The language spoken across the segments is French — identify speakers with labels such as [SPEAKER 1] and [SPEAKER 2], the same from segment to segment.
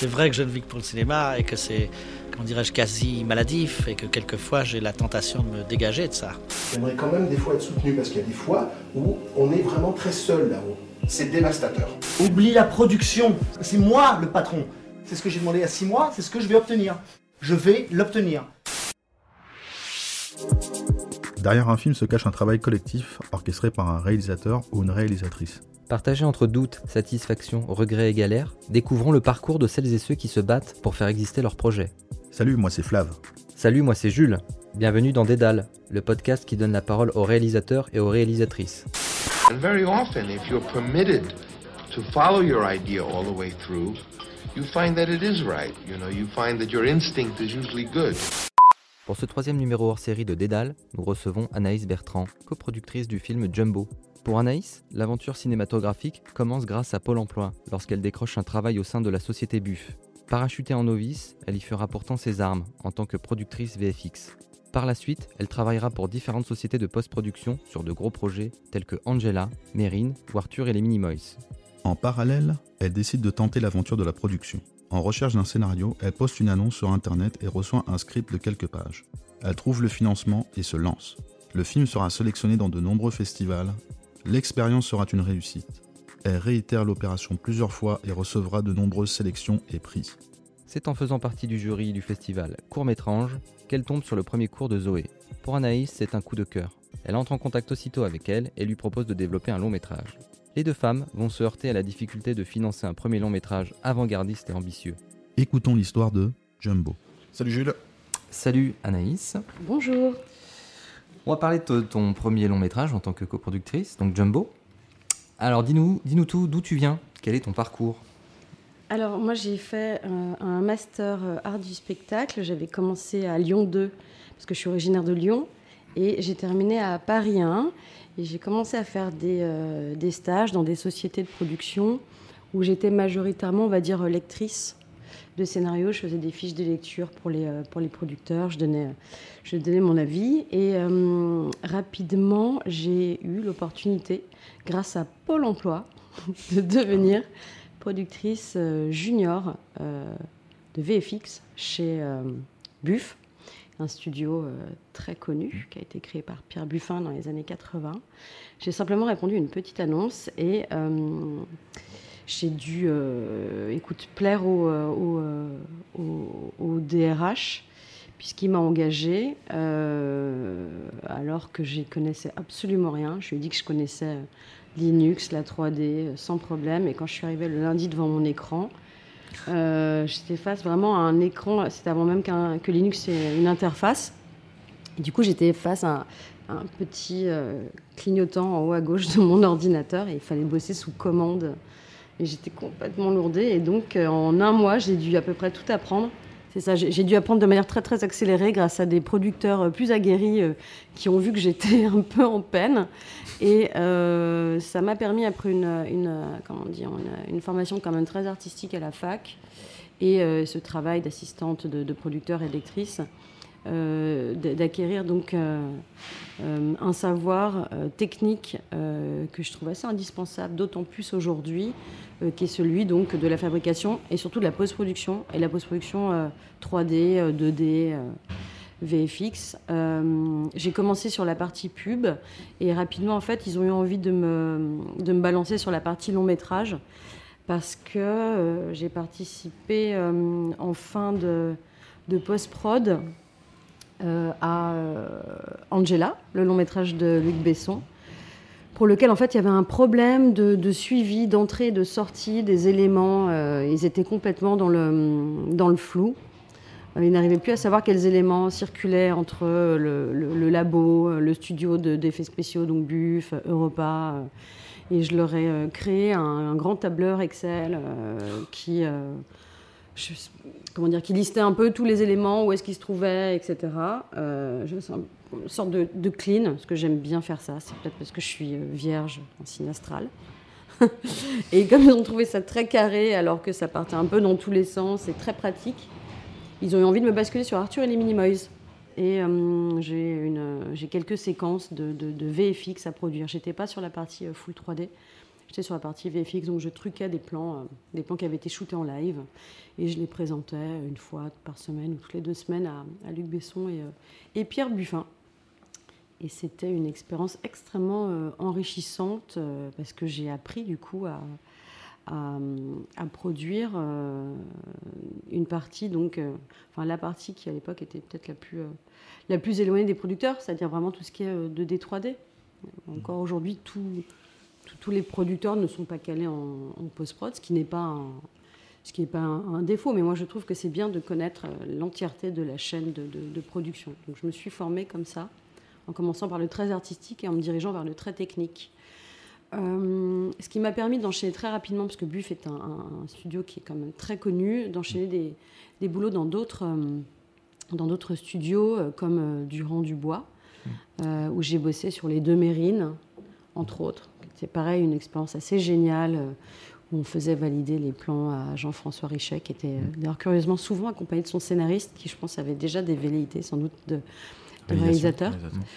[SPEAKER 1] C'est vrai que je ne vis que pour le cinéma et que c'est, comment dirais-je, quasi maladif et que quelquefois j'ai la tentation de me dégager de ça.
[SPEAKER 2] J'aimerais quand même des fois être soutenu parce qu'il y a des fois où on est vraiment très seul là-haut. C'est dévastateur.
[SPEAKER 3] Oublie la production, c'est moi le patron. C'est ce que j'ai demandé il y a 6 mois, c'est ce que je vais obtenir. Je vais l'obtenir.
[SPEAKER 4] Derrière un film se cache un travail collectif orchestré par un réalisateur ou une réalisatrice.
[SPEAKER 5] Partagés entre doute, satisfaction, regret et galère, découvrons le parcours de celles et ceux qui se battent pour faire exister leur projet.
[SPEAKER 4] Salut, moi c'est Flav.
[SPEAKER 5] Salut, moi c'est Jules. Bienvenue dans Dédale, le podcast qui donne la parole aux réalisateurs et aux réalisatrices.
[SPEAKER 6] And very often, if you're permitted to follow your idea all the way through, you find that it is right. You find that your instinct is usually good.
[SPEAKER 5] Pour ce 3e numéro hors série de Dédale, nous recevons Anaïs Bertrand, coproductrice du film Jumbo. Pour Anaïs, l'aventure cinématographique commence grâce à Pôle emploi, lorsqu'elle décroche un travail au sein de la société Buff. Parachutée en novice, elle y fera pourtant ses armes en tant que productrice VFX. Par la suite, elle travaillera pour différentes sociétés de post-production sur de gros projets tels que Angela, Mérine ou Arthur et les Minimoys.
[SPEAKER 4] En parallèle, elle décide de tenter l'aventure de la production. En recherche d'un scénario, elle poste une annonce sur internet et reçoit un script de quelques pages. Elle trouve le financement et se lance. Le film sera sélectionné dans de nombreux festivals. L'expérience sera une réussite. Elle réitère l'opération plusieurs fois et recevra de nombreuses sélections et prix.
[SPEAKER 5] C'est en faisant partie du jury du festival Court-Métrange qu'elle tombe sur le premier cours de Zoé. Pour Anaïs, c'est un coup de cœur. Elle entre en contact aussitôt avec elle et lui propose de développer un long métrage. Les deux femmes vont se heurter à la difficulté de financer un premier long métrage avant-gardiste et ambitieux.
[SPEAKER 4] Écoutons l'histoire de Jumbo.
[SPEAKER 7] Salut Jules.
[SPEAKER 5] Salut Anaïs.
[SPEAKER 8] Bonjour.
[SPEAKER 5] On va parler de ton premier long métrage en tant que coproductrice, donc Jumbo. Alors dis-nous tout, d'où tu viens, quel est ton parcours ?
[SPEAKER 8] Alors moi j'ai fait un master art du spectacle, j'avais commencé à Lyon 2 parce que je suis originaire de Lyon et j'ai terminé à Paris 1 et j'ai commencé à faire des stages dans des sociétés de production où j'étais majoritairement, on va dire, lectrice de scénarios. Je faisais des fiches de lecture pour les producteurs, je donnais mon avis et rapidement j'ai eu l'opportunité, grâce à Pôle emploi, de devenir productrice junior de VFX chez Buff, un studio très connu qui a été créé par Pierre Buffin dans les années 80. J'ai simplement répondu à une petite annonce et j'ai dû plaire au DRH puisqu'il m'a engagée alors que je n'y connaissais absolument rien. Je lui ai dit que je connaissais Linux, la 3D, sans problème. Et quand je suis arrivée le lundi devant mon écran, j'étais face vraiment à un écran. C'était avant même que Linux ait une interface. Et du coup, j'étais face à un petit clignotant en haut à gauche de mon ordinateur. Et il fallait bosser sous commande. Et j'étais complètement lourdée. Et donc, en un mois, j'ai dû à peu près tout apprendre. C'est ça, j'ai dû apprendre de manière très, très accélérée grâce à des producteurs plus aguerris qui ont vu que j'étais un peu en peine. Et ça m'a permis, après une formation quand même très artistique à la fac et ce travail d'assistante de producteur et d'actrice, d'acquérir donc un savoir technique que je trouve assez indispensable, d'autant plus aujourd'hui, qui est celui donc de la fabrication et surtout de la post-production, et la post-production 3D, 2D, VFX. J'ai commencé sur la partie pub et rapidement en fait ils ont eu envie de me balancer sur la partie long métrage parce que j'ai participé en fin de post-prod à Angela, le long métrage de Luc Besson, pour lequel en fait il y avait un problème de suivi, d'entrée et de sortie des éléments. Ils étaient complètement dans le flou. Ils n'arrivaient plus à savoir quels éléments circulaient entre le labo, le studio d'effets spéciaux, donc Buff, Europa. Et je leur ai créé un grand tableur Excel qui listait un peu tous les éléments, où est-ce qu'ils se trouvaient, etc. Une sorte de clean, parce que j'aime bien faire ça. C'est peut-être parce que je suis vierge en signe astral. Et comme ils ont trouvé ça très carré, alors que ça partait un peu dans tous les sens et très pratique, ils ont eu envie de me basculer sur Arthur et les Minimoys. Et j'ai quelques séquences de VFX à produire. J'étais pas sur la partie full 3D. J'étais sur la partie VFX, donc je truquais des plans qui avaient été shootés en live, et je les présentais une fois par semaine ou toutes les 2 semaines à Luc Besson et Pierre Buffin. Et c'était une expérience extrêmement enrichissante parce que j'ai appris du coup à produire une partie, la partie qui à l'époque était peut-être la plus éloignée des producteurs, c'est-à-dire vraiment tout ce qui est 2D, 3D. Encore aujourd'hui, tous les producteurs ne sont pas calés en post-prod, ce qui n'est pas un défaut, mais moi je trouve que c'est bien de connaître l'entièreté de la chaîne de production. Donc je me suis formée comme ça, en commençant par le très artistique et en me dirigeant vers le très technique. Ce qui m'a permis d'enchaîner très rapidement, parce que Buff est un studio qui est quand même très connu, d'enchaîner des boulots dans d'autres studios, comme Durand-Dubois, où j'ai bossé sur les 2 Mérines, entre autres. C'est pareil, une expérience assez géniale, où on faisait valider les plans à Jean-François Richet, qui était d'ailleurs curieusement souvent accompagné de son scénariste, qui je pense avait déjà des velléités sans doute de réalisateur.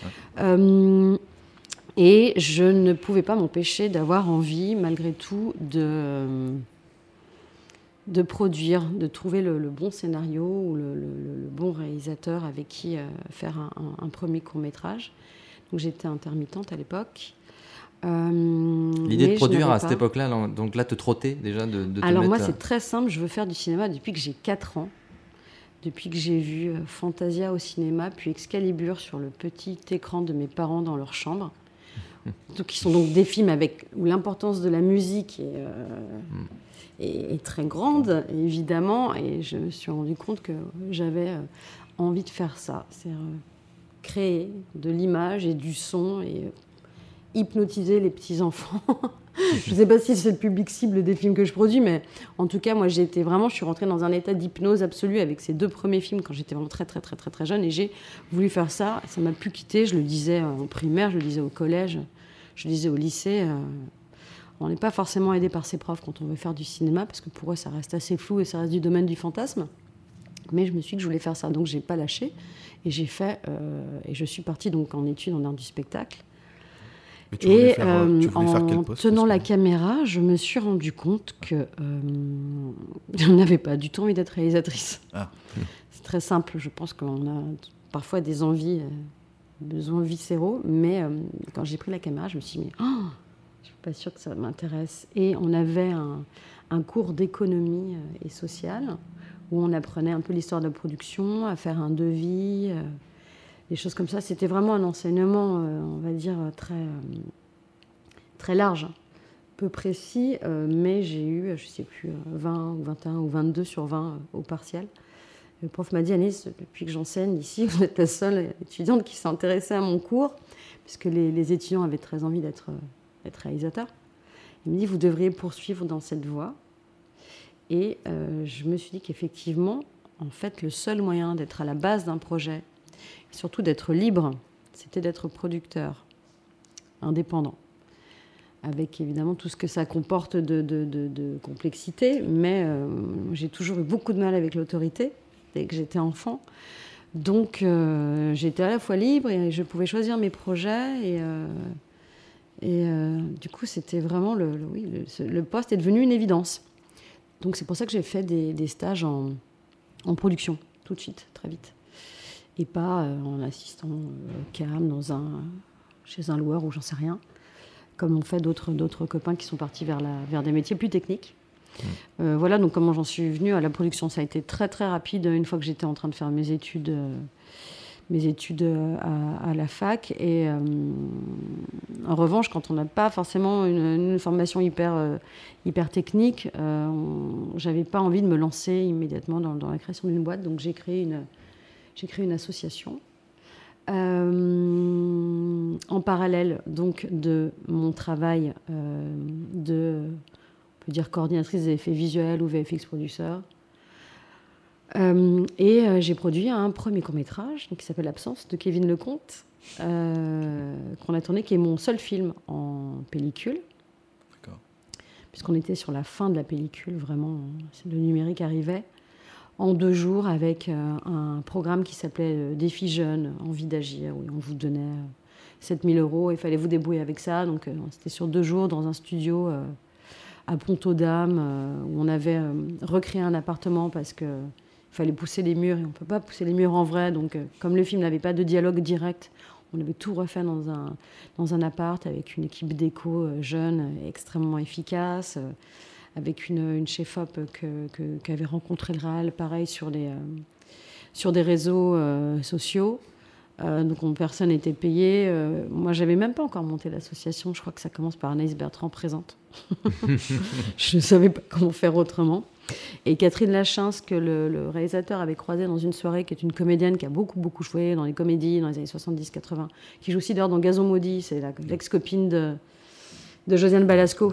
[SPEAKER 8] Et je ne pouvais pas m'empêcher d'avoir envie, malgré tout, de produire, de trouver le bon scénario ou le bon réalisateur avec qui faire un premier court-métrage. Donc j'étais intermittente à l'époque.
[SPEAKER 5] L'idée de produire à cette époque-là, donc là, te trotter déjà de
[SPEAKER 8] Alors moi, c'est très simple. Je veux faire du cinéma depuis que j'ai 4 ans. Depuis que j'ai vu Fantasia au cinéma, puis Excalibur sur le petit écran de mes parents dans leur chambre. Donc, qui sont donc des films où l'importance de la musique est très grande, évidemment. Et je me suis rendu compte que j'avais envie de faire ça. C'est-à-dire créer de l'image et du son et hypnotiser les petits-enfants. Je ne sais pas si c'est le public cible des films que je produis, mais en tout cas, moi, je suis rentrée dans un état d'hypnose absolue avec ces 2 premiers films quand j'étais vraiment très, très, très, très, très jeune. Et j'ai voulu faire ça. Ça m'a plus quitté. Je le disais en primaire, je le disais au collège, je le disais au lycée. On n'est pas forcément aidé par ses profs quand on veut faire du cinéma, parce que pour eux, ça reste assez flou et ça reste du domaine du fantasme. Mais je me suis dit que je voulais faire ça. Donc, je n'ai pas lâché. Et j'ai fait... et je suis partie donc, en études en art du spectacle. Et en tenant la caméra, je me suis rendu compte que je n'avais pas du tout envie d'être réalisatrice. C'est très simple. Je pense qu'on a parfois des envies, besoins viscéraux. Mais quand j'ai pris la caméra, je me suis dit, je ne suis pas sûre que ça m'intéresse. Et on avait un cours d'économie et sociale où on apprenait un peu l'histoire de la production, à faire un devis... des choses comme ça. C'était vraiment un enseignement, on va dire, très large, peu précis, mais j'ai eu, je ne sais plus, 20 ou 21 ou 22 sur 20 au partiel. Le prof m'a dit, Agnès, depuis que j'enseigne ici, vous êtes la seule étudiante qui s'est intéressée à mon cours, puisque les étudiants avaient très envie d'être réalisateurs. Il me dit, vous devriez poursuivre dans cette voie. Et je me suis dit qu'effectivement, en fait, le seul moyen d'être à la base d'un projet, et surtout d'être libre, c'était d'être producteur, indépendant, avec évidemment tout ce que ça comporte de complexité, mais j'ai toujours eu beaucoup de mal avec l'autorité dès que j'étais enfant. Donc j'étais à la fois libre et je pouvais choisir mes projets et du coup c'était vraiment le poste est devenu une évidence. Donc c'est pour ça que j'ai fait des stages en production tout de suite, très vite. Et pas en assistant cam chez un loueur ou j'en sais rien, comme ont fait d'autres copains qui sont partis vers des métiers plus techniques. Voilà donc comment j'en suis venue à la production. Ça a été très très rapide une fois que j'étais en train de faire mes études à la fac. Et en revanche, quand on n'a pas forcément une formation hyper technique, j'avais pas envie de me lancer immédiatement dans la création d'une boîte. Donc j'ai créé une association en parallèle donc de mon travail on peut dire coordinatrice des effets visuels ou VFX producer. J'ai produit un premier court-métrage qui s'appelle Absence de Kevin Lecomte, qu'on a tourné, qui est mon seul film en pellicule. D'accord. Puisqu'on était sur la fin de la pellicule, vraiment, le numérique arrivait. En 2 jours, avec un programme qui s'appelait Défi Jeune, Envie d'agir, où on vous donnait 7 000 €, il fallait vous débrouiller avec ça. Donc c'était sur 2 jours dans un studio à Pont-aux-Dames où on avait recréé un appartement parce qu'il fallait pousser les murs et on ne peut pas pousser les murs en vrai. Donc comme le film n'avait pas de dialogue direct, on avait tout refait dans un appart avec une équipe déco jeune et extrêmement efficace, avec une chef-op qu'avait rencontré le Raal, pareil, sur des réseaux sociaux. Donc personne n'était payé. Moi, j'avais même pas encore monté l'association. Je crois que ça commence par Anaïs Bertrand présente. Je ne savais pas comment faire autrement. Et Catherine Lachance, que le réalisateur avait croisée dans une soirée, qui est une comédienne qui a beaucoup joué dans les comédies dans les années 70-80, qui joue aussi d'ailleurs dans Gazon Maudit, c'est l'ex-copine de Josiane Balasco,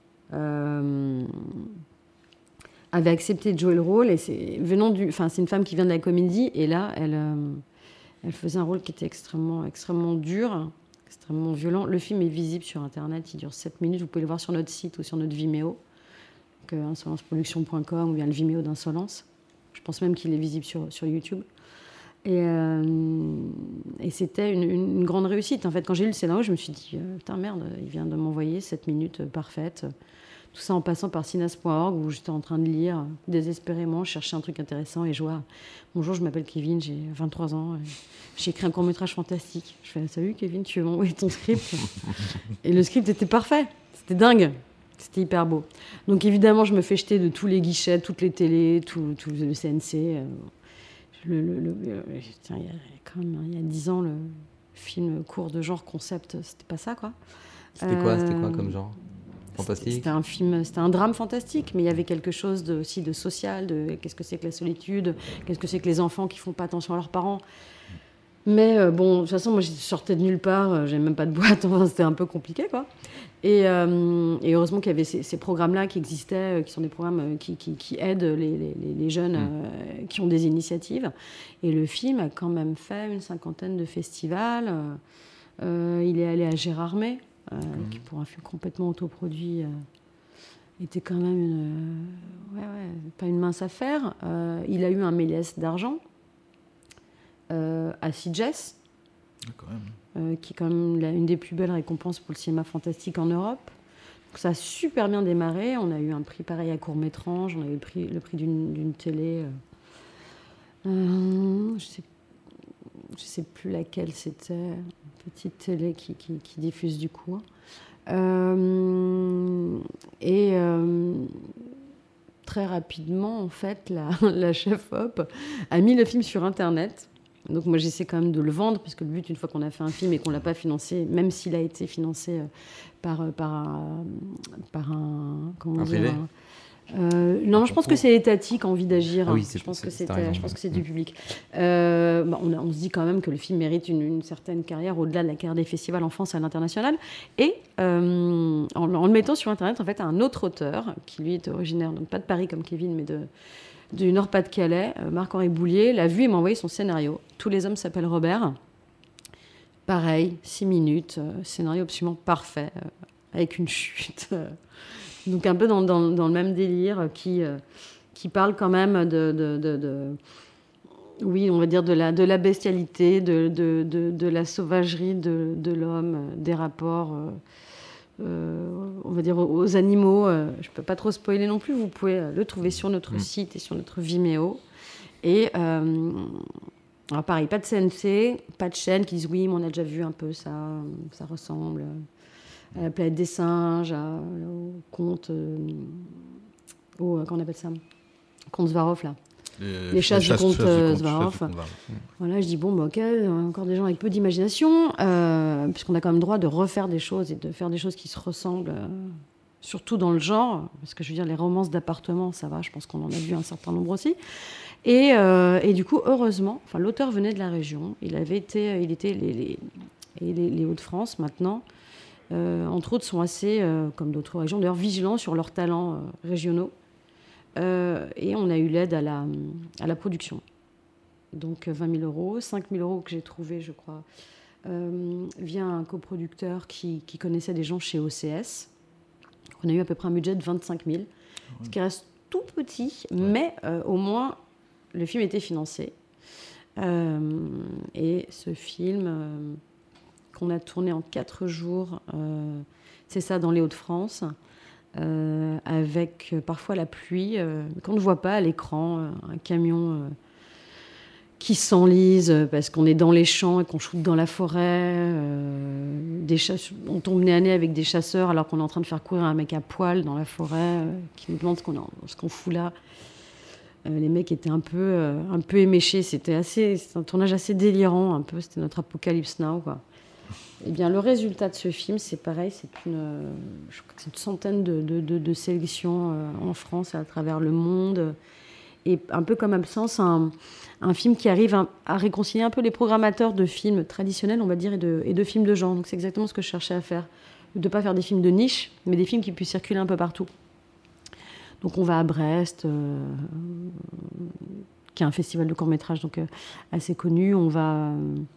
[SPEAKER 8] avait accepté de jouer le rôle. Et c'est une femme qui vient de la comédie, et là, elle faisait un rôle qui était extrêmement dur, extrêmement violent. Le film est visible sur Internet, il dure 7 minutes. Vous pouvez le voir sur notre site ou sur notre Vimeo, insolenceproduction.com, ou bien le Vimeo d'Insolence. Je pense même qu'il est visible sur YouTube. Et c'était une grande réussite. En fait, quand j'ai lu le scénario, je me suis dit, putain merde, il vient de m'envoyer 7 minutes parfaites. Tout ça en passant par cinas.org, où j'étais en train de lire désespérément, chercher un truc intéressant, et je vois, bonjour, je m'appelle Kevin, j'ai 23 ans, j'ai écrit un court-métrage fantastique. Je fais, salut Kevin, tu veux m'envoyer ton script? Et le script était parfait, c'était dingue, c'était hyper beau. Donc évidemment, je me fais jeter de tous les guichets, toutes les télés, tout le CNC. Tiens, il y a 10 ans, le film court de genre concept, c'était pas ça, quoi.
[SPEAKER 5] C'était quoi comme genre? Fantastique.
[SPEAKER 8] C'était un drame fantastique, mais il y avait quelque chose aussi de social, de qu'est-ce que c'est que la solitude, qu'est-ce que c'est que les enfants qui font pas attention à leurs parents. Mais bon, de toute façon, moi, je sortais de nulle part, j'avais même pas de boîte, enfin, c'était un peu compliqué, quoi. Et heureusement qu'il y avait ces programmes-là qui existaient, qui sont des programmes qui aident les jeunes qui ont des initiatives. Et le film a quand même fait une 50aine de festivals. Il est allé à Gérardmer, qui pour un film complètement autoproduit était quand même pas une mince affaire. Il a eu un Méliès d'argent à Sitges, qui est quand même une des plus belles récompenses pour le cinéma fantastique en Europe. Donc ça a super bien démarré. On a eu un prix pareil à Court-Métrange, on a eu le prix d'une télé, je sais plus laquelle c'était, une petite télé qui diffuse du court. Très rapidement, en fait, la chef-op a mis le film sur Internet. Donc moi, j'essaie quand même de le vendre, puisque le but, une fois qu'on a fait un film et qu'on ne l'a pas financé, même s'il a été financé par un
[SPEAKER 5] privé.
[SPEAKER 8] Non, je pense que c'est étatique, envie d'agir.
[SPEAKER 5] Ah oui,
[SPEAKER 8] je pense que c'est du public. On se dit quand même que le film mérite une certaine carrière au-delà de la carrière des festivals en France et à l'international. Et en le mettant sur Internet, en fait, un autre auteur, qui lui est originaire, donc pas de Paris comme Kevin, mais du Nord-Pas-de-Calais, Marc-Henri Boulier, l'a vu et m'a envoyé son scénario. Tous les hommes s'appellent Robert. Pareil, 6 minutes, scénario absolument parfait, avec une chute. Donc un peu dans le même délire, qui parle quand même oui, on va dire de la bestialité, de la sauvagerie de l'homme, des rapports, on va dire, aux animaux. Je ne peux pas trop spoiler non plus, vous pouvez le trouver sur notre site et sur notre Vimeo. Et alors pareil, pas de CNC, pas de chaîne qui disent oui, mais on a déjà vu un peu ça ressemble à la planète des singes, au conte, comment on appelle ça, conte Svarov, là. Les chasses du comte Svarov. Voilà, je dis bon, ok, encore des gens avec peu d'imagination, puisqu'on a quand même le droit de refaire des choses et de faire des choses qui se ressemblent, surtout dans le genre, parce que je veux dire, les romances d'appartement, ça va, je pense qu'on en a vu un certain nombre aussi. Et du coup, heureusement, l'auteur venait de la région, il était les Hauts-de-France maintenant. Entre autres, sont assez, comme d'autres régions, d'ailleurs vigilants sur leurs talents régionaux. Et on a eu l'aide à la production. Donc 20 000 €, 5 000 € que j'ai trouvé, je crois, via un coproducteur qui connaissait des gens chez OCS. On a eu à peu près un budget de 25 000, ce qui reste tout petit, mais au moins le film était financé. Et ce film... qu'on a tourné en 4 jours. C'est ça, dans les Hauts-de-France. Avec parfois la pluie, qu'on ne voit pas à l'écran, un camion qui s'enlise parce qu'on est dans les champs et qu'on shoote dans la forêt. On tombe nez à nez avec des chasseurs alors qu'on est en train de faire courir un mec à poil dans la forêt qui nous demande ce qu'on fout là. Les mecs étaient un peu éméchés. C'était un tournage assez délirant, un peu. C'était notre Apocalypse Now, quoi. Eh bien, le résultat de ce film, c'est pareil. Je crois que c'est une centaine de sélections en France et à travers le monde. Et un peu comme Absence, un film qui arrive à réconcilier un peu les programmateurs de films traditionnels, on va dire, et de films de genre. Donc c'est exactement ce que je cherchais à faire. De ne pas faire des films de niche, mais des films qui puissent circuler un peu partout. Donc on va à Brest, qui est un festival de court-métrage donc, assez connu. On va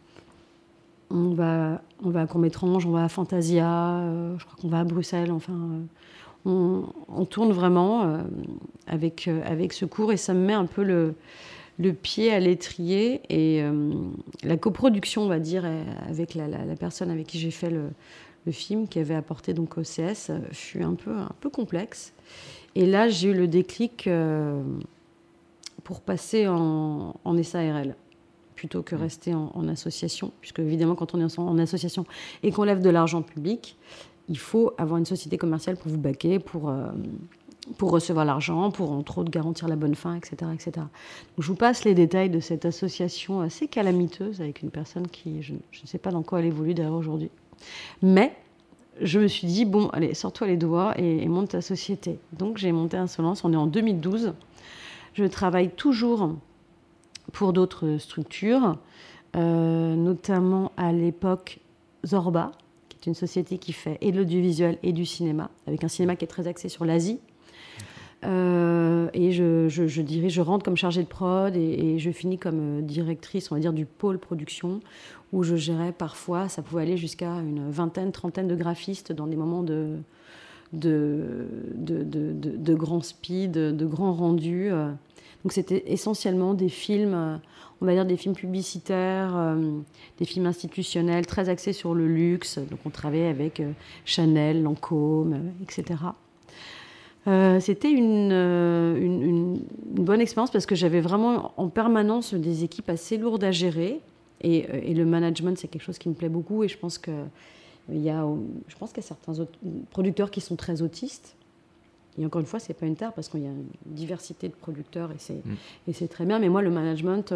[SPEAKER 8] à Court-Métrange, on va à Fantasia, je crois qu'on va à Bruxelles. Enfin, on tourne vraiment avec ce cours et ça me met un peu le pied à l'étrier. Et la coproduction, on va dire, avec la personne avec qui j'ai fait le film, qui avait apporté donc OCS, fut un peu complexe. Et là, j'ai eu le déclic pour passer en SARL plutôt que rester en association, puisque évidemment, quand on est en association et qu'on lève de l'argent public, il faut avoir une société commerciale pour vous baquer, pour recevoir l'argent, pour entre autres garantir la bonne fin, etc., etc. Donc, je vous passe les détails de cette association assez calamiteuse avec une personne qui, je ne sais pas dans quoi elle évolue d'ailleurs aujourd'hui. Mais je me suis dit, bon, allez, sors-toi les doigts et monte ta société. Donc j'ai monté Insolence, on est en 2012. Je travaille toujours pour d'autres structures, notamment à l'époque Zorba, qui est une société qui fait et de l'audiovisuel et du cinéma, avec un cinéma qui est très axé sur l'Asie. Et je rentre comme chargée de prod et je finis comme directrice, on va dire, du pôle production, où je gérais parfois, ça pouvait aller jusqu'à une vingtaine, trentaine de graphistes dans des moments de grand speed, de grands rendus. Donc c'était essentiellement des films, on va dire des films publicitaires, des films institutionnels, très axés sur le luxe. Donc on travaillait avec Chanel, Lancôme, etc. C'était une bonne expérience parce que j'avais vraiment en permanence des équipes assez lourdes à gérer. Et le management, c'est quelque chose qui me plaît beaucoup. Et je pense qu'il y a certains autres producteurs qui sont très autistes. Et encore une fois, ce n'est pas une tare parce qu'il y a une diversité de producteurs et c'est très bien. Mais moi, le management,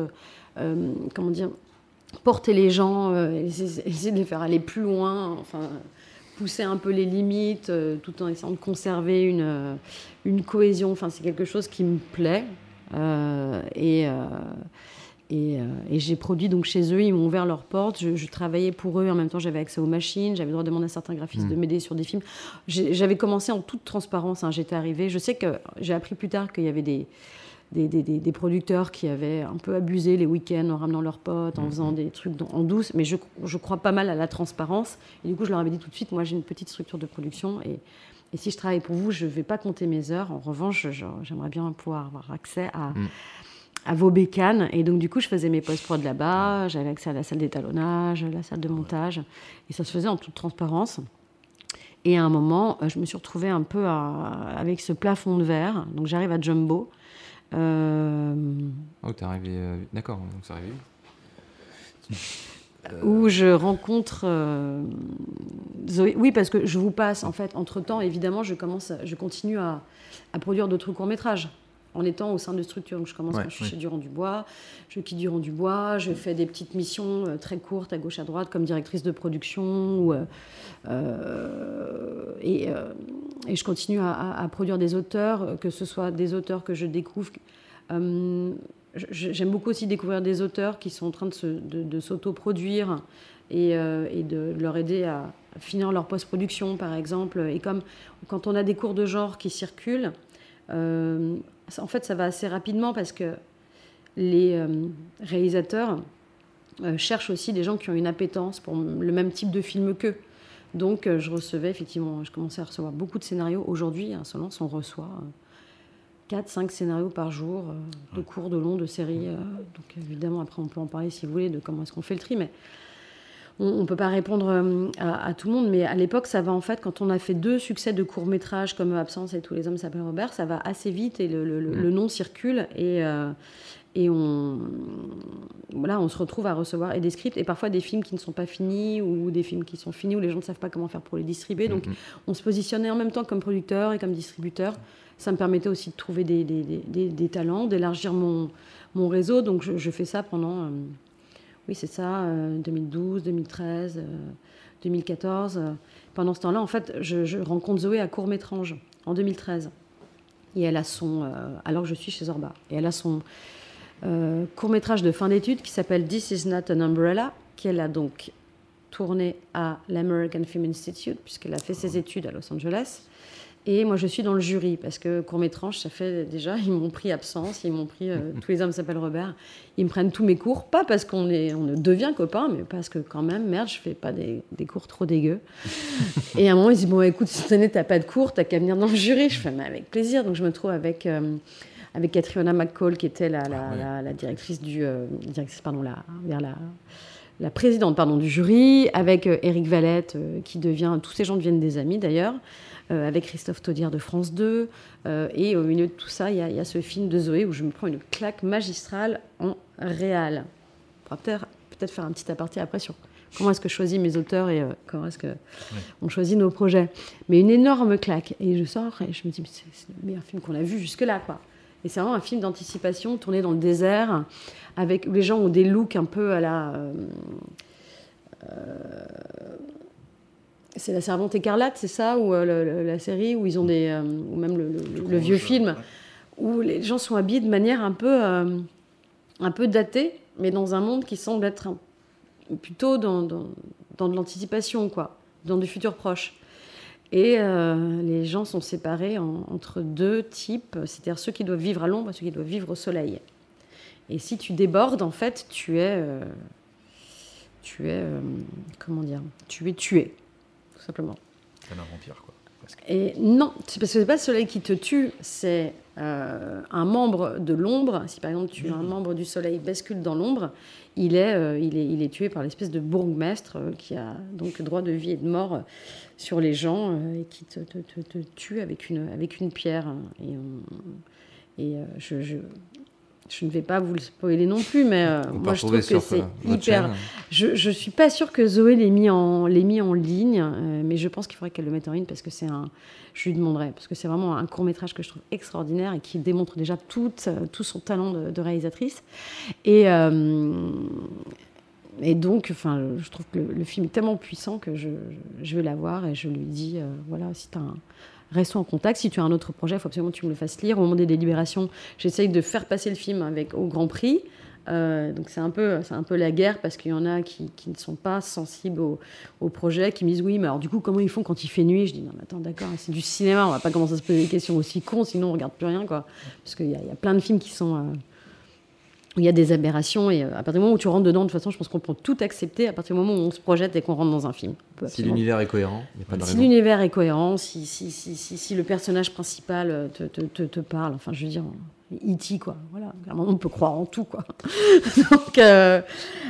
[SPEAKER 8] porter les gens, essayer de les faire aller plus loin, enfin, pousser un peu les limites, tout en essayant de conserver une cohésion. Enfin, c'est quelque chose qui me plaît. Et j'ai produit donc chez eux, ils m'ont ouvert leurs portes, je travaillais pour eux, en même temps j'avais accès aux machines, j'avais le droit de demander à certains graphistes de m'aider sur des films. J'avais commencé en toute transparence, j'étais arrivée. Je sais que j'ai appris plus tard qu'il y avait des producteurs qui avaient un peu abusé les week-ends en ramenant leurs potes, en faisant des trucs en douce, mais je crois pas mal à la transparence. Et du coup, je leur avais dit tout de suite, moi j'ai une petite structure de production et si je travaille pour vous, je ne vais pas compter mes heures. En revanche, j'aimerais bien pouvoir avoir accès à vos bécanes. Et donc, du coup, je faisais mes post-prod là-bas. J'avais accès à la salle d'étalonnage, la salle de montage. Et ça se faisait en toute transparence. Et à un moment, je me suis retrouvée un peu avec ce plafond de verre. Donc, j'arrive à Jumbo.
[SPEAKER 5] Oh, t'es arrivé... D'accord, donc c'est arrivé.
[SPEAKER 8] Où je rencontre Zoé. Oui, parce que je vous passe, en fait, entre-temps, évidemment, je continue à produire d'autres courts-métrages. En étant au sein de structures. Donc je commence quand je suis chez Durand-Dubois, je quitte Durand-Dubois, je fais des petites missions très courtes à gauche à droite comme directrice de production et je continue à produire des auteurs, que ce soit des auteurs que je découvre. J'aime beaucoup aussi découvrir des auteurs qui sont en train de s'autoproduire et de leur aider à finir leur post-production, par exemple. Et comme quand on a des cours de genre qui circulent, en fait, ça va assez rapidement parce que les réalisateurs cherchent aussi des gens qui ont une appétence pour le même type de film qu'eux. Donc, je commençais à recevoir beaucoup de scénarios. Aujourd'hui, à Insolence, on reçoit 4-5 scénarios par jour, de courts, de longs, de séries. Donc, évidemment, après, on peut en parler si vous voulez de comment est-ce qu'on fait le tri. Mais on peut pas répondre à tout le monde, mais à l'époque, ça va en fait, quand on a fait 2 succès de courts-métrages comme Absence et Tous les hommes s'appellent Robert, ça va assez vite et le nom circule et on se retrouve à recevoir et des scripts et parfois des films qui ne sont pas finis ou des films qui sont finis où les gens ne savent pas comment faire pour les distribuer. Donc on se positionnait en même temps comme producteur et comme distributeur. Ça me permettait aussi de trouver des talents, d'élargir mon réseau. Donc je fais ça pendant... Oui, c'est ça, 2012, 2013, 2014. Pendant ce temps-là, en fait, je rencontre Zoé à Courmétrange, en 2013. Et elle a alors que je suis chez Zorba. Et elle a son court-métrage de fin d'études qui s'appelle This is not an umbrella, qu'elle a donc tourné à l'American Film Institute, puisqu'elle a fait ses études à Los Angeles. Et moi, je suis dans le jury, parce que Courmétrange, ça fait déjà... Ils m'ont pris Absence, ils m'ont pris Tous les hommes s'appellent Robert. Ils me prennent tous mes cours, pas parce on devient copains, mais parce que quand même, merde, je fais pas des cours trop dégueux. Et à un moment, ils disent, bon, écoute, si t'as pas de cours, t'as qu'à venir dans le jury. Je fais, mais avec plaisir. Donc, je me trouve avec Catriona McCall, qui était la directrice la présidente du jury, avec Éric Valette, qui devient... Tous ces gens deviennent des amis, d'ailleurs. Avec Christophe Taudière de France 2. Et au milieu de tout ça, il y a ce film de Zoé où je me prends une claque magistrale en réal. On pourra peut-être faire un petit aparté après sur comment est-ce que je choisis mes auteurs et comment est-ce qu'on choisit nos projets. Mais une énorme claque. Et je sors et je me dis, c'est le meilleur film qu'on a vu jusque-là, quoi. Et c'est vraiment un film d'anticipation tourné dans le désert, où les gens ont des looks un peu à la... c'est La Servante écarlate, c'est ça, ou la série où ils ont ou même le vieux film, où les gens sont habillés de manière un peu datée, mais dans un monde qui semble être plutôt dans de l'anticipation, quoi, dans du futur proche. Et les gens sont séparés entre 2 types, c'est-à-dire ceux qui doivent vivre à l'ombre et ceux qui doivent vivre au soleil. Et si tu débordes, en fait, tu es tué, tout simplement.
[SPEAKER 7] C'est un vampire, quoi. Presque.
[SPEAKER 8] Et non, c'est parce que c'est pas le soleil qui te tue, c'est un membre de l'ombre. Si par exemple un membre du soleil bascule dans l'ombre, il est tué par l'espèce de bourgmestre qui a donc droit de vie et de mort sur les gens et qui te tue avec une pierre. Je ne vais pas vous le spoiler non plus, mais moi je trouve que c'est hyper... Je suis pas sûre que Zoé l'ait mis en ligne, mais je pense qu'il faudrait qu'elle le mette en ligne parce que je lui demanderai, parce que c'est vraiment un court-métrage que je trouve extraordinaire et qui démontre déjà tout son talent de réalisatrice. Et donc, je trouve que le film est tellement puissant que je vais la voir et je lui dis, voilà, si tu as restons en contact. Si tu as un autre projet, il faut absolument que tu me le fasses lire. Au moment des délibérations, j'essaye de faire passer le film au Grand Prix. Donc c'est un peu la guerre parce qu'il y en a qui ne sont pas sensibles au projet, qui me disent oui, mais alors du coup, comment ils font quand il fait nuit ? Je dis non, mais attends, d'accord, c'est du cinéma, on va pas commencer à se poser des questions aussi cons, sinon on regarde plus rien, quoi. Parce qu'il y a plein de films qui sont... il y a des aberrations et à partir du moment où tu rentres dedans, de toute façon, je pense qu'on peut tout accepter à partir du moment où on se projette et qu'on rentre dans un film.
[SPEAKER 5] Si l'univers est cohérent, il n'y a pas de raison.
[SPEAKER 8] Si l'univers est cohérent, si le personnage principal te parle, enfin, je veux dire, E.T., quoi. Voilà, à un moment, on peut croire en tout, quoi. Donc, à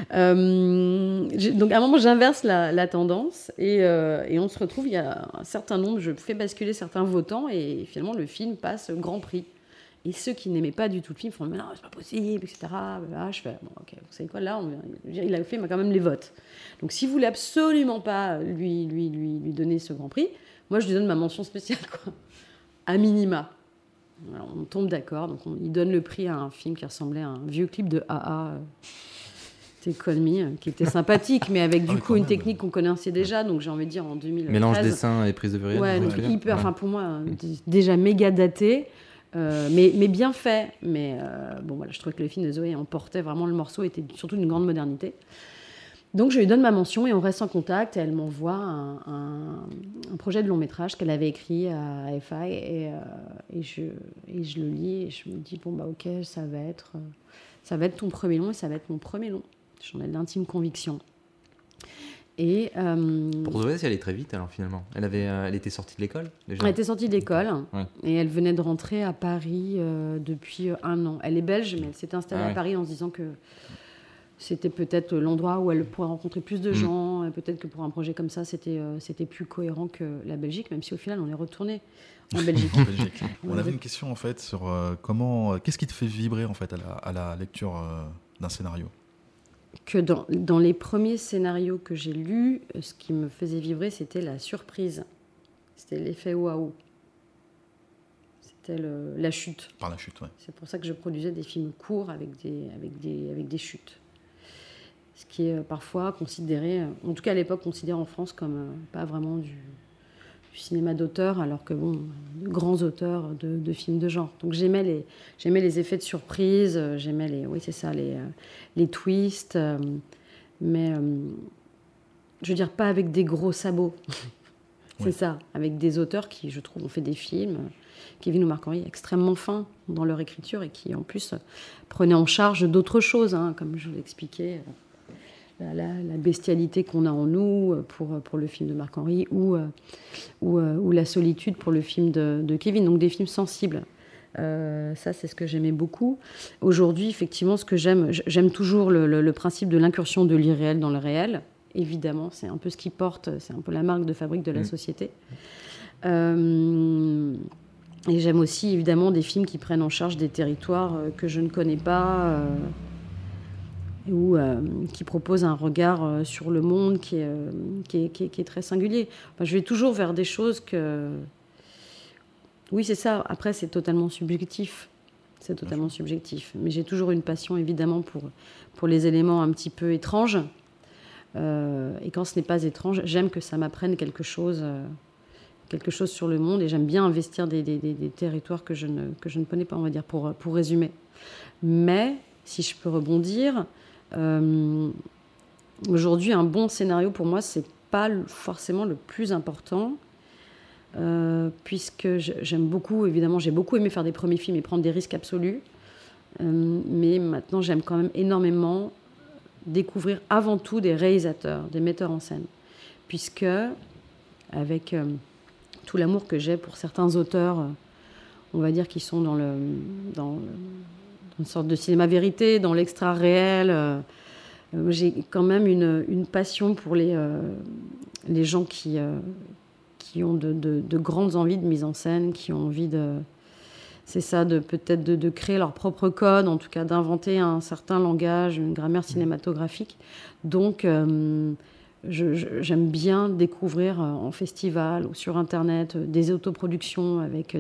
[SPEAKER 8] un moment, j'inverse la tendance et on se retrouve, il y a un certain nombre, je fais basculer certains votants et finalement, le film passe Grand Prix. Et ceux qui n'aimaient pas du tout le film font « Mais non, c'est pas possible, etc. » Là, je fais « Bon, ok, vous savez quoi, là, il a fait quand même les votes. Donc, si vous voulez absolument pas lui donner ce Grand Prix, moi, je lui donne ma mention spéciale, quoi. À minima. Alors, on tombe d'accord. Donc, il donne le prix à un film qui ressemblait à un vieux clip de AA, Take On Me, qui était sympathique, mais avec du coup une technique qu'on connaissait déjà. Donc, j'ai envie de dire en 2013.
[SPEAKER 5] Mélange dessin et prise de vue réelle.
[SPEAKER 8] Ouais, donc hyper, enfin, pour moi, déjà méga daté. Mais bien fait. Mais bon, voilà, je trouvais que le film de Zoé emportait vraiment le morceau, était surtout d'une grande modernité. Donc je lui donne ma mention et on reste en contact. Et elle m'envoie un projet de long métrage qu'elle avait écrit à AFI et je le lis et je me dis bon bah ok, ça va être ton premier long et ça va être mon premier long. J'en ai l'intime conviction. Et
[SPEAKER 5] pour Zoé, elle est très vite alors finalement. Elle était sortie de l'école déjà.
[SPEAKER 8] Elle était sortie de l'école
[SPEAKER 5] ouais.
[SPEAKER 8] Et elle venait de rentrer à Paris depuis 1 an. Elle est belge, mais elle s'est installée à Paris en se disant que c'était peut-être l'endroit où elle pourrait rencontrer plus de gens. Et peut-être que pour un projet comme ça, c'était plus cohérent que la Belgique, même si au final, on est retourné en Belgique.
[SPEAKER 7] En Belgique. On avait une question en fait sur qu'est-ce qui te fait vibrer en fait à la lecture d'un scénario?
[SPEAKER 8] Que dans les premiers scénarios que j'ai lus, ce qui me faisait vibrer, c'était la surprise. C'était l'effet waouh. C'était la chute.
[SPEAKER 7] Par la chute, ouais.
[SPEAKER 8] C'est pour ça que je produisais des films courts avec des chutes. Ce qui est parfois considéré, en tout cas à l'époque, considéré en France comme pas vraiment du cinéma d'auteur, alors que bon, de grands auteurs de films de genre. Donc j'aimais les effets de surprise, j'aimais les twists, mais je veux dire pas avec des gros sabots. C'est ça, avec des auteurs qui, je trouve, ont fait des films, Kevin ou Marc-Henri, extrêmement fins dans leur écriture et qui, en plus, prenaient en charge d'autres choses, hein, comme je vous l'expliquais, la bestialité qu'on a en nous pour le film de Marc-Henri ou la solitude pour le film de Kevin. Donc des films sensibles. Ça, c'est ce que j'aimais beaucoup. Aujourd'hui, effectivement, ce que j'aime toujours le principe de l'incursion de l'irréel dans le réel. Évidemment, c'est un peu ce qui porte, c'est un peu la marque de fabrique de la société. Et j'aime aussi, évidemment, des films qui prennent en charge des territoires que je ne connais pas, ou qui proposent un regard sur le monde qui est très singulier. Enfin, je vais toujours vers des choses que... Oui, c'est ça. Après, c'est totalement subjectif. C'est totalement subjectif. Mais j'ai toujours une passion, évidemment, pour les éléments un petit peu étranges. Et quand ce n'est pas étrange, j'aime que ça m'apprenne quelque chose sur le monde, et j'aime bien investir des territoires que je ne connais pas, on va dire, pour résumer. Mais, si je peux rebondir, aujourd'hui, un bon scénario, pour moi, c'est pas forcément le plus important, puisque j'aime beaucoup, évidemment, j'ai beaucoup aimé faire des premiers films et prendre des risques absolus, mais maintenant, j'aime quand même énormément découvrir avant tout des réalisateurs, des metteurs en scène, puisque avec tout l'amour que j'ai pour certains auteurs, on va dire, qui sont dans une sorte de cinéma vérité, dans l'extra réel, j'ai quand même une passion pour les gens qui ont de grandes envies de mise en scène, qui ont envie peut-être de créer leur propre code, en tout cas d'inventer un certain langage, une grammaire cinématographique. Donc, j'aime bien découvrir en festival ou sur Internet des autoproductions avec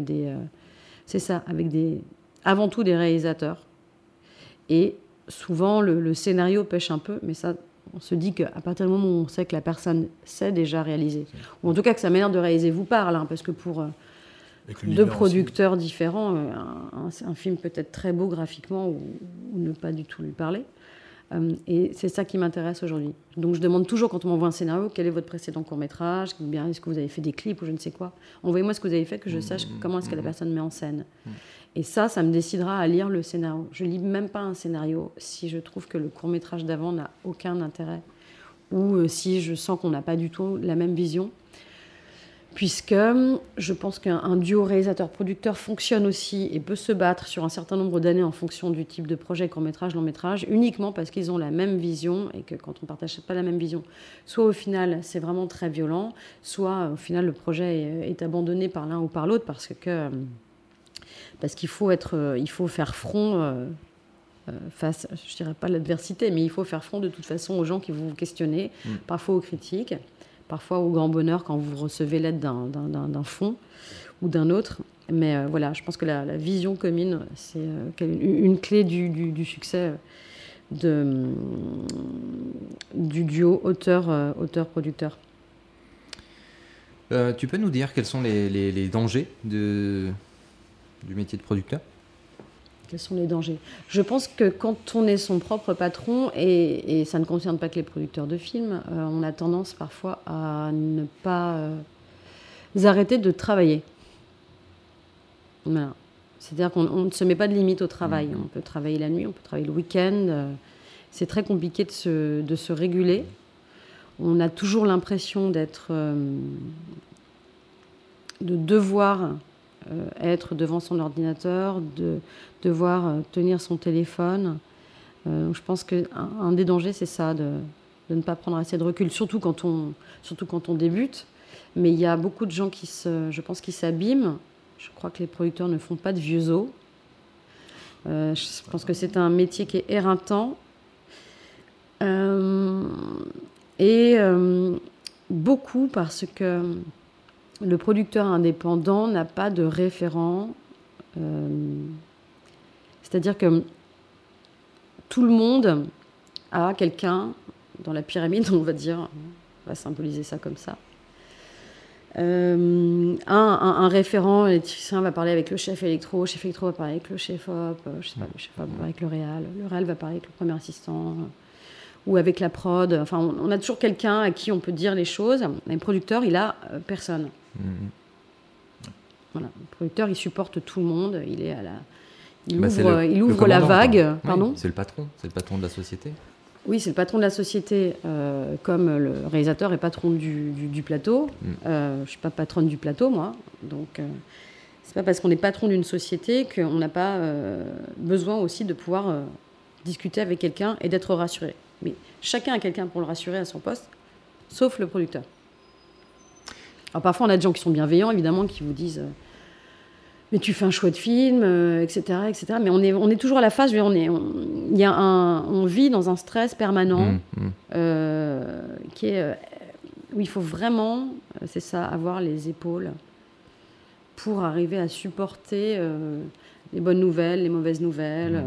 [SPEAKER 8] avant tout des réalisateurs. Et souvent, le scénario pêche un peu, mais ça, on se dit qu'à partir du moment où on sait que la personne sait déjà réaliser, ou en tout cas que sa manière de réaliser vous parle, hein, parce que pour... deux producteurs différents, un film peut être très beau graphiquement ou ne pas du tout lui parler. Et c'est ça qui m'intéresse aujourd'hui. Donc je demande toujours, quand on m'envoie un scénario, quel est votre précédent court-métrage, bien est-ce que vous avez fait des clips ou je ne sais quoi. Envoyez-moi ce que vous avez fait, que je sache comment est-ce que la personne met en scène. Et ça me décidera à lire le scénario. Je lis même pas un scénario si je trouve que le court-métrage d'avant n'a aucun intérêt, ou si je sens qu'on n'a pas du tout la même vision. Puisque je pense qu'un duo réalisateur-producteur fonctionne aussi et peut se battre sur un certain nombre d'années en fonction du type de projet, court-métrage, long-métrage, uniquement parce qu'ils ont la même vision, et que quand on ne partage pas la même vision, soit au final c'est vraiment très violent, soit au final le projet est abandonné par l'un ou par l'autre parce qu'il faut faire front face, je dirais pas l'adversité, mais il faut faire front de toute façon aux gens qui vont vous questionner, parfois aux critiques, parfois au grand bonheur quand vous recevez l'aide d'un fonds ou d'un autre. Mais voilà, je pense que la vision commune, c'est une clé du succès du duo auteur-producteur.
[SPEAKER 5] Tu peux nous dire quels sont les dangers du métier de producteur ?
[SPEAKER 8] Quels sont les dangers ? Je pense que quand on est son propre patron, et ça ne concerne pas que les producteurs de films, on a tendance parfois à ne pas arrêter de travailler. Voilà. C'est-à-dire qu'on ne se met pas de limite au travail. On peut travailler la nuit, on peut travailler le week-end. C'est très compliqué de se réguler. On a toujours l'impression de devoir être devant son ordinateur, de devoir tenir son téléphone, Donc je pense qu'un des dangers, c'est ça, de ne pas prendre assez de recul, surtout quand on débute. Mais il y a beaucoup de gens je pense, qui s'abîment. Je crois que les producteurs ne font pas de vieux os. Je pense que c'est un métier qui est éreintant. Beaucoup parce que le producteur indépendant n'a pas de référent. C'est-à-dire que tout le monde a quelqu'un dans la pyramide, on va dire, on va symboliser ça comme ça. Un référent électricien va parler avec le chef électro va parler avec le chef op, le chef op va parler avec le réal va parler avec le premier assistant, ou avec la prod. Enfin, on a toujours quelqu'un à qui on peut dire les choses. Un producteur, il a personne. Voilà. Le producteur, il supporte tout le monde. Il est à la... Il ouvre la vague. Pardon.
[SPEAKER 5] Oui, c'est le patron de la société.
[SPEAKER 8] Oui, c'est le patron de la société, comme le réalisateur est patron du plateau. Je ne suis pas patronne du plateau, moi. Donc, c'est pas parce qu'on est patron d'une société qu'on n'a pas besoin aussi de pouvoir discuter avec quelqu'un et d'être rassuré. Mais chacun a quelqu'un pour le rassurer à son poste, sauf le producteur. Alors parfois, on a des gens qui sont bienveillants, évidemment, qui vous disent... mais tu fais un chouette film, etc., etc. Mais on est toujours à la phase, on vit dans un stress permanent qui est, où il faut vraiment, c'est ça, avoir les épaules pour arriver à supporter les bonnes nouvelles, les mauvaises nouvelles.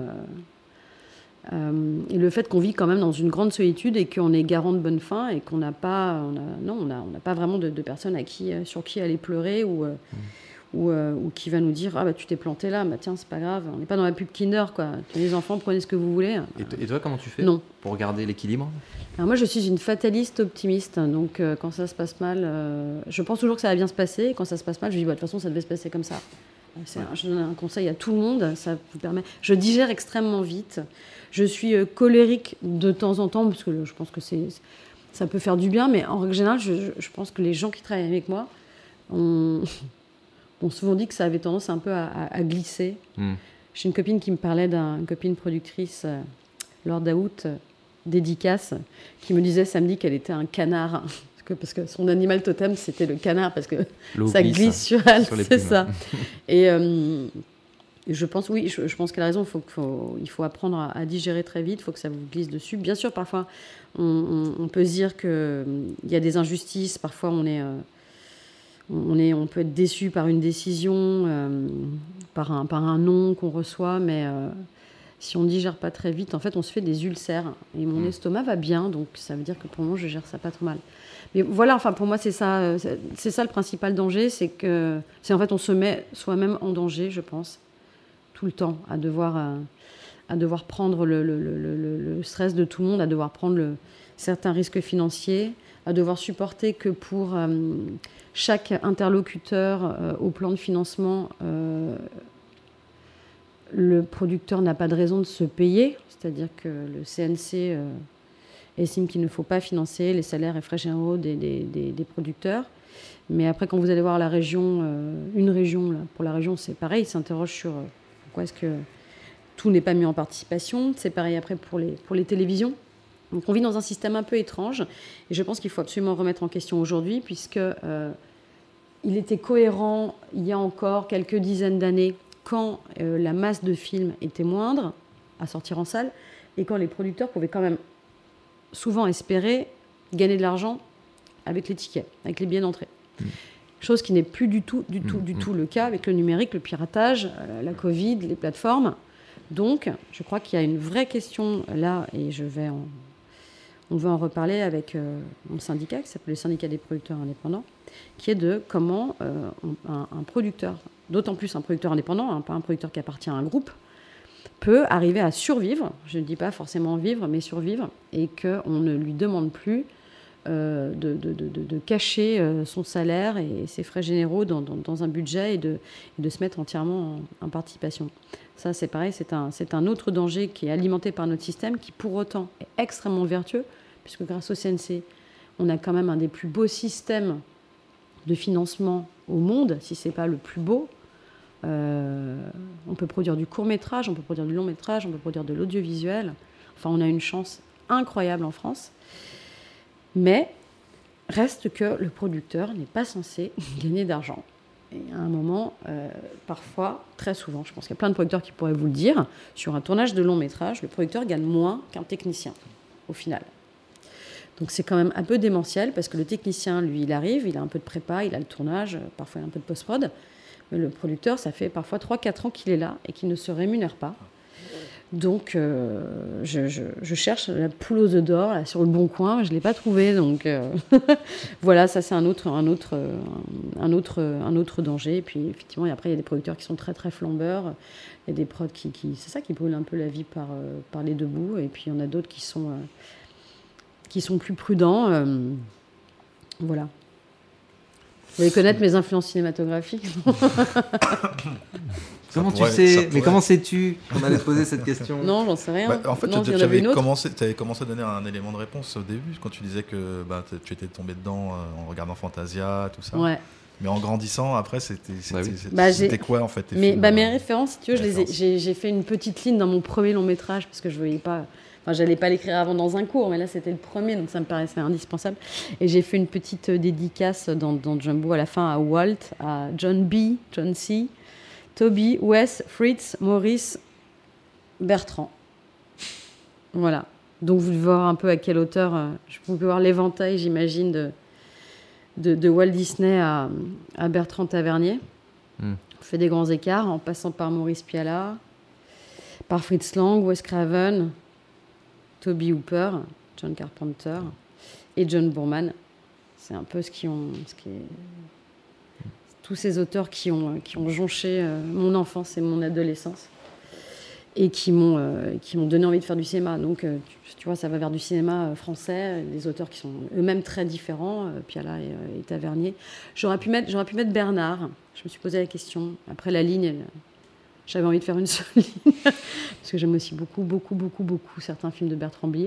[SPEAKER 8] Et le fait qu'on vit quand même dans une grande solitude et qu'on est garant de bonne fin et qu'on n'a pas, on n'a pas vraiment de personnes sur qui aller pleurer ou qui va nous dire ah bah tu t'es planté là, bah tiens c'est pas grave, on n'est pas dans la pub Kinder quoi, les enfants prenez ce que vous voulez.
[SPEAKER 5] Et toi comment tu fais pour garder l'équilibre?
[SPEAKER 8] Alors moi je suis une fataliste optimiste, donc quand ça se passe mal, je pense toujours que ça va bien se passer, et quand ça se passe mal je dis bah, de toute façon ça devait se passer comme ça. Je donne un conseil à tout le monde, ça vous permet. Je digère extrêmement vite, je suis colérique de temps en temps parce que je pense que ça peut faire du bien, mais en règle générale je pense que les gens qui travaillent avec moi ont souvent dit que ça avait tendance un peu à glisser. J'ai une copine qui me parlait d'une copine productrice, Laure Daout, dédicace, qui me disait samedi qu'elle était un canard. Parce que son animal totem, c'était le canard, parce que ça glisse sur elle, c'est ça. Et je pense, je pense qu'elle a raison, il faut apprendre à digérer très vite, il faut que ça vous glisse dessus. Bien sûr, parfois, on peut se dire qu'il y a des injustices, parfois on peut être déçu par une décision, par un nom qu'on reçoit, mais si on ne digère pas très vite, en fait, on se fait des ulcères. Et mon estomac va bien, donc ça veut dire que pour le moment, je gère ça pas trop mal. Mais voilà, enfin, pour moi, c'est ça le principal danger, c'est en fait, on se met soi-même en danger, je pense, tout le temps, à devoir prendre le stress de tout le monde, à devoir prendre certains risques financiers, à devoir supporter que pour chaque interlocuteur au plan de financement, le producteur n'a pas de raison de se payer, c'est-à-dire que le CNC estime qu'il ne faut pas financer les salaires et frais généraux des producteurs. Mais après, quand vous allez voir la région, pour la région, c'est pareil, ils s'interrogent sur pourquoi est-ce que tout n'est pas mis en participation. C'est pareil après pour les télévisions. Donc on vit dans un système un peu étrange et je pense qu'il faut absolument remettre en question aujourd'hui puisque il était cohérent il y a encore quelques dizaines d'années quand la masse de films était moindre à sortir en salle et quand les producteurs pouvaient quand même souvent espérer gagner de l'argent avec les tickets, avec les billets d'entrée. Chose qui n'est plus du tout le cas avec le numérique, le piratage, la Covid, les plateformes. Donc, je crois qu'il y a une vraie question là, et on va en reparler avec mon syndicat, qui s'appelle le syndicat des producteurs indépendants, qui est de comment un producteur, d'autant plus un producteur indépendant, pas un producteur qui appartient à un groupe, peut arriver à survivre, je ne dis pas forcément vivre, mais survivre, et qu'on ne lui demande plus de cacher son salaire et ses frais généraux dans un budget et de se mettre entièrement en participation. Ça, c'est pareil, c'est un autre danger qui est alimenté par notre système, qui pour autant est extrêmement vertueux, puisque grâce au CNC, on a quand même un des plus beaux systèmes de financement au monde, si ce n'est pas le plus beau. On peut produire du court-métrage, on peut produire du long-métrage, on peut produire de l'audiovisuel. Enfin, on a une chance incroyable en France. Mais reste que le producteur n'est pas censé gagner d'argent. Et à un moment, parfois, très souvent, je pense qu'il y a plein de producteurs qui pourraient vous le dire, sur un tournage de long métrage, le producteur gagne moins qu'un technicien, au final. Donc c'est quand même un peu démentiel, parce que le technicien, lui, il arrive, il a un peu de prépa, il a le tournage, parfois il a un peu de post-prod, mais le producteur, ça fait parfois 3-4 ans qu'il est là et qu'il ne se rémunère pas. Donc, je cherche la poule aux œufs d'or là, sur le bon coin, je ne l'ai pas trouvée. Donc, voilà, ça c'est un autre danger. Et puis, effectivement, après, il y a des producteurs qui sont très, très flambeurs. Il y a des prods c'est ça qui brûle un peu la vie par les deux bouts. Et puis, il y en a d'autres qui sont plus prudents. Voilà. Vous voulez connaître mes influences cinématographiques?
[SPEAKER 5] Comment tu sais? Mais comment sais-tu qu'on allait te poser cette question?
[SPEAKER 8] Non, j'en sais rien.
[SPEAKER 7] En fait, tu avais commencé à donner un élément de réponse au début, quand tu disais que tu étais tombé dedans en regardant Fantasia, tout ça.
[SPEAKER 8] Ouais.
[SPEAKER 7] Mais en grandissant, après, c'était quoi, en fait, tes
[SPEAKER 8] mes
[SPEAKER 7] films,
[SPEAKER 8] références, si tu veux, j'ai fait une petite ligne dans mon premier long métrage, parce que je voyais pas... Enfin, j'allais pas l'écrire avant dans un cours, mais là, c'était le premier, donc ça me paraissait indispensable. Et j'ai fait une petite dédicace dans Jumbo à la fin à Walt, à John B., John C., Toby, Wes, Fritz, Maurice, Bertrand. Voilà. Donc, vous devez voir un peu à quelle hauteur... je pouvais voir l'éventail, j'imagine, de Walt Disney à Bertrand Tavernier. On fait des grands écarts, en passant par Maurice Pialat, par Fritz Lang, Wes Craven, Toby Hooper, John Carpenter et John Boorman. C'est un peu tous ces auteurs qui ont jonché mon enfance et mon adolescence et qui m'ont donné envie de faire du cinéma. Donc, tu vois, ça va vers du cinéma français, des auteurs qui sont eux-mêmes très différents, Pialat et Tavernier. J'aurais pu mettre Bernard. Je me suis posé la question. Après, la ligne, j'avais envie de faire une seule ligne, parce que j'aime aussi beaucoup certains films de Bertrand Blier.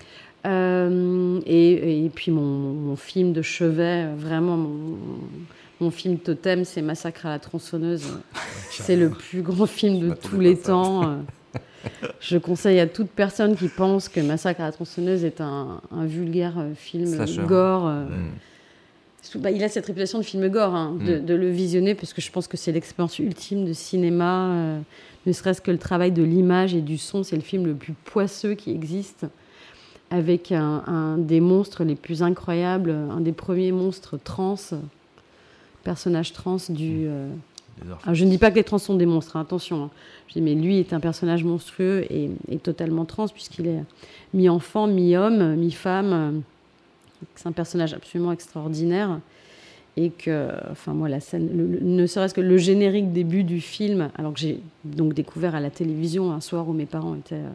[SPEAKER 8] Et puis mon film de chevet, vraiment mon film totem, c'est Massacre à la tronçonneuse. C'est le plus grand film de tous les temps. Je conseille à toute personne qui pense que Massacre à la tronçonneuse est un vulgaire film gore. Il a cette réputation de film gore, de le visionner, parce que je pense que c'est l'expérience ultime de cinéma, ne serait-ce que le travail de l'image et du son. C'est le film le plus poisseux qui existe, avec un des monstres les plus incroyables, un des premiers monstres trans, personnage trans du... je ne dis pas que les trans sont des monstres, attention. Je dis, mais lui est un personnage monstrueux et totalement trans, puisqu'il est mi-enfant, mi-homme, mi-femme. C'est un personnage absolument extraordinaire. Et que, enfin, moi, la scène, ne serait-ce que le générique début du film, alors que j'ai donc découvert à la télévision un soir où mes parents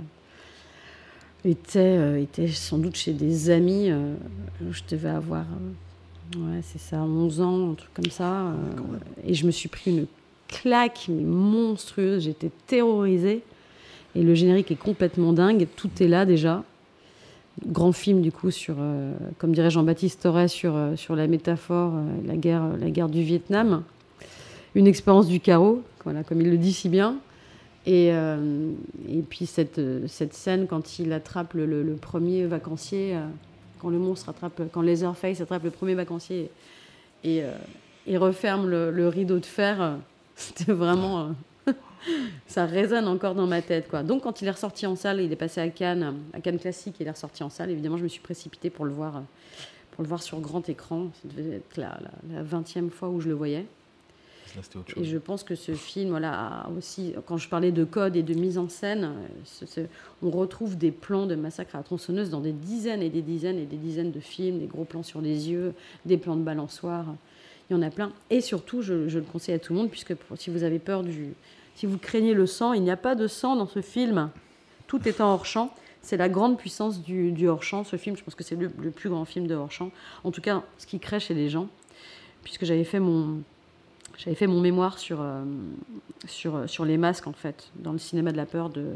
[SPEAKER 8] étaient sans doute chez des amis, je devais avoir... c'est ça, 11 ans, un truc comme ça. Et je me suis pris une claque mais monstrueuse. J'étais terrorisée. Et le générique est complètement dingue. Tout est là déjà. Grand film du coup sur, comme dirait Jean-Baptiste Torres, sur la métaphore, la guerre du Vietnam. Une expérience du chaos, voilà, comme il le dit si bien. Et puis cette scène quand il attrape le premier vacancier... quand le monstre quand Leatherface attrape le premier vacancier et referme le rideau de fer, c'était vraiment... ça résonne encore dans ma tête, quoi. Donc, quand il est ressorti en salle, il est passé à Cannes Classique, il est ressorti en salle. Évidemment, je me suis précipitée pour le voir sur grand écran. Ça devait être la 20e fois où je le voyais.
[SPEAKER 7] Là, c'était autre chose.
[SPEAKER 8] Et je pense que ce film, voilà, aussi, quand je parlais de code et de mise en scène, on retrouve des plans de Massacre à la tronçonneuse dans des dizaines et des dizaines et des dizaines de films, des gros plans sur les yeux, des plans de balançoire. Il y en a plein. Et surtout, je le conseille à tout le monde, puisque si vous avez peur si vous craignez le sang, il n'y a pas de sang dans ce film. Tout est en hors-champ. C'est la grande puissance du hors-champ. Ce film, je pense que c'est le plus grand film de hors-champ. En tout cas, ce qui crée chez les gens. Puisque j'avais fait mon mémoire sur les masques, en fait, dans le cinéma de la peur de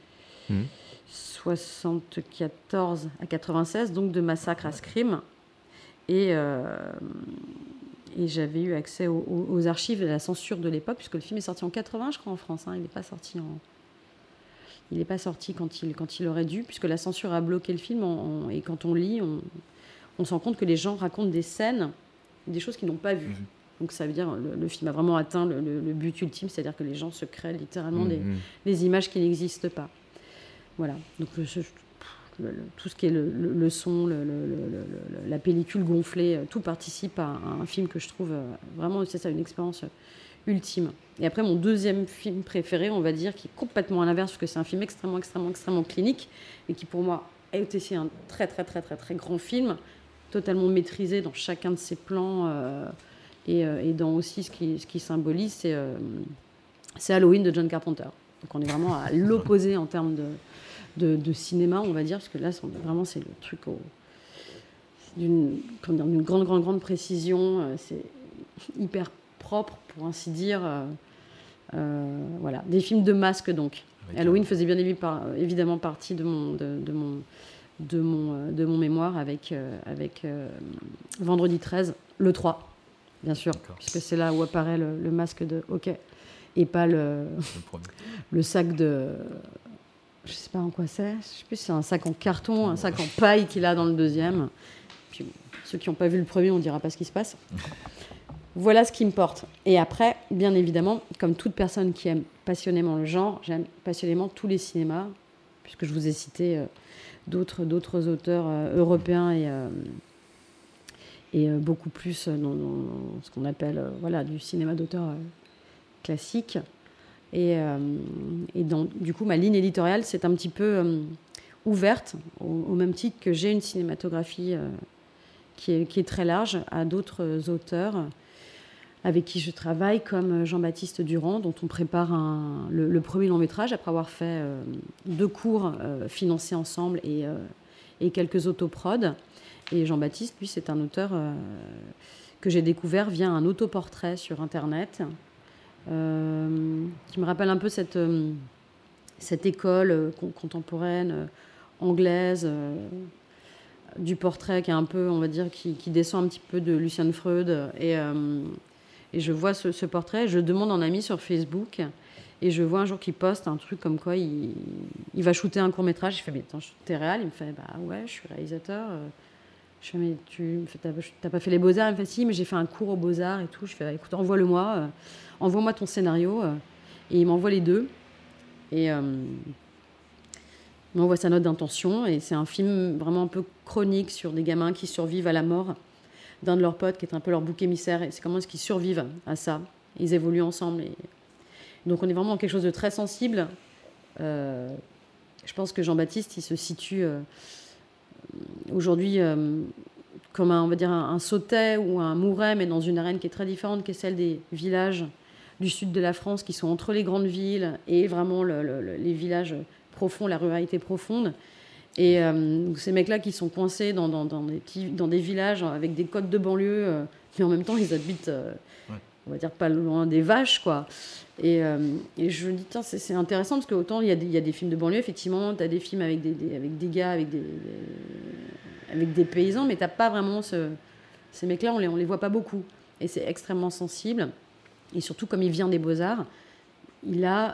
[SPEAKER 8] 74 à 96, donc de Massacre à Scream. Et j'avais eu accès aux archives et à la censure de l'époque, puisque le film est sorti en 80, je crois, en France. Il n'est pas sorti Il n'est pas sorti quand il aurait dû, puisque la censure a bloqué le film. Et quand on lit, on se rend compte que les gens racontent des scènes, des choses qu'ils n'ont pas vues. Donc ça veut dire le film a vraiment atteint le but ultime, c'est-à-dire que les gens se créent littéralement des images qui n'existent pas. Voilà. Donc tout ce qui est le son, la pellicule gonflée, tout participe à un film que je trouve vraiment, c'est ça, une expérience ultime. Et après, mon deuxième film préféré, on va dire, qui est complètement à l'inverse, parce que c'est un film extrêmement clinique, et qui pour moi est aussi un très grand film, totalement maîtrisé dans chacun de ses plans, et dans aussi ce qui symbolise, c'est Halloween de John Carpenter. Donc on est vraiment à l'opposé en termes de cinéma, on va dire, parce que là, vraiment, c'est le truc d'une grande précision. C'est hyper propre, pour ainsi dire. Voilà, des films de masques, donc. Halloween faisait bien évidemment partie de mon mémoire avec Vendredi 13, le 3, bien sûr, puisque c'est là où apparaît le masque de hockey, et pas le sac de... Je sais pas en quoi c'est. Je sais plus si c'est un sac en carton, un sac en paille qu'il a dans le deuxième. Puis, ceux qui n'ont pas vu le premier, on ne dira pas ce qui se passe. Voilà ce qui me porte. Et après, bien évidemment, comme toute personne qui aime passionnément le genre, j'aime passionnément tous les cinémas, puisque je vous ai cité d'autres auteurs européens et beaucoup plus dans ce qu'on appelle du cinéma d'auteur classique. Et du coup, ma ligne éditoriale, c'est un petit peu ouverte, au même titre que j'ai une cinématographie qui est très large, à d'autres auteurs avec qui je travaille, comme Jean-Baptiste Durand, dont on prépare le premier long-métrage, après avoir fait 2 cours financés ensemble et quelques autoprods. Et Jean-Baptiste, lui, c'est un auteur que j'ai découvert via un autoportrait sur Internet, qui me rappelle un peu cette école contemporaine anglaise du portrait, qui est un peu, on va dire, qui descend un petit peu de Lucian Freud. Et je vois ce portrait, je demande en ami sur Facebook, et je vois un jour qu'il poste un truc comme quoi il va shooter un court-métrage. Je fais, mais attends, t'es réal? Il me fait, bah ouais, je suis réalisateur. Je fais, mais t'as pas fait les Beaux-Arts? Il me fait, si, mais j'ai fait un cours aux Beaux-Arts et tout. Je fais, écoute, envoie-le-moi. Envoie-moi ton scénario. Et il m'envoie les 2. Et il m'envoie sa note d'intention. Et c'est un film vraiment un peu chronique sur des gamins qui survivent à la mort d'un de leurs potes, qui est un peu leur bouc émissaire. Et c'est comment est-ce qu'ils survivent à ça. Ils évoluent ensemble. Et donc on est vraiment dans quelque chose de très sensible. Je pense que Jean-Baptiste, il se situe aujourd'hui comme on va dire un Sautet ou un Mouret, mais dans une arène qui est très différente, qui est celle des villages du sud de la France, qui sont entre les grandes villes et vraiment les villages profonds, la ruralité profonde. Et ces mecs-là qui sont coincés dans des villages avec des codes de banlieue, mais en même temps ils habitent, on va dire, pas loin des vaches, quoi. Et je me dis, tiens, c'est intéressant, parce qu'autant il y a des films de banlieue, effectivement, tu as des films avec des gars, avec des paysans, mais tu n'as pas vraiment ces mecs-là, on les voit pas beaucoup. Et c'est extrêmement sensible. Et surtout, comme il vient des Beaux-Arts, il a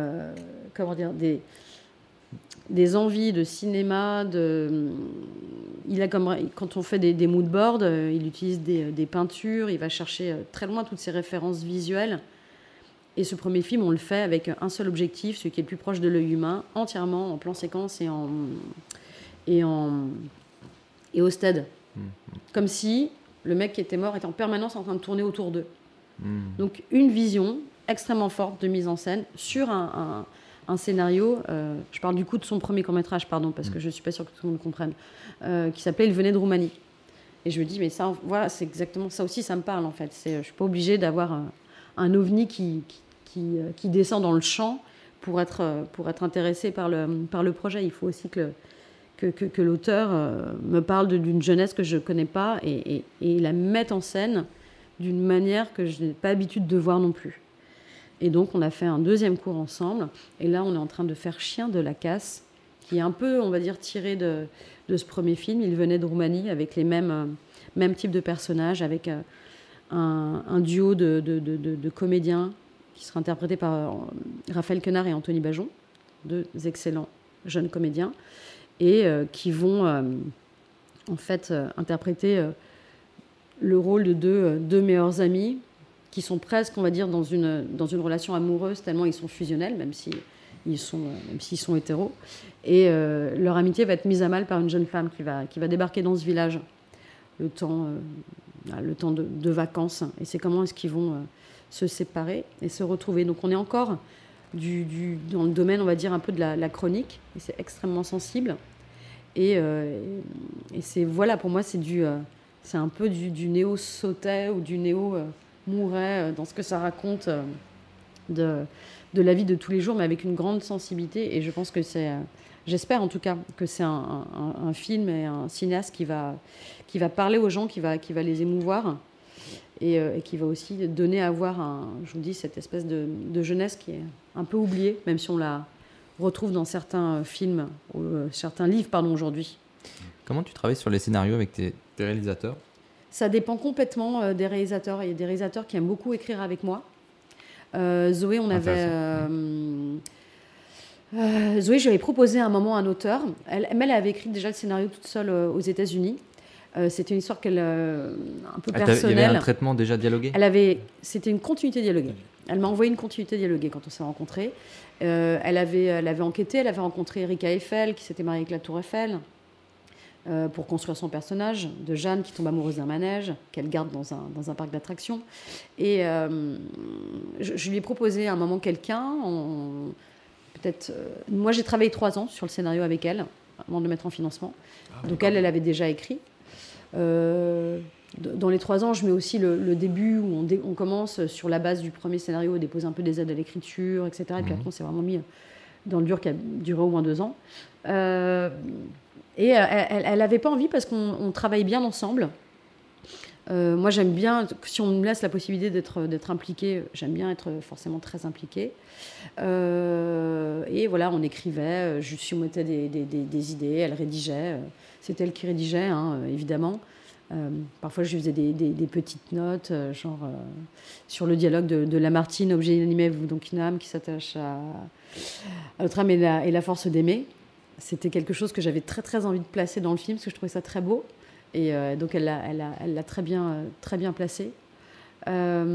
[SPEAKER 8] des envies de cinéma. Il a quand on fait des moodboards, il utilise des peintures, il va chercher très loin toutes ces références visuelles. Et ce premier film, on le fait avec un seul objectif, celui qui est le plus proche de l'œil humain, entièrement en plan séquence et au stade. Comme si le mec qui était mort était en permanence en train de tourner autour d'eux. Donc une vision extrêmement forte de mise en scène sur un scénario, je parle du coup de son premier court-métrage, pardon, parce que je ne suis pas sûre que tout le monde comprenne, qui s'appelait « Il venait de Roumanie ». Et je me dis, mais ça, voilà, c'est exactement ça aussi, ça me parle en fait. Je ne suis pas obligée d'avoir un ovni qui descend dans le champ pour être intéressée par le projet. Il faut aussi que l'auteur me parle d'une jeunesse que je ne connais pas et la mette en scène d'une manière que je n'ai pas l'habitude de voir non plus. Et donc, on a fait un deuxième cours ensemble. Et là, on est en train de faire Chien de la casse, qui est un peu, on va dire, tiré de ce premier film. Il venait de Roumanie avec les mêmes types de personnages, avec un duo de comédiens qui sera interprété par Raphaël Quenard et Anthony Bajon. deux excellents jeunes comédiens, et qui vont en fait interpréter le rôle de deux meilleurs amis qui sont presque, on va dire, dans une relation amoureuse, tellement ils sont fusionnels, même s'ils sont hétéros. Et leur amitié va être mise à mal par une jeune femme qui va débarquer dans ce village le temps de vacances. Et c'est comment est-ce qu'ils vont se séparer et se retrouver. Donc on est encore dans le domaine, on va dire, un peu de la chronique, et c'est extrêmement sensible. Et c'est, voilà, pour moi, c'est un peu du néo-Sautet ou du néo-Mouret dans ce que ça raconte de la vie de tous les jours, mais avec une grande sensibilité. Et je pense que j'espère en tout cas que c'est un film et un cinéaste qui va parler aux gens, qui va les émouvoir, et qui va aussi donner à voir, je vous dis, cette espèce de jeunesse qui est un peu oubliée, même si on la retrouve dans certains films, certains livres, aujourd'hui.
[SPEAKER 5] Comment tu travailles sur les scénarios avec tes réalisateurs ? Ça
[SPEAKER 8] dépend complètement des réalisateurs. Il y a des réalisateurs qui aiment beaucoup écrire avec moi. Zoé, Zoé, je lui avais proposé à un moment un auteur. Elle avait écrit déjà le scénario toute seule aux États-Unis. C'était une histoire un peu personnelle.
[SPEAKER 5] Il y avait un traitement déjà dialogué ?
[SPEAKER 8] C'était une continuité dialoguée. Elle m'a envoyé une continuité dialoguée quand on s'est rencontrés. Elle avait enquêté, elle avait rencontré Erika Eiffel, qui s'était mariée avec la Tour Eiffel, pour construire son personnage de Jeanne qui tombe amoureuse d'un manège, qu'elle garde dans un parc d'attractions. Et je lui ai proposé à un moment quelqu'un. Moi, j'ai travaillé 3 ans sur le scénario avec elle, avant de le mettre en financement. Donc elle avait déjà écrit. Dans les 3 ans, je mets aussi le début où on commence sur la base du premier scénario, on dépose un peu des aides à l'écriture, etc. Et puis après, on s'est vraiment mis dans le dur qui a duré au moins 2 ans. Et elle n'avait pas envie parce qu'on travaille bien ensemble. Moi, j'aime bien, si on me laisse la possibilité d'être impliquée, j'aime bien être forcément très impliquée. Et voilà, on écrivait, je lui soumettais des idées, elle rédigeait. C'est elle qui rédigeait, évidemment. Parfois, je lui faisais des petites notes, sur le dialogue de Lamartine, objet inanimé, vous donc une âme qui s'attache à notre âme et la force d'aimer. C'était quelque chose que j'avais très, très envie de placer dans le film, parce que je trouvais ça très beau. Et donc, elle l'a très bien placé. Et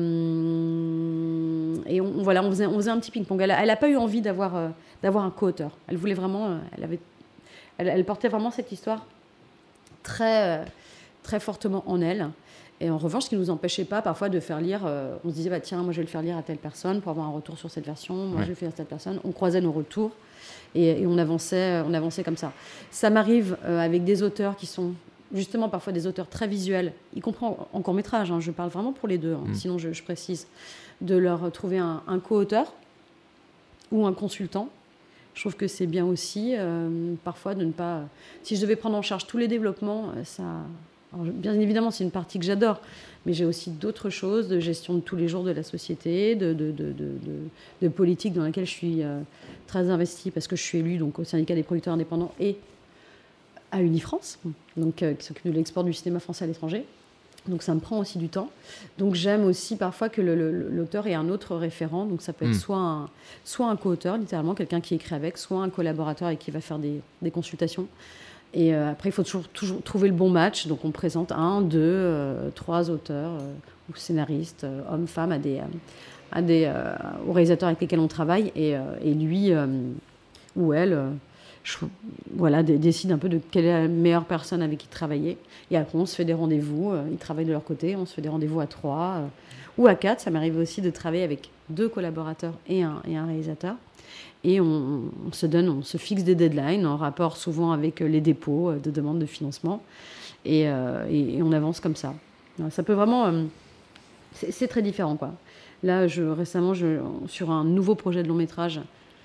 [SPEAKER 8] on faisait un petit ping-pong. Elle n'a pas eu envie d'avoir un co-auteur. Elle voulait vraiment... Elle portait vraiment cette histoire très, très fortement en elle. Et en revanche, ce qui ne nous empêchait pas parfois de faire lire... on se disait, tiens, moi je vais le faire lire à telle personne pour avoir un retour sur cette version. Moi, je vais le faire à cette personne. On croisait nos retours et on avançait comme ça. Ça m'arrive avec des auteurs qui sont justement parfois des auteurs très visuels, y compris en court-métrage. Je parle vraiment pour les deux, sinon je précise. De leur trouver un co-auteur ou un consultant. Je trouve que c'est bien aussi, parfois, de ne pas... Si je devais prendre en charge tous les développements, ça... Alors, bien évidemment, c'est une partie que j'adore, mais j'ai aussi d'autres choses, de gestion de tous les jours de la société, de politique dans laquelle je suis très investie, parce que je suis élue donc, au syndicat des producteurs indépendants et à Unifrance, donc, qui s'occupe de l'export du cinéma français à l'étranger. Donc ça me prend aussi du temps. Donc j'aime aussi parfois que l'auteur ait un autre référent. Donc ça peut être soit un co-auteur, littéralement, quelqu'un qui écrit avec, soit un collaborateur et qui va faire des consultations. Et après, il faut toujours trouver le bon match. Donc on présente 1, 2, 3 auteurs ou scénaristes, hommes, femmes, aux réalisateurs avec lesquels on travaille. Et lui ou elle... décide un peu de quelle est la meilleure personne avec qui travailler. Et après, on se fait des rendez-vous. Ils travaillent de leur côté. On se fait des rendez-vous à 3 ou à 4. Ça m'arrive aussi de travailler avec 2 collaborateurs et un réalisateur. Et on se fixe des deadlines en rapport souvent avec les dépôts de demandes de financement. Et on avance comme ça. Ça peut vraiment... c'est très différent, quoi. Là, récemment, sur un nouveau projet de long-métrage,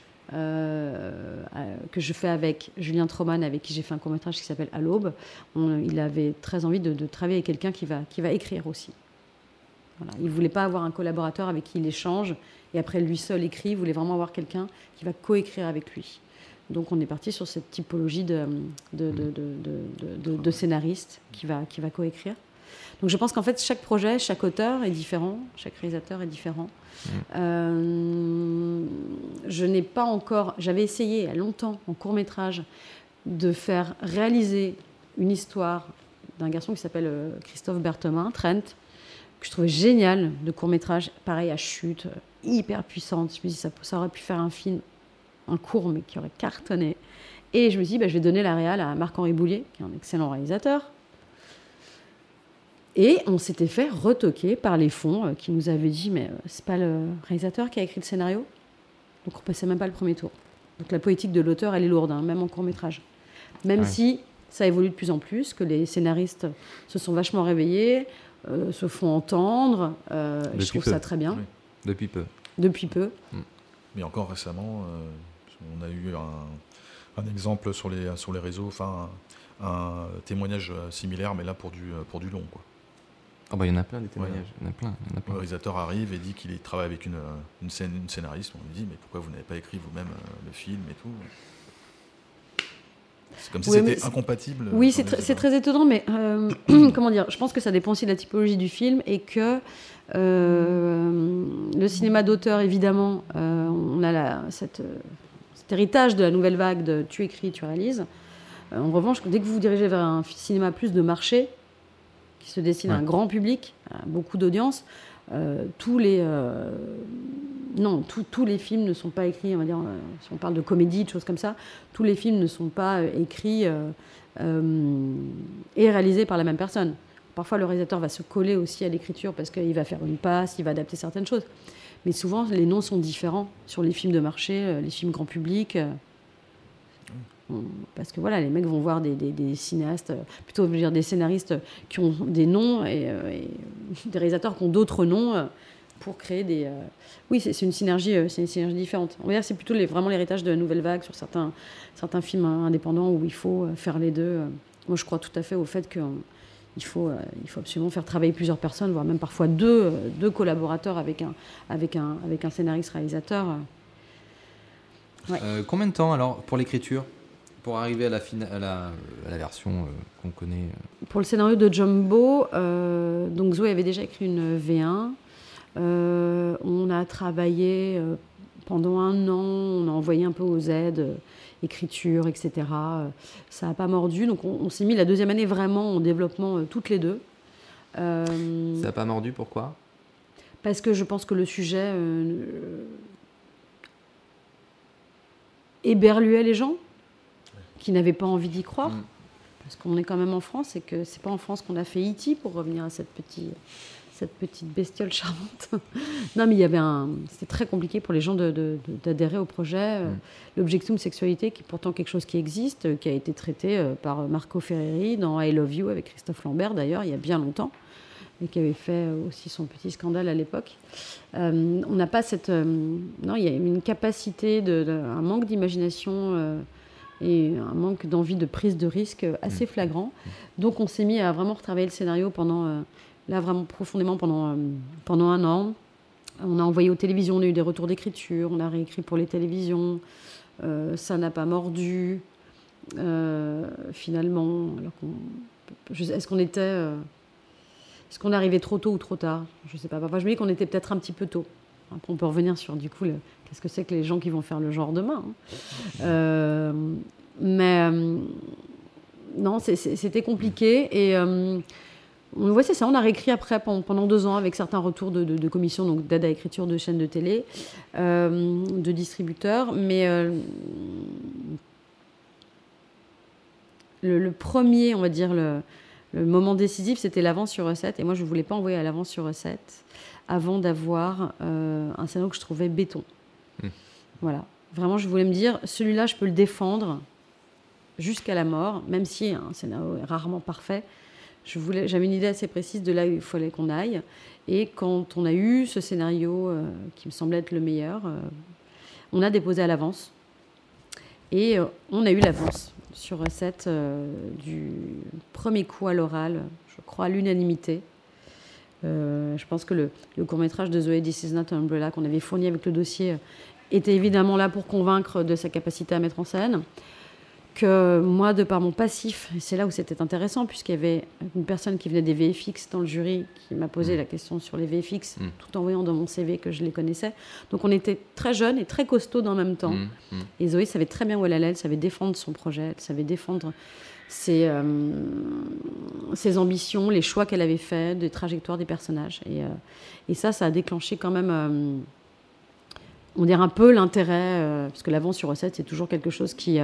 [SPEAKER 8] que je fais avec Julien Troman, avec qui j'ai fait un court-métrage qui s'appelle À l'aube. Il avait très envie de travailler avec quelqu'un qui va écrire aussi. Voilà. Il ne voulait pas avoir un collaborateur avec qui il échange et après lui seul écrit. Il voulait vraiment avoir quelqu'un qui va coécrire avec lui. Donc on est parti sur cette typologie de scénariste qui va coécrire. Donc je pense qu'en fait, chaque projet, chaque auteur est différent, chaque réalisateur est différent. Je n'ai pas encore... J'avais essayé il y a longtemps, en court-métrage, de faire réaliser une histoire d'un garçon qui s'appelle Christophe Berthemin, Trent, que je trouvais génial, de court-métrage, pareil à chute, hyper puissante. Je me dis, ça aurait pu faire un film, un court, mais qui aurait cartonné. Et je me suis dit, je vais donner la réal à Marc-Henri Boulier, qui est un excellent réalisateur. Et on s'était fait retoquer par les fonds qui nous avaient dit, mais c'est pas le réalisateur qui a écrit le scénario? Donc on passait même pas le premier tour. Donc la poétique de l'auteur, elle est lourde, hein, même en court-métrage. Même si ça évolue de plus en plus, que les scénaristes se sont vachement réveillés, se font entendre. Je trouve ça très bien.
[SPEAKER 5] Oui. Depuis peu.
[SPEAKER 8] Depuis peu.
[SPEAKER 7] Mais encore récemment, on a eu un exemple sur les réseaux, enfin un témoignage similaire, mais là pour du long, quoi.
[SPEAKER 5] Il y en a plein des témoignages. Il y en a plein.
[SPEAKER 7] Le réalisateur arrive et dit qu'il travaille avec une scénariste. On lui dit, mais pourquoi vous n'avez pas écrit vous-même le film et tout? C'est comme si c'était incompatible.
[SPEAKER 8] Oui, c'est très étonnant, mais comment dire, je pense que ça dépend aussi de la typologie du film et que le cinéma d'auteur, évidemment, on a cet héritage de la nouvelle vague de tu écris, tu réalises. En revanche, dès que vous vous dirigez vers un cinéma plus de marché, qui se destine à un grand public, à beaucoup d'audience, tous les films ne sont pas écrits, on va dire, si on parle de comédie, de choses comme ça, tous les films ne sont pas écrits et réalisés par la même personne. Parfois, le réalisateur va se coller aussi à l'écriture parce qu'il va faire une passe, il va adapter certaines choses. Mais souvent, les noms sont différents sur les films de marché, les films grand public. Parce que voilà, les mecs vont voir des cinéastes, plutôt je veux dire des scénaristes qui ont des noms et des réalisateurs qui ont d'autres noms pour créer des... Oui, c'est une synergie différente. On va dire que c'est plutôt vraiment l'héritage de la nouvelle vague sur certains films indépendants où il faut faire les deux. Moi, je crois tout à fait au fait qu'il faut absolument faire travailler plusieurs personnes, voire même parfois deux collaborateurs avec un scénariste-réalisateur.
[SPEAKER 5] Combien de temps alors pour l'écriture, pour arriver à la version qu'on connaît?
[SPEAKER 8] Pour le scénario de Jumbo, donc Zoé avait déjà écrit une V1. On a travaillé pendant 1 an, on a envoyé un peu aux aides, écriture, etc. Ça n'a pas mordu, donc on s'est mis la 2e année vraiment en développement toutes les deux.
[SPEAKER 5] Ça n'a pas mordu, pourquoi?
[SPEAKER 8] Parce que je pense que le sujet éberluait les gens qui n'avaient pas envie d'y croire. Parce qu'on est quand même en France et que c'est pas en France qu'on a fait E.T. pour revenir à cette petite bestiole charmante. Non, mais c'était très compliqué pour les gens d'adhérer au projet. L'objection de sexualité, qui est pourtant quelque chose qui existe, qui a été traité par Marco Ferreri dans I Love You avec Christophe Lambert, d'ailleurs, il y a bien longtemps, et qui avait fait aussi son petit scandale à l'époque. On n'a pas non, il y a une capacité, un manque d'imagination et un manque d'envie de prise de risque assez flagrant. Donc on s'est mis à vraiment retravailler le scénario vraiment profondément pendant 1 an. On a envoyé aux télévisions, on a eu des retours d'écriture, on a réécrit pour les télévisions. Ça n'a pas mordu, finalement. Est-ce qu'on arrivait trop tôt ou trop tard? Je ne sais pas. Parfois, je me dis qu'on était peut-être un petit peu tôt. Après, on peut revenir sur, du coup, qu'est-ce que c'est que les gens qui vont faire le genre demain, hein. Non, c'était compliqué. Et c'est ça, on a réécrit après pendant 2 ans avec certains retours de commissions, donc d'aide à écriture de chaînes de télé, de distributeurs. Mais le premier, on va dire, le moment décisif, c'était l'avance sur recette. Et moi, je ne voulais pas envoyer à l'avance sur recette avant d'avoir un scénario que je trouvais béton. Voilà. Vraiment, je voulais me dire, celui-là, je peux le défendre jusqu'à la mort, même si un scénario est rarement parfait. J'avais une idée assez précise de là où il fallait qu'on aille. Et quand on a eu ce scénario qui me semblait être le meilleur, on a déposé à l'avance. Et on a eu l'avance sur recette du premier coup à l'oral, je crois à l'unanimité. Je pense que le court-métrage de Zoé This Is Not an Umbrella qu'on avait fourni avec le dossier était évidemment là pour convaincre de sa capacité à mettre en scène. que moi, de par mon passif, et c'est là où c'était intéressant, puisqu'il y avait une personne qui venait des VFX dans le jury qui m'a posé la question sur les VFX, tout en voyant dans mon CV que je les connaissais. Donc on était très jeunes et très costauds en même temps. Et Zoé savait très bien où elle allait, elle savait défendre son projet, elle savait défendre ses ambitions, les choix qu'elle avait faits, des trajectoires des personnages. Et ça a déclenché quand même... on dirait un peu l'intérêt, parce que l'avance sur recette, c'est toujours quelque chose qui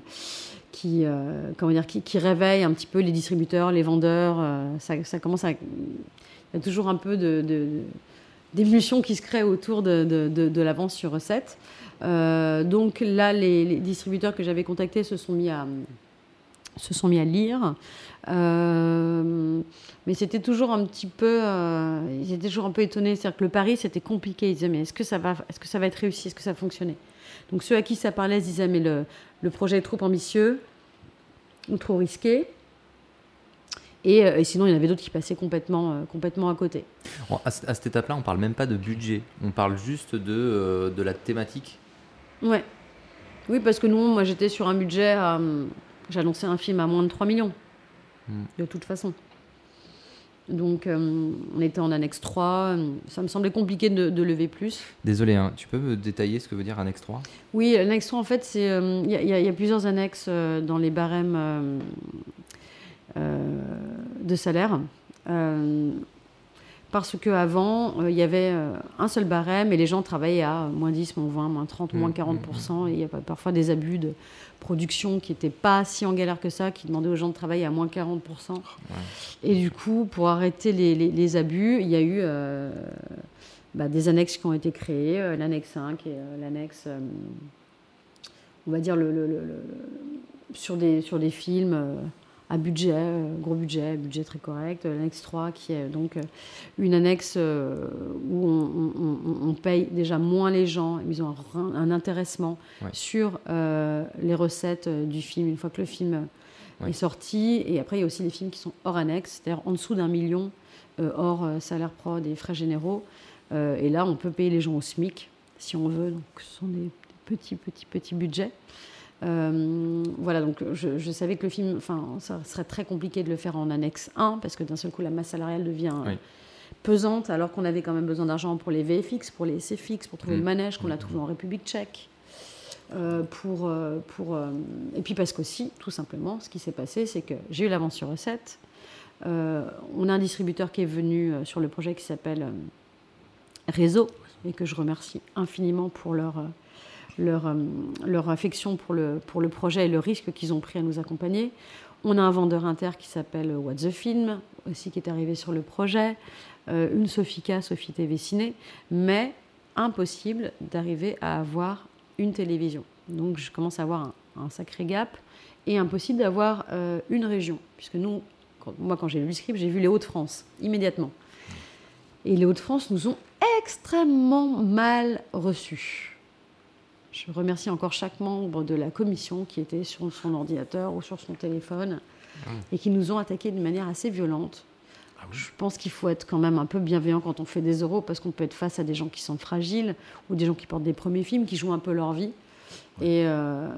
[SPEAKER 8] réveille un petit peu les distributeurs, les vendeurs. Ça commence à... Il y a toujours un peu d'émulsion qui se crée autour de l'avance sur recette. Donc là, les distributeurs que j'avais contactés se sont mis à lire. Mais c'était toujours un petit peu... ils étaient toujours un peu étonnés. C'est-à-dire que le pari, c'était compliqué. Ils disaient, mais est-ce que ça va être réussi? Est-ce que ça va fonctionner? Donc ceux à qui ça parlait se disaient, mais le projet est trop ambitieux ou trop risqué. Et sinon, il y en avait d'autres qui passaient complètement à côté.
[SPEAKER 5] À cette étape-là, on ne parle même pas de budget. On parle juste de la thématique.
[SPEAKER 8] Ouais. Oui, parce que moi, j'étais sur un budget... j'annonçais un film à moins de 3 millions, de toute façon. Donc, on était en annexe 3. Ça me semblait compliqué de lever plus.
[SPEAKER 5] Désolé, tu peux me détailler ce que veut dire annexe 3 ?
[SPEAKER 8] Oui, annexe 3, en fait, c'est il y a plusieurs annexes dans les barèmes de salaire. Parce qu'avant, il y avait un seul barème et les gens travaillaient à moins 10, moins 20, moins 30, moins 40%. Et il y a parfois des abus de production qui n'étaient pas si en galère que ça, qui demandaient aux gens de travailler à moins 40%. Ouais. Et du coup, pour arrêter les abus, il y a eu des annexes qui ont été créées, l'annexe 5 et l'annexe, on va dire, sur des films... à budget, gros budget très correct. L'annexe 3 qui est donc une annexe où on paye déjà moins les gens, ils ont un intéressement sur les recettes du film une fois que le film est sorti. Et après, il y a aussi les films qui sont hors annexe, c'est-à-dire en dessous d'1 million, hors salaire prod et frais généraux. Et là, on peut payer les gens au SMIC, si on veut. Donc, ce sont des petits budgets. Voilà, donc je savais que le film, ça serait très compliqué de le faire en annexe 1 parce que d'un seul coup la masse salariale devient pesante, alors qu'on avait quand même besoin d'argent pour les VFX, pour les SFX, pour trouver le manège qu'on a trouvé en République tchèque, et puis parce qu'aussi, tout simplement, ce qui s'est passé, c'est que j'ai eu l'avance sur recette. On a un distributeur qui est venu sur le projet qui s'appelle Réseau et que je remercie infiniment pour leur affection pour le projet et le risque qu'ils ont pris à nous accompagner. On a un vendeur inter qui s'appelle What the Film, aussi qui est arrivé sur le projet, une Sophie TV Ciné, mais impossible d'arriver à avoir une télévision. Donc je commence à avoir un sacré gap et impossible d'avoir une région, puisque moi quand j'ai lu le script, j'ai vu les Hauts-de-France immédiatement. Et les Hauts-de-France nous ont extrêmement mal reçus. Je remercie encore chaque membre de la commission qui était sur son ordinateur ou sur son téléphone et qui nous ont attaqués de manière assez violente. Je pense qu'il faut être quand même un peu bienveillant quand on fait des euros parce qu'on peut être face à des gens qui sont fragiles ou des gens qui portent des premiers films, qui jouent un peu leur vie. Et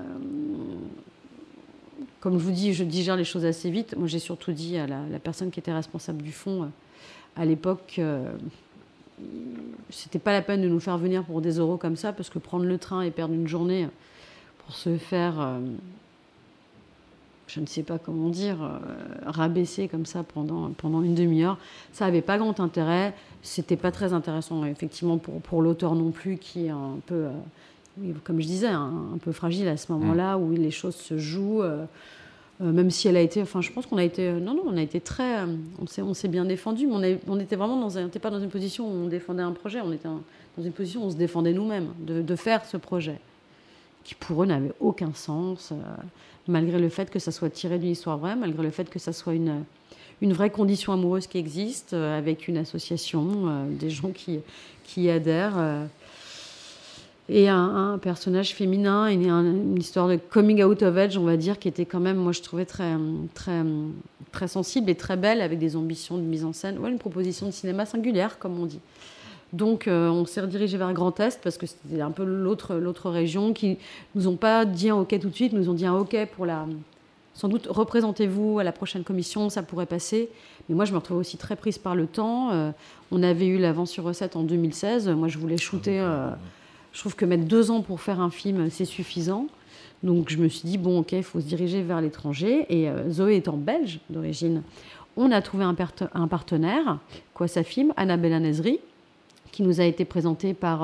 [SPEAKER 8] comme je vous dis, je digère les choses assez vite. Moi, j'ai surtout dit à la personne qui était responsable du fonds à l'époque... c'était pas la peine de nous faire venir pour des euros comme ça, parce que prendre le train et perdre une journée pour se faire, je ne sais pas comment dire, rabaisser comme ça pendant une demi-heure, ça avait pas grand intérêt. C'était pas très intéressant, effectivement, pour l'auteur non plus, qui est un peu, comme je disais, un peu fragile à ce moment-là, où les choses se jouent. Même si elle a été, je pense qu'on a été, on a été très, on s'est bien défendu, mais on était vraiment on n'était pas dans une position où on défendait un projet, on était dans une position où on se défendait nous-mêmes de faire ce projet, qui pour eux n'avait aucun sens, malgré le fait que ça soit tiré d'une histoire vraie, malgré le fait que ça soit une vraie condition amoureuse qui existe, avec une association, des gens qui y adhèrent. Et un personnage féminin, une histoire de coming out of age, on va dire, qui était quand même, moi je trouvais très, très, très sensible et très belle, avec des ambitions de mise en scène. Ouais, une proposition de cinéma singulière, comme on dit. Donc on s'est redirigé vers Grand Est parce que c'était un peu l'autre région qui nous ont pas dit un OK tout de suite, nous ont dit un OK pour sans doute représentez-vous à la prochaine commission, ça pourrait passer. Mais moi je me retrouve aussi très prise par le temps. On avait eu l'avance sur recette en 2016. Moi je voulais shooter. Je trouve que mettre 2 ans pour faire un film c'est suffisant. Donc je me suis dit bon OK, il faut se diriger vers l'étranger. Et Zoé étant belge d'origine, on a trouvé un partenaire, Kwassa Film, Annabella Nezri, qui nous a été présenté par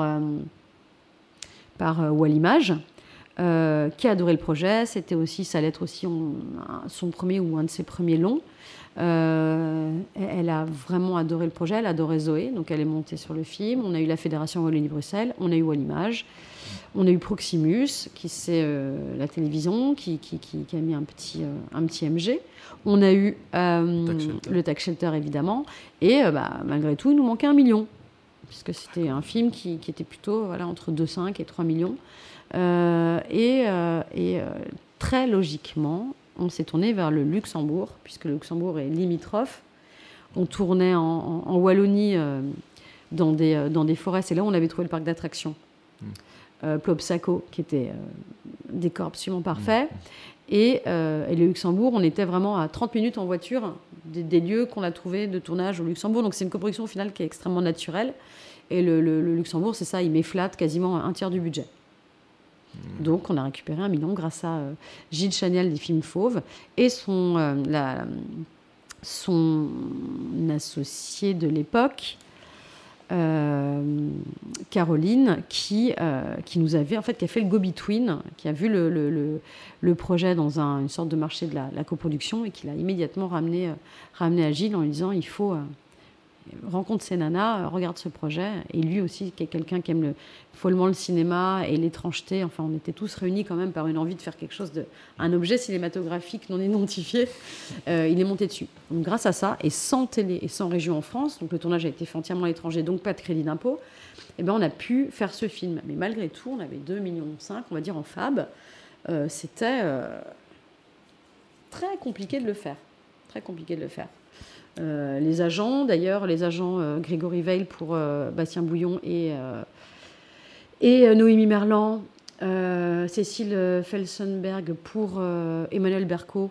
[SPEAKER 8] Wallimage, qui a adoré le projet. Ça allait être aussi son premier ou un de ses premiers longs. Elle a vraiment adoré le projet, elle adorait Zoé, donc elle est montée sur le film. On a eu la Fédération Wallonie-Bruxelles, on a eu Wallimage, on a eu Proximus, qui c'est la télévision, qui a mis un petit MG. On a eu le Tax Shelter, évidemment. Et malgré tout, il nous manquait 1 million. Puisque c'était un film qui était plutôt entre 2,5 et 3 millions. Très logiquement, on s'est tourné vers le Luxembourg, puisque le Luxembourg est limitrophe. On tournait en Wallonie dans des forêts. C'est là où on avait trouvé le parc d'attractions. Plopsaco, qui était un décor absolument parfait. Et le Luxembourg, on était vraiment à 30 minutes en voiture des lieux qu'on a trouvés de tournage au Luxembourg. Donc c'est une coproduction au final qui est extrêmement naturelle. Et le Luxembourg, c'est ça, il m'efflate quasiment un tiers du budget. Donc on a récupéré 1 million grâce à Gilles Chaniel des Films Fauves et son associé de l'époque, Caroline, qui nous avait, en fait, qui a fait le go-between, qui a vu le projet dans une sorte de marché de la coproduction et qui l'a immédiatement ramené à Gilles en lui disant il faut rencontre ces nanas, regarde ce projet. Et lui aussi, qui est quelqu'un qui aime follement le cinéma et l'étrangeté. Enfin, on était tous réunis quand même par une envie de faire quelque chose un objet cinématographique non identifié. Il est monté dessus. Donc, grâce à ça, et sans télé et sans région en France, donc le tournage a été fait entièrement à l'étranger, donc pas de crédit d'impôt, on a pu faire ce film. Mais malgré tout, on avait 2,5 millions, on va dire, en fab. C'était très compliqué de le faire. Très compliqué de le faire. Les agents Grégory Veil pour Bastien Bouillon et Noémie Merlan, Cécile Felsenberg pour Emmanuel Berco,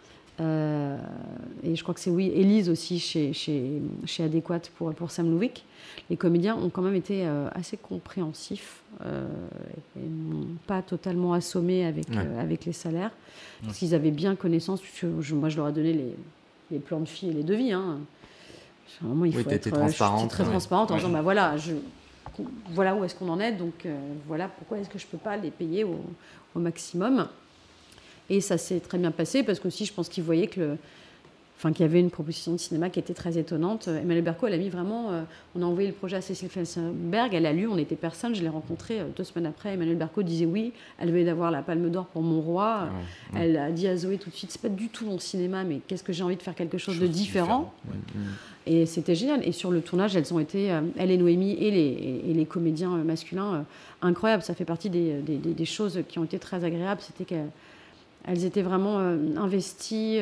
[SPEAKER 8] et je crois que c'est Élise aussi chez Adéquate pour Sam Louvic. Les comédiens ont quand même été assez compréhensifs et n'ont pas totalement assommé avec les salaires, parce qu'ils avaient bien connaissance, puisque moi je leur ai donné les plans de filles et les devis. Vraiment, il faut être transparente. Très transparente en disant voilà où est-ce qu'on en est, donc voilà pourquoi est-ce que je ne peux pas les payer au maximum. Et ça s'est très bien passé parce qu'aussi je pense qu'ils voyaient qu'il y avait une proposition de cinéma qui était très étonnante. Emmanuel Berco, elle a mis vraiment... on a envoyé le projet à Cécile Felsenberg, elle a lu, on n'était personne, je l'ai rencontrée 2 semaines après. Emmanuel Berco disait oui, elle venait d'avoir la Palme d'Or pour Mon Roi. Elle a dit à Zoé tout de suite, c'est pas du tout mon cinéma, mais qu'est-ce que j'ai envie de faire quelque chose de différent. Et c'était génial. Et sur le tournage, elles ont été, elle et Noémie et les comédiens masculins, incroyables. Ça fait partie des choses qui ont été très agréables. C'était qu'elles étaient vraiment investies,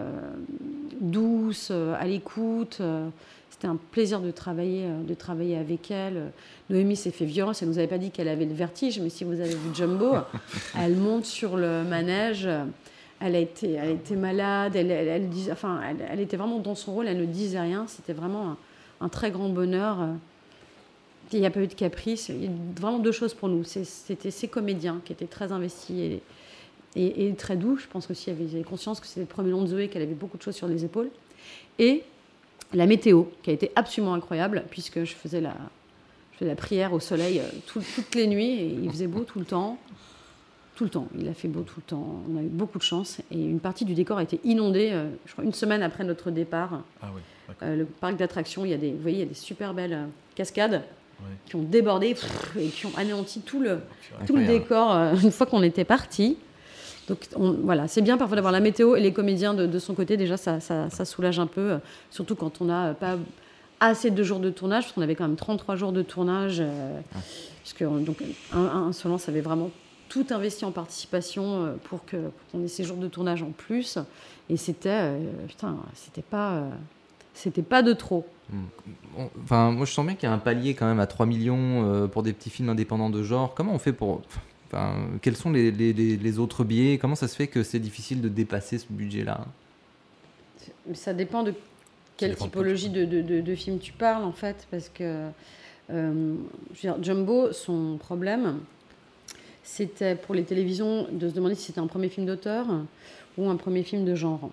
[SPEAKER 8] douces, à l'écoute. C'était un plaisir de travailler avec elles. Noémie s'est fait violence. Elle nous avait pas dit qu'elle avait le vertige, mais si vous avez vu Jumbo, elle monte sur le manège. Elle a été malade. Elle était vraiment dans son rôle. Elle ne disait rien. C'était vraiment un très grand bonheur. Il n'y a pas eu de caprice. Il y a vraiment 2 choses pour nous. C'était ces comédiens qui étaient très investis et très doux. Je pense aussi qu'ils avaient conscience que c'était le premier long de Zoé, qu'elle avait beaucoup de choses sur les épaules. Et la météo, qui a été absolument incroyable, puisque je faisais la prière au soleil toutes les nuits, et il faisait beau tout le temps. Tout le temps. Il a fait beau tout le temps. On a eu beaucoup de chance. Et une partie du décor a été inondée, je crois, 1 semaine après notre départ.
[SPEAKER 7] Ah oui,
[SPEAKER 8] le parc d'attractions, il y a des super belles cascades qui ont débordé et qui ont anéanti tout le décor une fois qu'on était partis. Donc voilà, c'est bien parfois d'avoir la météo et les comédiens de son côté. Déjà, ça soulage un peu, surtout quand on n'a pas assez de jours de tournage, parce qu'on avait quand même 33 jours de tournage. Puisque donc, Insolence avait vraiment tout investi en participation pour qu'on ait ces jours de tournage en plus. Et c'était pas c'était pas de trop.
[SPEAKER 5] Enfin, moi je sens bien qu'il y a un palier quand même à 3 millions pour des petits films indépendants de genre. Comment on fait pour... Enfin, quels sont les autres biais? Comment ça se fait que c'est difficile de dépasser ce budget-là?
[SPEAKER 8] Ça dépend de quelle typologie de film tu parles, en fait, parce que je veux dire, Jumbo, son problème, c'était pour les télévisions de se demander si c'était un premier film d'auteur ou un premier film de genre.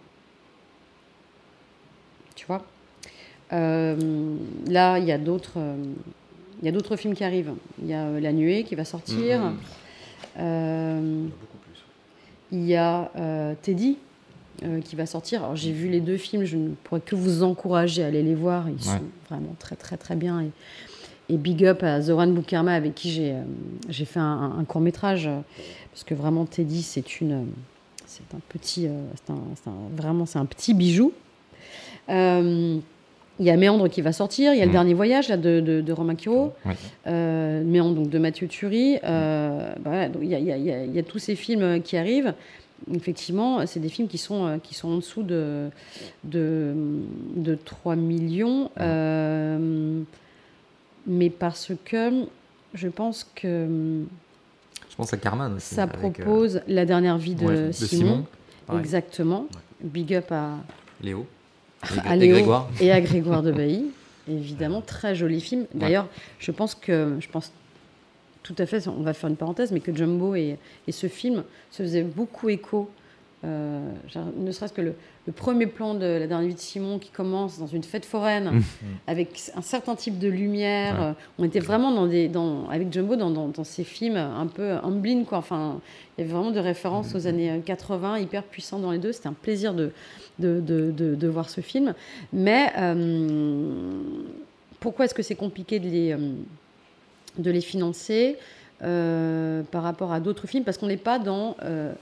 [SPEAKER 8] Tu vois? Là, il y a d'autres films qui arrivent. Il y a La Nuée qui va sortir. Il y a Teddy qui va sortir. Alors, j'ai vu les 2 films, je ne pourrais que vous encourager à aller les voir. Ils sont vraiment très très très bien. Et big up à Zoran Boukerma avec qui j'ai fait un court-métrage. Parce que vraiment, Teddy, c'est un petit bijou. Il y a Méandre qui va sortir, il y a Le Dernier Voyage là, de Romain Quiro, Méandre donc, de Mathieu Turi. Voilà, donc, il y a tous ces films qui arrivent. Effectivement, c'est des films qui sont en dessous de 3 millions. Mais parce que je pense
[SPEAKER 5] à Carman aussi.
[SPEAKER 8] Ça propose La Dernière Vie de Simon. Exactement. Big up à
[SPEAKER 5] Léo.
[SPEAKER 8] À Léo et à Grégoire de Bailly. Évidemment, très joli film. D'ailleurs, je pense tout à fait, on va faire une parenthèse, mais que Jumbo et ce film se faisaient beaucoup écho. Ne serait-ce que le premier plan de La Dernière Vie de Simon qui commence dans une fête foraine avec un certain type de lumière. On était vraiment avec Jumbo dans ces films un peu Amblin, quoi. Enfin, il y avait vraiment de références aux années 80, hyper puissants dans les deux. C'était un plaisir de voir ce film. Mais pourquoi est-ce que c'est compliqué de les financer par rapport à d'autres films? Parce qu'on n'est pas dans...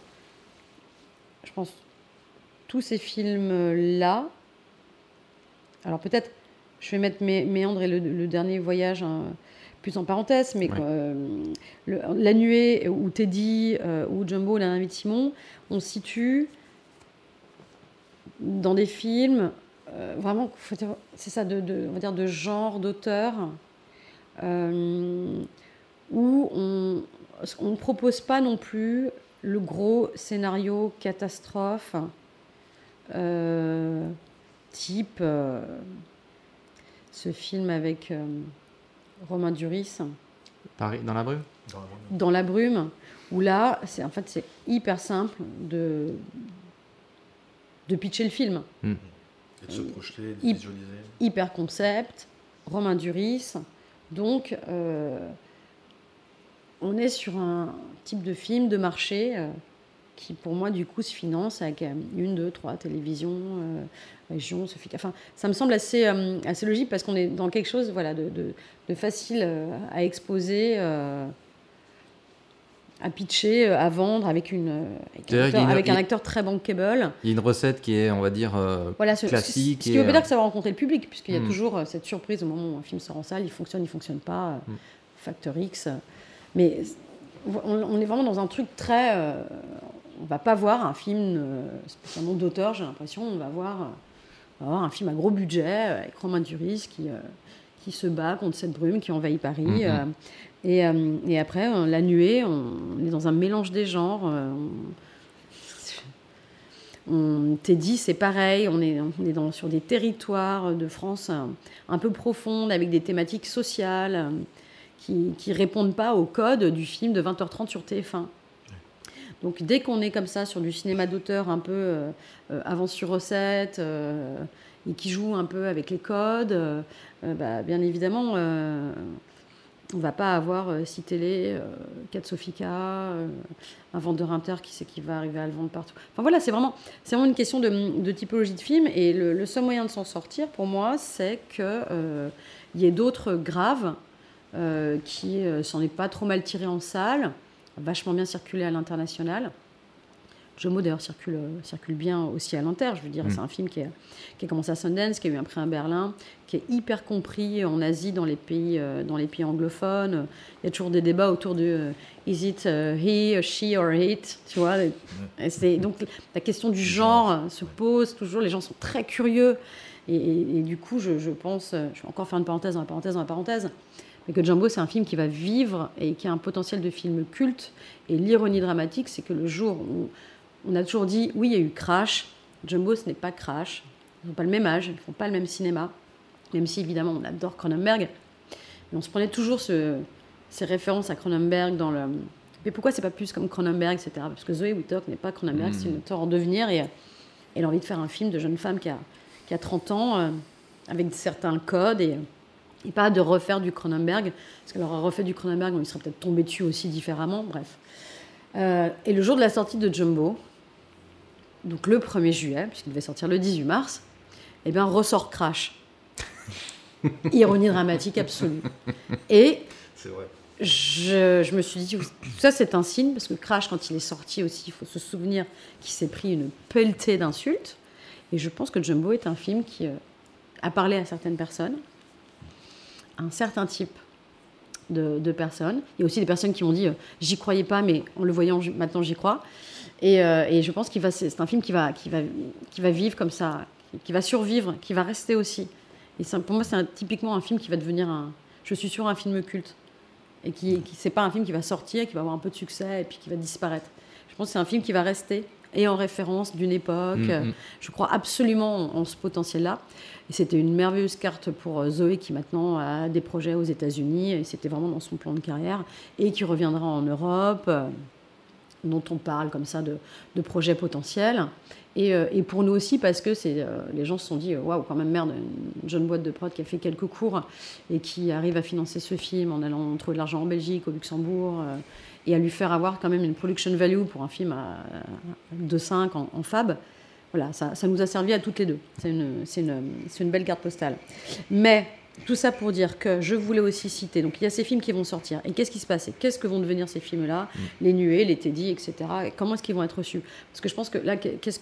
[SPEAKER 8] je pense tous ces films-là. Alors peut-être, je vais mettre Méandre et le Dernier Voyage plus en parenthèse, mais La Nuée ou Teddy ou Jumbo, La Dernière Vie de Simon, on se situe dans des films vraiment, c'est ça, on va dire de genre, d'auteur, où on ne propose pas non plus le gros scénario catastrophe type ce film avec Romain Duris.
[SPEAKER 5] Paris, dans la brume.
[SPEAKER 8] Dans la brume, où là, c'est hyper simple de pitcher le film.
[SPEAKER 7] Et de se projeter, de visualiser.
[SPEAKER 8] Hyper concept, Romain Duris. Donc, on est sur un type de film de marché qui, pour moi, du coup, se finance avec 1, 2, 3 télévisions, régions, enfin, ça me semble assez logique parce qu'on est dans quelque chose de facile à exposer, à pitcher, à vendre avec un acteur très bankable.
[SPEAKER 5] Il y a une recette qui est, on va dire, classique.
[SPEAKER 8] Ce qui veut dire que ça va rencontrer le public, puisqu'il y a toujours cette surprise au moment où un film sort en salle, il fonctionne pas, Factor X. Mais on est vraiment dans un truc très... on va pas voir un film spécialement d'auteur, j'ai l'impression. On va voir un film à gros budget avec Romain Duris qui se bat contre cette brume qui envahit Paris. Et après, La Nuée, on est dans un mélange des genres. T'es dit, c'est pareil, on est sur des territoires de France un peu profondes, avec des thématiques sociales qui répondent pas au code du film de 20h30 sur TF1. Donc dès qu'on est comme ça sur du cinéma d'auteur un peu avance sur recette et qui joue un peu avec les codes, bien évidemment, on va pas avoir 6 télé, 4 Sofica, un vendeur inter qui sait qui va arriver à le vendre partout. Enfin voilà, c'est vraiment une question de typologie de film, et le seul moyen de s'en sortir pour moi, c'est que y ait d'autres graves qui s'en est pas trop mal tiré en salle, vachement bien circulé à l'international. Jumbo d'ailleurs circule bien aussi à l'inter, je veux dire, c'est un film qui a commencé à Sundance, qui a eu un prix à Berlin, qui est hyper compris en Asie, dans les pays anglophones. Il y a toujours des débats autour de is it he, she or it, tu vois. Et donc la question du genre se pose toujours, les gens sont très curieux. Et du coup, je pense, je vais encore faire une parenthèse dans la parenthèse dans la parenthèse, mais que Jumbo, c'est un film qui va vivre et qui a un potentiel de film culte. Et l'ironie dramatique, c'est que le jour où on a toujours dit, oui, il y a eu Crash, Jumbo, ce n'est pas Crash. Ils n'ont pas le même âge, ils ne font pas le même cinéma, même si, évidemment, on adore Cronenberg. Mais on se prenait toujours ces références à Cronenberg dans le... Mais pourquoi c'est pas plus comme Cronenberg, etc. Parce que Zoé Whittock n'est pas Cronenberg, c'est une auteure en devenir, et elle a envie de faire un film de jeune femme qui a 30 ans, avec certains codes, et pas de refaire du Cronenberg, parce qu'elle aurait refait du Cronenberg, on lui serait peut-être tombé dessus aussi différemment, bref. Et le jour de la sortie de Jumbo, donc le 1er juillet, puisqu'il devait sortir le 18 mars, eh bien, ressort Crash. Ironie dramatique absolue. Et
[SPEAKER 7] C'est vrai.
[SPEAKER 8] je me suis dit, ça c'est un signe, parce que Crash, quand il est sorti aussi, il faut se souvenir qu'il s'est pris une pelletée d'insultes. Et je pense que Jumbo est un film qui a parlé à certaines personnes, à un certain type de personnes. Il y a aussi des personnes qui m'ont dit j'y croyais pas, mais en le voyant maintenant j'y crois. Et je pense c'est un film qui va vivre comme ça, qui va survivre, qui va rester aussi. Et pour moi, c'est typiquement un film qui va devenir je suis sûre, un film culte. Et qui c'est pas un film qui va sortir, qui va avoir un peu de succès et puis qui va disparaître. Je pense que c'est un film qui va rester et en référence d'une époque. Je crois absolument en ce potentiel-là. Et c'était une merveilleuse carte pour Zoé qui maintenant a des projets aux États-Unis, et c'était vraiment dans son plan de carrière, et qui reviendra en Europe, dont on parle comme ça de projets potentiels. Et pour nous aussi, parce que les gens se sont dit waouh, quand même, merde, une jeune boîte de prod qui a fait quelques cours et qui arrive à financer ce film en allant trouver de l'argent en Belgique, au Luxembourg, et à lui faire avoir quand même une production value pour un film à 2,5 en fab. Voilà, ça nous a servi à toutes les deux. C'est une belle carte postale. Mais tout ça pour dire que je voulais aussi citer, donc il y a ces films qui vont sortir. Et qu'est-ce qui se passe? Et qu'est-ce que vont devenir ces films-là? Les Nuées, les Teddy, etc. Et comment est-ce qu'ils vont être reçus? Parce que je pense que là, qu'est-ce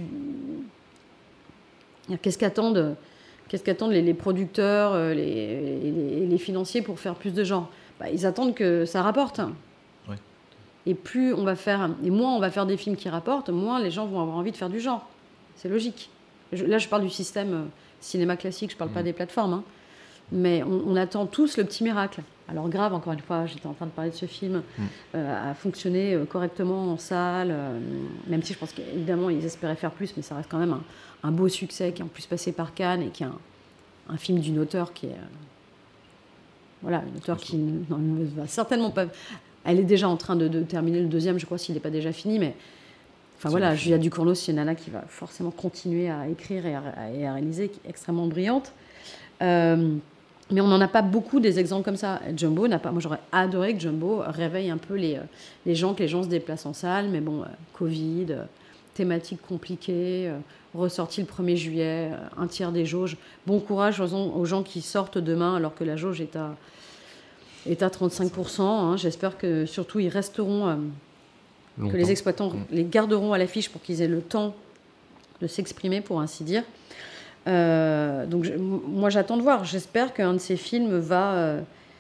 [SPEAKER 8] qu'attendent les producteurs, les financiers pour faire plus de genre? Ils attendent que ça rapporte.
[SPEAKER 7] Ouais.
[SPEAKER 8] Et moins on va faire des films qui rapportent, moins les gens vont avoir envie de faire du genre. C'est logique. Là, je parle du système cinéma classique, je parle pas des plateformes, hein. Mais on attend tous le petit miracle. Alors Grave, encore une fois, j'étais en train de parler de ce film, a fonctionné correctement en salle, même si je pense qu'évidemment ils espéraient faire plus, mais ça reste quand même un beau succès qui est en plus passé par Cannes et qui est un film d'une auteure qui est... voilà, une auteure qui ne va certainement pas... Elle est déjà en train de terminer le deuxième, je crois, s'il n'est pas déjà fini, mais... Enfin voilà, Julia Ducournau, c'est une nana qui va forcément continuer à écrire et à réaliser, qui est extrêmement brillante. Mais on n'en a pas beaucoup des exemples comme ça. Jumbo n'a pas... Moi, j'aurais adoré que Jumbo réveille un peu les gens, que les gens se déplacent en salle. Mais bon, Covid, thématique compliquée, ressorti le 1er juillet, un tiers des jauges. Bon courage aux gens qui sortent demain alors que la jauge est à 35%. Hein. J'espère que surtout ils resteront... que les exploitants les garderont à l'affiche pour qu'ils aient le temps de s'exprimer, pour ainsi dire. Donc moi j'attends de voir. J'espère qu'un de ces films va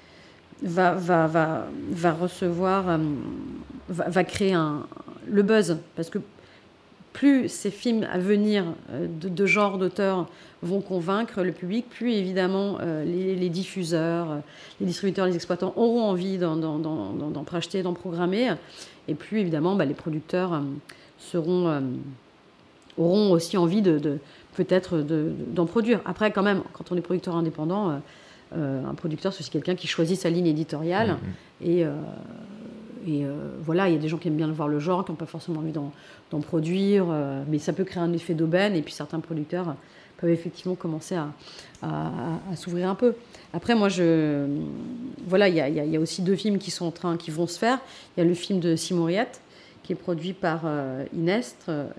[SPEAKER 8] recevoir, va créer le buzz, parce que plus ces films à venir de genre d'auteur vont convaincre le public, plus évidemment les diffuseurs, les distributeurs, les exploitants auront envie d'en racheter, d'en programmer, et plus évidemment les producteurs auront aussi envie peut-être d'en produire. Après, quand même, quand on est producteur indépendant, un producteur, c'est aussi quelqu'un qui choisit sa ligne éditoriale. Et voilà, il y a des gens qui aiment bien voir le genre, qui n'ont pas forcément envie d'en produire, mais ça peut créer un effet d'aubaine, et puis certains producteurs peuvent effectivement commencer à s'ouvrir un peu. Après, moi, voilà, il y a aussi 2 films qui vont se faire. Il y a le film de Simon Riette, qui est produit par Inès,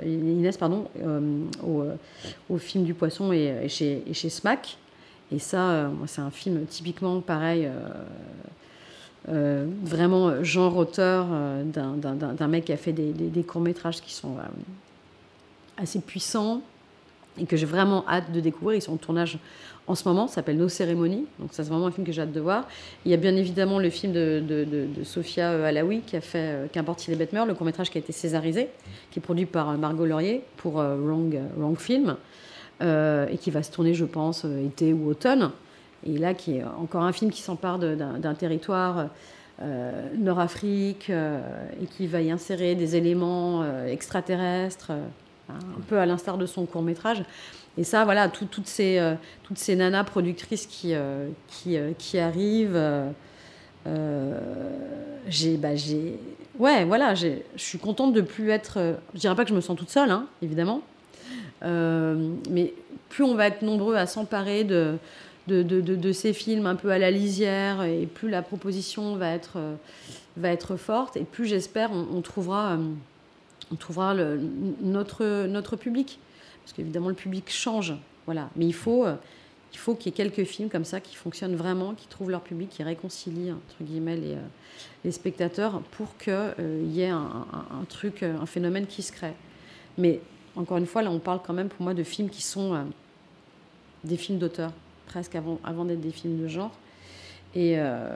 [SPEAKER 8] au film du Poisson et chez SMAC. Et ça, c'est un film typiquement pareil, vraiment genre auteur, d'un mec qui a fait des courts-métrages qui sont assez puissants et que j'ai vraiment hâte de découvrir. Ils sont en tournage en ce moment, ça s'appelle Nos cérémonies, donc ça, c'est vraiment un film que j'ai hâte de voir. Il y a bien évidemment le film de Sophia Alaoui qui a fait Qu'importe si les bêtes meurent, le court-métrage qui a été césarisé, qui est produit par Margot Laurier pour Wrong Film. et qui va se tourner, je pense, été ou automne. Et là, qui est encore un film qui s'empare d'un territoire Nord-Afrique et qui va y insérer des éléments extraterrestres, un peu à l'instar de son court-métrage. Et ça, voilà, toutes ces nanas productrices qui arrivent, je suis contente de plus être... je dirais pas que je me sens toute seule, hein, évidemment, mais plus on va être nombreux à s'emparer de ces films un peu à la lisière, et plus la proposition va être forte, et plus j'espère on trouvera notre public, parce qu'évidemment le public change, voilà. Mais il faut qu'il y ait quelques films comme ça qui fonctionnent vraiment, qui trouvent leur public, qui réconcilient entre guillemets les spectateurs, pour qu'il y ait un truc, un phénomène qui se crée. Mais encore une fois, là on parle quand même pour moi de films qui sont des films d'auteur, presque avant d'être des films de genre. Et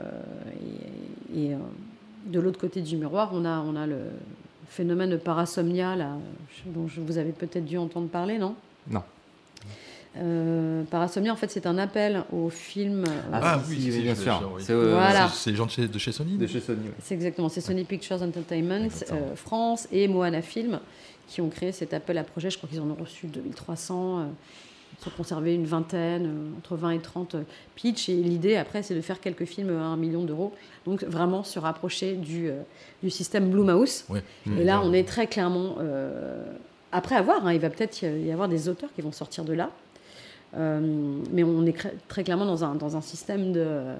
[SPEAKER 8] de l'autre côté du miroir, on a le phénomène de parasomnia, là, dont vous avez peut-être dû entendre parler, non ?
[SPEAKER 5] Non.
[SPEAKER 8] Parasomnia, en fait, c'est un appel au film.
[SPEAKER 5] Oui, bien sûr.
[SPEAKER 7] Oui.
[SPEAKER 8] Voilà.
[SPEAKER 7] C'est les gens de chez Sony.
[SPEAKER 5] De chez Sony, oui.
[SPEAKER 8] C'est exactement, c'est Sony Pictures Entertainment France et Moana Film qui ont créé cet appel à projet. Je crois qu'ils en ont reçu 2300. Ils ont conservé une vingtaine, entre 20 et 30 pitchs. Et l'idée, après, c'est de faire quelques films à 1 million d'euros. Donc, vraiment se rapprocher du système Blumhouse.
[SPEAKER 7] Oui.
[SPEAKER 8] Et là, on est très clairement... après avoir, il va peut-être y avoir des auteurs qui vont sortir de là. Mais on est très clairement dans un système de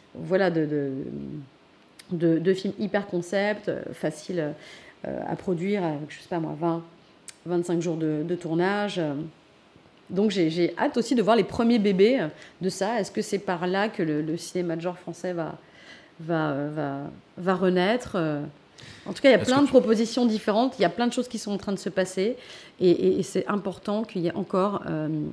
[SPEAKER 8] films hyper concept, facile à produire, avec, je sais pas moi, 25 jours de tournage. Donc j'ai hâte aussi de voir les premiers bébés de ça. Est-ce que c'est par là que le cinéma de genre français va renaître ? En tout cas, il y a plein de propositions différentes, il y a plein de choses qui sont en train de se passer, et c'est important qu'il y ait encore,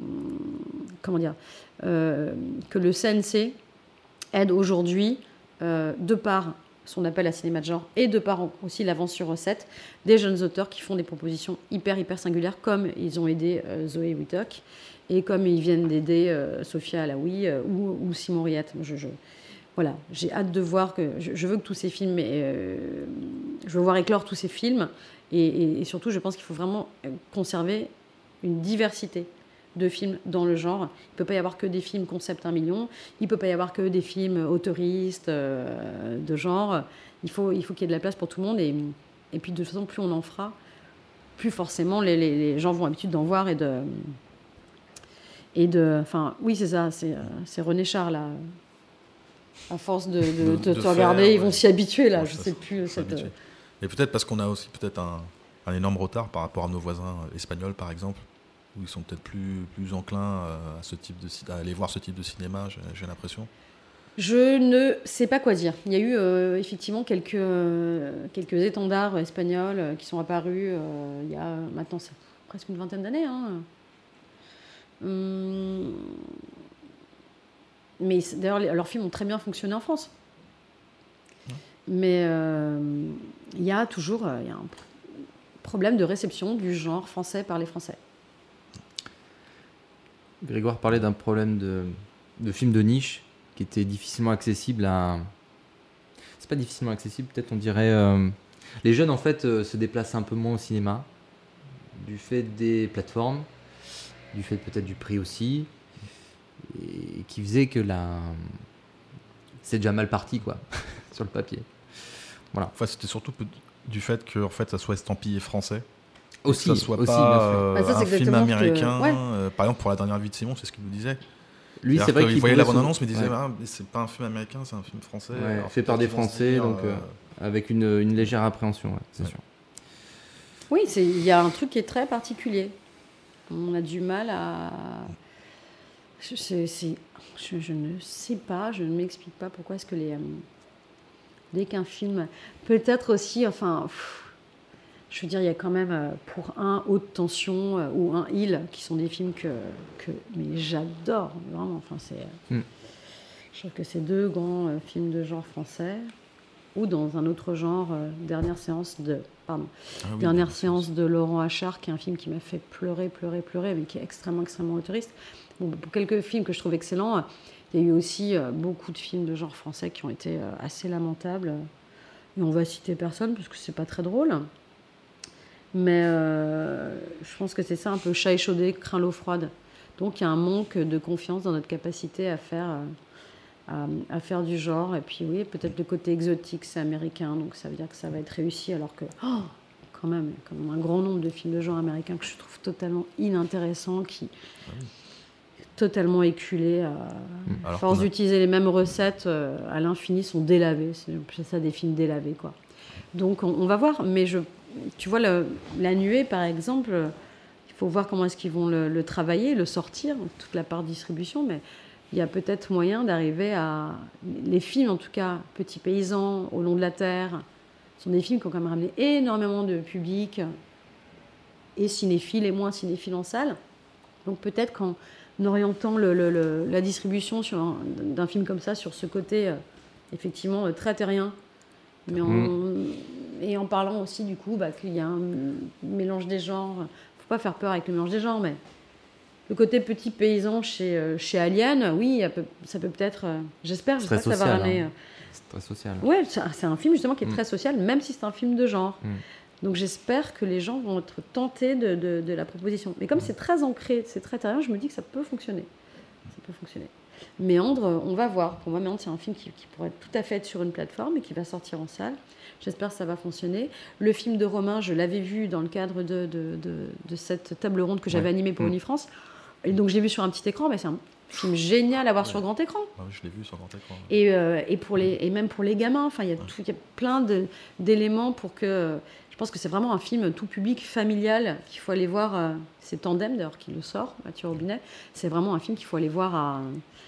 [SPEAKER 8] que le CNC aide aujourd'hui, de par son appel à cinéma de genre et de par aussi l'avance sur recette, des jeunes auteurs qui font des propositions hyper singulières, comme ils ont aidé Zoé Wittock et comme ils viennent d'aider Sophia Alaoui ou Simon Riette. Voilà, j'ai hâte de voir je veux que tous ces films, je veux voir éclore tous ces films, et surtout je pense qu'il faut vraiment conserver une diversité de films dans le genre. Il ne peut pas y avoir que des films concept 1 million, il ne peut pas y avoir que des films autoristes de genre. Il faut qu'il y ait de la place pour tout le monde, et puis de toute façon, plus on en fera, plus forcément les gens vont l'habitude d'en voir enfin, oui, c'est ça, c'est René Char, là. À force de te regarder, ils vont s'y habituer, là. Je ne sais plus.
[SPEAKER 7] Et peut-être parce qu'on a aussi un énorme retard par rapport à nos voisins espagnols, par exemple, où ils sont peut-être plus enclins à aller voir ce type de cinéma, j'ai l'impression.
[SPEAKER 8] Je ne sais pas quoi dire. Il y a eu effectivement quelques étendards espagnols qui sont apparus il y a maintenant presque une vingtaine d'années. Hein. Mais d'ailleurs, leurs films ont très bien fonctionné en France. Mais il y a toujours un problème de réception du genre français par les Français.
[SPEAKER 5] Grégoire parlait d'un problème de film de niche qui était difficilement accessible C'est pas difficilement accessible, peut-être on dirait... Les jeunes, en fait, se déplacent un peu moins au cinéma, du fait des plateformes, du fait peut-être du prix aussi, et qui faisait que c'est déjà mal parti, quoi, sur le papier. Voilà.
[SPEAKER 7] Enfin, c'était surtout du fait que ça soit estampillé français.
[SPEAKER 5] Aussi,
[SPEAKER 7] que ça soit
[SPEAKER 5] aussi,
[SPEAKER 7] pas
[SPEAKER 8] bien sûr.
[SPEAKER 7] un film américain.
[SPEAKER 8] Ouais.
[SPEAKER 7] Par exemple, pour La Dernière Vie de Simon, c'est ce qu'il nous disait.
[SPEAKER 5] Lui, c'est vrai qu'il
[SPEAKER 7] voyait la bande-annonce, mais il disait
[SPEAKER 5] ouais.
[SPEAKER 7] c'est pas un film américain, c'est un film français.
[SPEAKER 5] Ouais,
[SPEAKER 7] alors,
[SPEAKER 5] fait par des Français, donc avec une légère appréhension, c'est sûr.
[SPEAKER 8] Oui, il y a un truc qui est très particulier. On a du mal à... Je ne sais pas, je ne m'explique pas pourquoi est-ce que dès qu'un film... Peut-être aussi, enfin... Je veux dire, il y a quand même, pour un Haute Tension ou un Il, qui sont des films que mais j'adore, vraiment. Enfin, je trouve que c'est deux grands films de genre français. Ou dans un autre genre, Dernière séance de pardon.
[SPEAKER 7] Ah oui,
[SPEAKER 8] Dernière
[SPEAKER 7] bien,
[SPEAKER 8] séance de Laurent Achard, qui est un film qui m'a fait pleurer, mais qui est extrêmement, extrêmement autoriste. Bon, pour quelques films que je trouve excellents, il y a eu aussi beaucoup de films de genre français qui ont été assez lamentables. Et on va citer personne, parce que c'est pas très drôle. Mais je pense que c'est ça, un peu chat échaudé, craint l'eau froide. Donc il y a un manque de confiance dans notre capacité à faire du genre. Et puis oui, peut-être le côté exotique, c'est américain, donc ça veut dire que ça va être réussi, alors que quand même, il y a quand même un grand nombre de films de genre américains que je trouve totalement inintéressants, qui totalement éculés, à force d'utiliser les mêmes recettes à l'infini, sont délavés. C'est ça, des films délavés, quoi. Donc on va voir, mais tu vois, La Nuée, par exemple, il faut voir comment est-ce qu'ils vont le travailler, le sortir, toute la part distribution, mais il y a peut-être moyen d'arriver à... Les films, en tout cas, Petits Paysans, Au long de la terre, sont des films qui ont quand même ramené énormément de public, et cinéphiles et moins cinéphiles en salle. Donc peut-être qu'en orientant la distribution d'un film comme ça sur ce côté, effectivement, très terrien, mais en parlant aussi du coup qu'il y a un mélange des genres. Faut pas faire peur avec le mélange des genres, mais le côté petit paysan chez Alien, oui, ça peut peut-être. J'espère que ça va ramener.
[SPEAKER 5] C'est très social.
[SPEAKER 8] Ouais, c'est un film justement qui est très social, même si c'est un film de genre. Donc j'espère que les gens vont être tentés de la proposition. Mais comme c'est très ancré, c'est très terrien, je me dis que ça peut fonctionner. Méandre, on va voir. Pour moi, Méandre, c'est un film qui pourrait tout à fait être sur une plateforme et qui va sortir en salle. J'espère que ça va fonctionner. Le film de Romain, je l'avais vu dans le cadre de cette table ronde que j'avais animée pour Unifrance. Et donc, je l'ai vu sur un petit écran. Mais c'est un film génial à voir sur grand écran.
[SPEAKER 7] Ah oui, je l'ai vu sur grand écran.
[SPEAKER 8] Et même pour les gamins. Enfin, il y a plein d'éléments pour que... Je pense que c'est vraiment un film tout public, familial, qu'il faut aller voir. C'est Tandem, d'ailleurs, qui le sort, Mathieu Robinet. C'est vraiment un film qu'il faut aller voir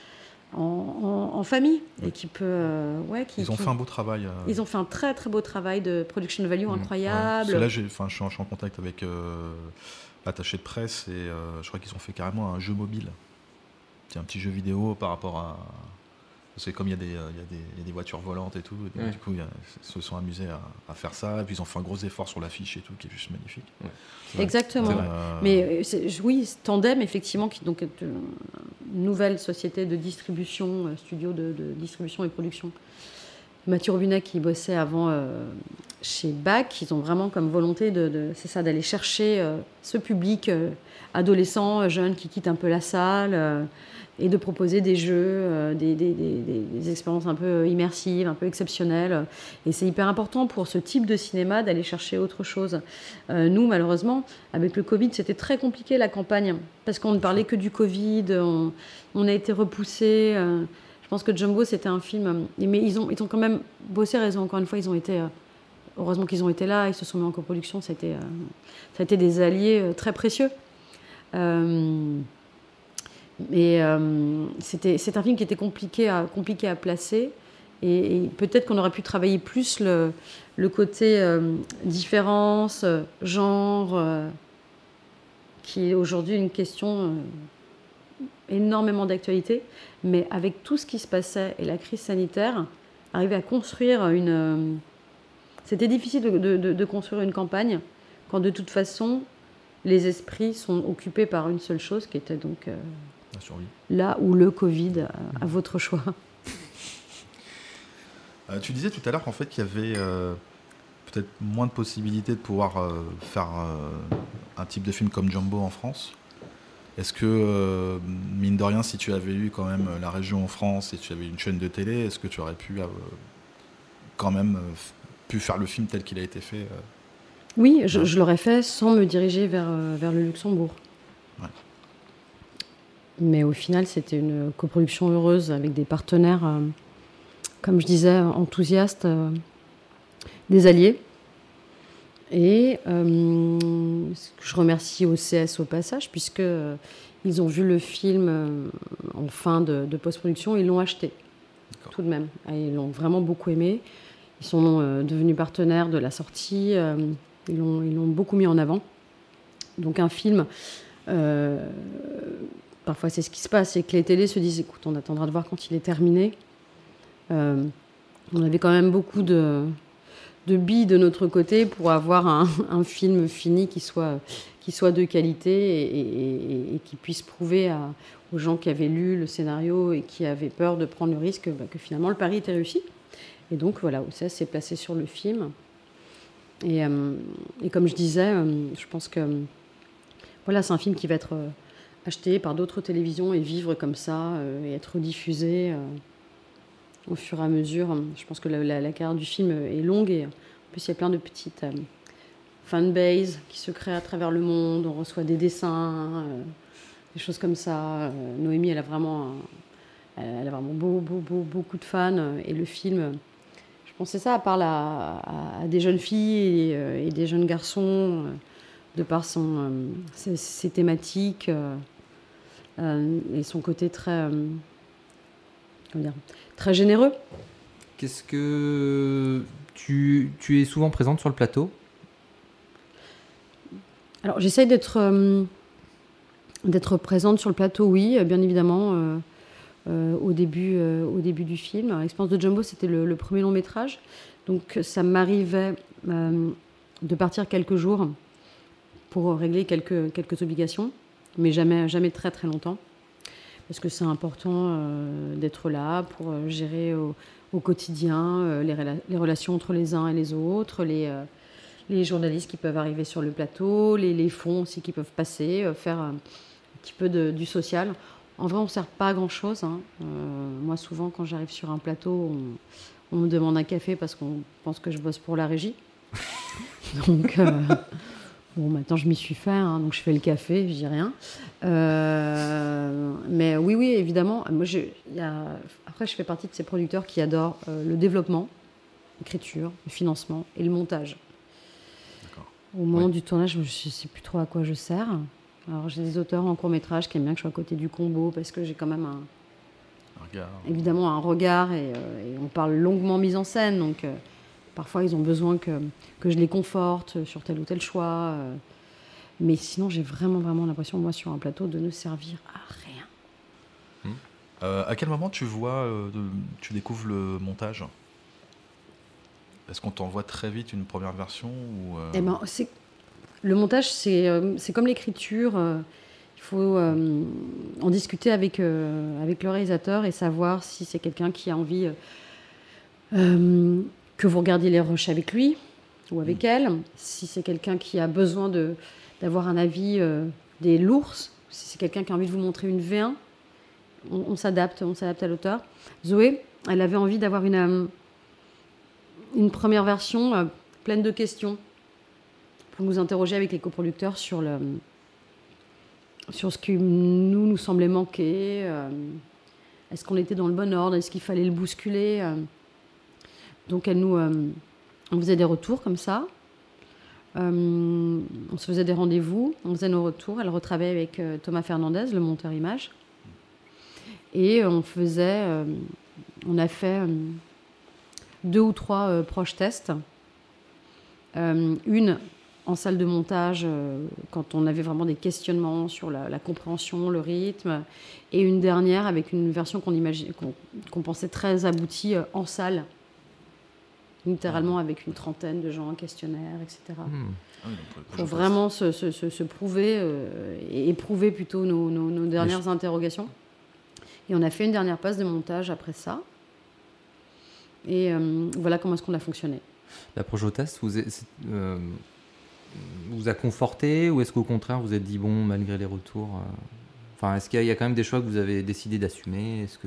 [SPEAKER 8] en famille. Et qui peut...
[SPEAKER 7] Ils ont fait un beau travail.
[SPEAKER 8] Ils ont fait un très, très beau travail de production value incroyable.
[SPEAKER 7] Là, je suis en contact avec l'attaché de presse et je crois qu'ils ont fait carrément un jeu mobile. C'est un petit jeu vidéo par rapport à... C'est comme il y a des voitures volantes et tout. Et donc, du coup, ils se sont amusés à faire ça. Et puis, ils ont fait un gros effort sur l'affiche et tout, qui est juste magnifique.
[SPEAKER 8] Ouais. Exactement. Mais oui, Tandem, effectivement, qui donc est une nouvelle société de distribution, studio de distribution et production. Mathieu Robinet, qui bossait avant chez BAC, ils ont vraiment comme volonté c'est ça, d'aller chercher ce public adolescent, jeune, qui quitte un peu la salle... et de proposer des jeux, des expériences un peu immersives, un peu exceptionnelles. Et c'est hyper important pour ce type de cinéma d'aller chercher autre chose. Nous, malheureusement, avec le Covid, c'était très compliqué la campagne, parce qu'on ne parlait que du Covid, on a été repoussés. Je pense que Jumbo, c'était un film... Mais ils ont quand même bossé, encore une fois, ils ont été... heureusement qu'ils ont été là, ils se sont mis en coproduction, ça a été des alliés très précieux. Mais c'est un film qui était compliqué à placer et peut-être qu'on aurait pu travailler plus le côté différence, genre, qui est aujourd'hui une question énormément d'actualité, mais avec tout ce qui se passait et la crise sanitaire, arriver à construire c'était difficile de construire une campagne quand de toute façon les esprits sont occupés par une seule chose qui était donc... là où le Covid, à votre choix.
[SPEAKER 7] Tu disais tout à l'heure qu'en fait, qu'il y avait peut-être moins de possibilités de pouvoir faire un type de film comme Jumbo en France. Est-ce que, mine de rien, si tu avais eu quand même la région en France et tu avais une chaîne de télé, est-ce que tu aurais pu quand même pu faire le film tel qu'il a été fait
[SPEAKER 8] Oui, je l'aurais fait sans me diriger vers le Luxembourg. Ouais. Mais au final, c'était une coproduction heureuse avec des partenaires, comme je disais, enthousiastes, des alliés. Et je remercie OCS au passage, puisqu'ils ont vu le film en fin de post-production, ils l'ont acheté. D'accord. Tout de même. Et ils l'ont vraiment beaucoup aimé. Ils sont devenus partenaires de la sortie. Ils l'ont beaucoup mis en avant. Donc un film... parfois, c'est ce qui se passe, c'est que les télés se disent « Écoute, on attendra de voir quand il est terminé ». On avait quand même beaucoup de de billes de notre côté pour avoir un film fini qui soit de qualité et qui puisse prouver aux gens qui avaient lu le scénario et qui avaient peur de prendre le risque que finalement le pari était réussi. Et donc voilà, OCS s'est placé sur le film. Et comme je disais, je pense que voilà, c'est un film qui va être acheté par d'autres télévisions et vivre comme ça et être diffusé au fur et à mesure. Je pense que la carrière du film est longue et en plus il y a plein de petites fanbase qui se créent à travers le monde. On reçoit des dessins, des choses comme ça. Noémie, elle a vraiment beaucoup de fans et le film. Je pensais ça, elle parle à des jeunes filles et des jeunes garçons de par ses thématiques et son côté très généreux.
[SPEAKER 5] Qu'est-ce que tu es souvent présente sur le plateau?
[SPEAKER 8] Alors j'essaye d'être présente sur le plateau, oui, bien évidemment. Au début du film. L'expérience de Jumbo, c'était le premier long métrage. Donc ça m'arrivait de partir quelques jours pour régler quelques obligations, mais jamais très très longtemps. Parce que c'est important d'être là pour gérer au quotidien les relations entre les uns et les autres, les journalistes qui peuvent arriver sur le plateau, les fonds aussi qui peuvent passer, faire un petit peu du social. En vrai, on ne sert pas à grand-chose. Moi, souvent, quand j'arrive sur un plateau, on me demande un café parce qu'on pense que je bosse pour la régie. Donc, maintenant, je m'y suis fait, donc je fais le café, je dis rien. Mais oui, évidemment. Moi, après, je fais partie de ces producteurs qui adorent le développement, l'écriture, le financement et le montage. D'accord. Au moment du tournage, je ne sais plus trop à quoi je sers. Alors, j'ai des auteurs en court-métrage qui aiment bien que je sois à côté du combo parce que j'ai quand même évidemment un regard et on parle longuement mise en scène. Donc, parfois, ils ont besoin que je les conforte sur tel ou tel choix. Mais sinon, j'ai vraiment l'impression, moi, sur un plateau, de ne servir à rien.
[SPEAKER 7] À quel moment tu découvres le montage? Est-ce qu'on t'envoie très vite une première version ou
[SPEAKER 8] Le montage, c'est comme l'écriture. Il faut en discuter avec le réalisateur et savoir si c'est quelqu'un qui a envie que vous regardiez les rushs avec lui ou avec elle, si c'est quelqu'un qui a besoin d'avoir un avis des l'ours, si c'est quelqu'un qui a envie de vous montrer une V1. On s'adapte à l'auteur. Zoé, elle avait envie d'avoir une première version pleine de questions pour nous interroger avec les coproducteurs sur ce qui nous semblait manquer. Est-ce qu'on était dans le bon ordre? Est-ce qu'il fallait le bousculer? Donc on faisait des retours comme ça. On se faisait des rendez-vous, on faisait nos retours. Elle retravaillait avec Thomas Fernandez, le monteur image. Et on a fait 2 ou 3 proches tests. Une en salle de montage, quand on avait vraiment des questionnements sur la compréhension, le rythme. Et une dernière avec une version qu'on pensait très aboutie en salle. Littéralement avec une trentaine de gens, un questionnaire, etc. Pour vraiment se prouver et éprouver plutôt nos dernières interrogations. Et on a fait une dernière passe de montage après ça. Et voilà comment est-ce qu'on a fonctionné.
[SPEAKER 5] L'approche au test vous a conforté ou est-ce qu'au contraire vous êtes dit bon malgré les retours Enfin, est-ce qu'il y a quand même des choix que vous avez décidé d'assumer? Est-ce que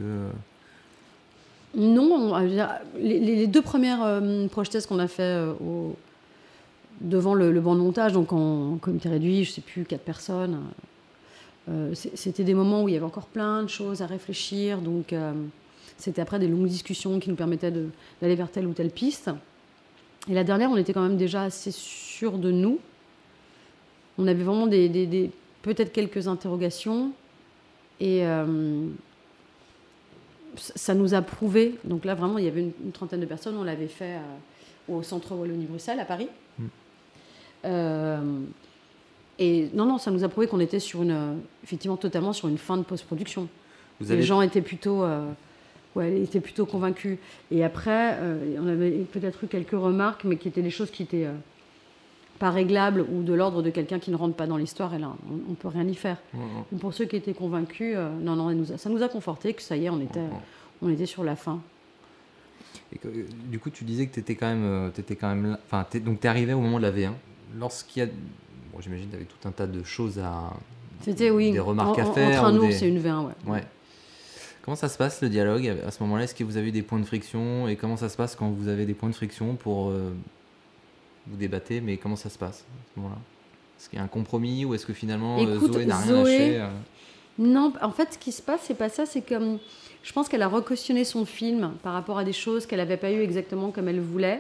[SPEAKER 8] Non, les 2 premières proches tests qu'on a fait devant le banc de montage, donc en comité réduit, je ne sais plus, 4 personnes. C'était des moments où il y avait encore plein de choses à réfléchir, donc c'était après des longues discussions qui nous permettaient d'aller vers telle ou telle piste. Et la dernière, on était quand même déjà assez sûrs de nous. On avait vraiment peut-être quelques interrogations, et ça nous a prouvé. Donc là, vraiment, il y avait une trentaine de personnes. On l'avait fait au centre Wallonie-Bruxelles, à Paris. Et non, ça nous a prouvé qu'on était effectivement totalement sur une fin de post-production. Les gens étaient plutôt elle était plutôt convaincue. Et après, on avait peut-être eu quelques remarques, mais qui étaient des choses qui étaient pas réglables ou de l'ordre de quelqu'un qui ne rentre pas dans l'histoire. Et là, on ne peut rien y faire. Mais pour ceux qui étaient convaincus, ça nous a confortés que ça y est, on était sur la fin.
[SPEAKER 5] Et du coup, tu disais que tu étais quand même là. Enfin, donc tu es arrivé au moment de la V1. Lorsqu'il y a. Bon, j'imagine que tu avais tout un tas de choses à.
[SPEAKER 8] C'était,
[SPEAKER 5] des remarques à faire.
[SPEAKER 8] Entre un ours et une V1,
[SPEAKER 5] ouais. Comment ça se passe le dialogue à ce moment-là? Est-ce que vous avez des points de friction? Et comment ça se passe quand vous avez des points de friction pour. Vous débattez, mais comment ça se passe à ce moment-là? Est-ce qu'il y a un compromis ou est-ce que finalement Zoé n'a rien lâché
[SPEAKER 8] Non, en fait, ce qui se passe, c'est pas ça. C'est comme. Je pense qu'elle a recautionné son film par rapport à des choses qu'elle n'avait pas eues exactement comme elle voulait.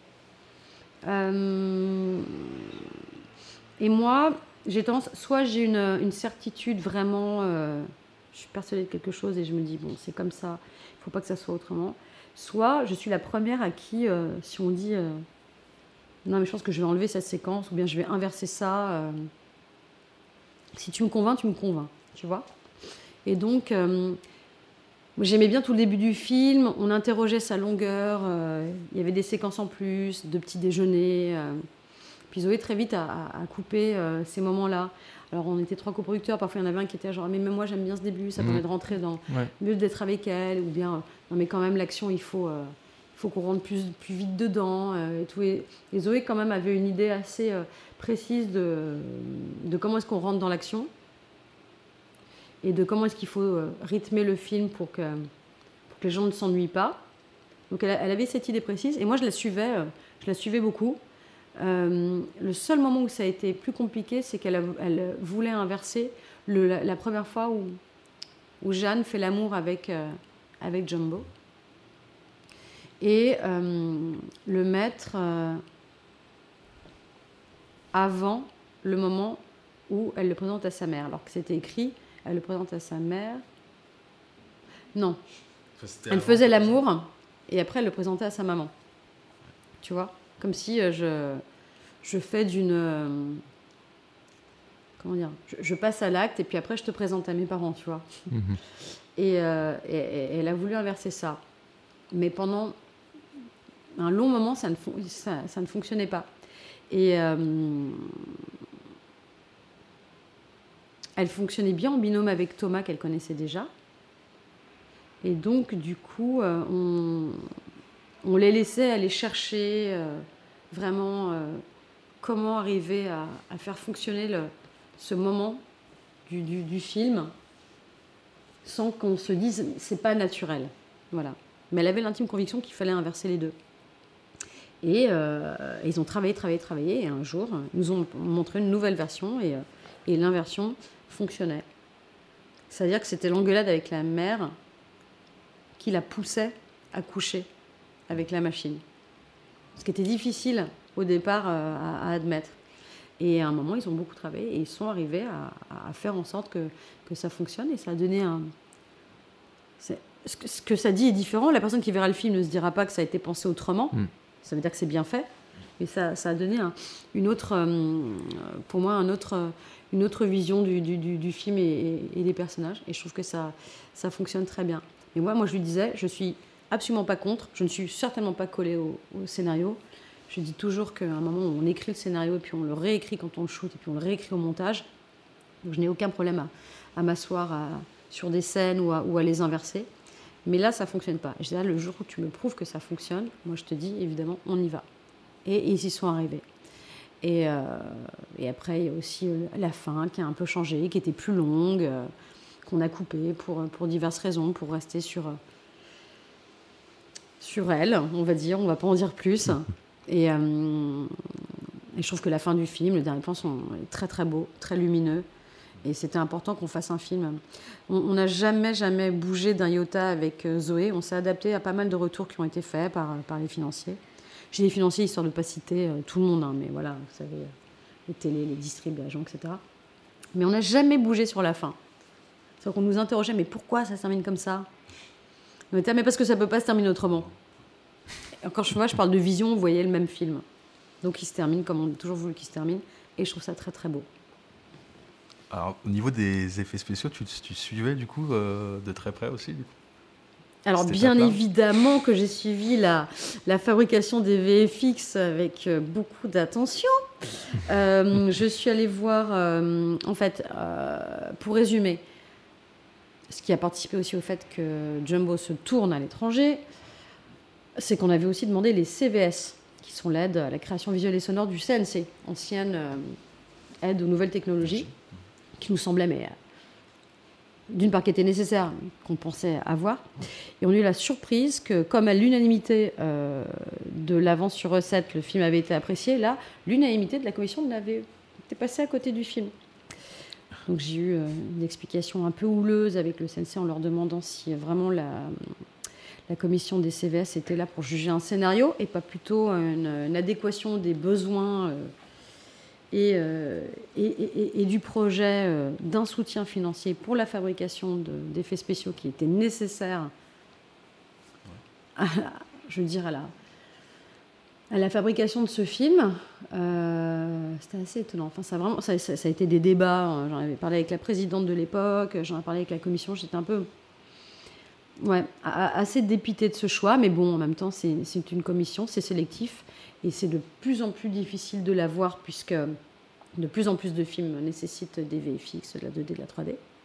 [SPEAKER 8] Et moi, j'ai tendance, soit j'ai une certitude vraiment, je suis persuadée de quelque chose et je me dis, bon, c'est comme ça, il ne faut pas que ça soit autrement. Soit je suis la première à qui, si on dit, non mais je pense que je vais enlever cette séquence, ou bien je vais inverser ça, si tu me convaincs, tu vois. Et donc, j'aimais bien tout le début du film, on interrogeait sa longueur, il y avait des séquences en plus, de petits déjeuners. Puis Zoé très vite a coupé ces moments-là. Alors on était 3 coproducteurs, parfois il y en avait un qui était genre mais même moi j'aime bien ce début, ça permet de rentrer dans mieux d'être avec elle, ou bien non mais quand même l'action il faut qu'on rentre plus vite dedans et tout. Et Zoé quand même avait une idée assez précise de comment est-ce qu'on rentre dans l'action et de comment est-ce qu'il faut rythmer le film pour que les gens ne s'ennuient pas. Donc elle avait cette idée précise et moi je la suivais beaucoup. Le seul moment où ça a été plus compliqué, c'est qu'elle voulait inverser la première fois où Jeanne fait l'amour avec Jumbo et le mettre avant le moment où elle le présente à sa mère, alors que c'était écrit, elle le présente à sa mère. Non, elle faisait l'amour et après elle le présentait à sa maman. Tu vois ? Comme si je fais d'une... comment dire ? Je passe à l'acte et puis après je te présente à mes parents, tu vois. Et elle a voulu inverser ça. Mais pendant un long moment, ça ne fonctionnait pas. Et elle fonctionnait bien en binôme avec Thomas, qu'elle connaissait déjà. Et donc, du coup, on les laissait aller chercher vraiment comment arriver à faire fonctionner ce moment du film sans qu'on se dise c'est pas naturel. Voilà. Mais elle avait l'intime conviction qu'il fallait inverser les deux. Et ils ont travaillé. Et un jour, ils nous ont montré une nouvelle version et l'inversion fonctionnait. C'est-à-dire que c'était l'engueulade avec la mère qui la poussait à coucher avec la machine. Ce qui était difficile au départ à admettre. Et à un moment, ils ont beaucoup travaillé et ils sont arrivés à faire en sorte que ça fonctionne. Et ça a donné un... Ce que ça dit est différent. La personne qui verra le film ne se dira pas que ça a été pensé autrement. Ça veut dire que c'est bien fait. Mais ça a donné une autre... pour moi, une autre vision du film et des personnages. Et je trouve que ça fonctionne très bien. Et moi, je lui disais, je suis absolument pas contre. Je ne suis certainement pas collée au scénario. Je dis toujours qu'à un moment, on écrit le scénario et puis on le réécrit quand on le shoot et puis on le réécrit au montage. Donc, je n'ai aucun problème à m'asseoir sur des scènes ou à les inverser. Mais là, ça ne fonctionne pas. Je dis là, le jour où tu me prouves que ça fonctionne, moi, je te dis, évidemment, on y va. Et ils y sont arrivés. Et après, il y a aussi la fin qui a un peu changé, qui était plus longue, qu'on a coupée pour diverses raisons, pour rester sur elle, on va dire. On ne va pas en dire plus. Et je trouve que la fin du film, le dernier plan, est très très beau, très lumineux. Et c'était important qu'on fasse un film. On n'a jamais bougé d'un iota avec Zoé. On s'est adapté à pas mal de retours qui ont été faits par les financiers. J'ai des financiers, histoire de ne pas citer tout le monde, hein, mais voilà, vous savez, les télés, les distribs, les agents, etc. Mais on n'a jamais bougé sur la fin. C'est-à-dire qu'on nous interrogeait, mais pourquoi ça se termine comme ça ? On était, mais parce que ça ne peut pas se terminer autrement. Et quand je parle de vision, vous voyez le même film. Donc il se termine comme on a toujours voulu qu'il se termine. Et je trouve ça très très beau.
[SPEAKER 7] Alors, au niveau des effets spéciaux, tu suivais du coup de très près aussi du coup ?
[SPEAKER 8] Alors
[SPEAKER 7] cette
[SPEAKER 8] bien
[SPEAKER 7] étape-là?
[SPEAKER 8] évidemment que j'ai suivi la fabrication des VFX avec beaucoup d'attention. Je suis allée voir, pour résumer, ce qui a participé aussi au fait que Jumbo se tourne à l'étranger, c'est qu'on avait aussi demandé les CVS, qui sont l'aide à la création visuelle et sonore du CNC, ancienne aide aux nouvelles technologies, qui nous semblait, mais d'une part qui était nécessaire, qu'on pensait avoir. Et on a eu la surprise que, comme à l'unanimité de l'avance sur recette, le film avait été apprécié, là, l'unanimité de la commission était passée à côté du film. Donc j'ai eu une explication un peu houleuse avec le CNC en leur demandant si vraiment la commission des CVS était là pour juger un scénario et pas plutôt une adéquation des besoins et du projet d'un soutien financier pour la fabrication d'effets spéciaux qui était nécessaire à la fabrication de ce film. C'était assez étonnant. Enfin, ça a été des débats. J'en avais parlé avec la présidente de l'époque, j'en ai parlé avec la commission. J'étais un peu assez dépitée de ce choix, mais bon, en même temps, c'est une commission, c'est sélectif, et c'est de plus en plus difficile de l'avoir, puisque de plus en plus de films nécessitent des VFX, de la 2D, de la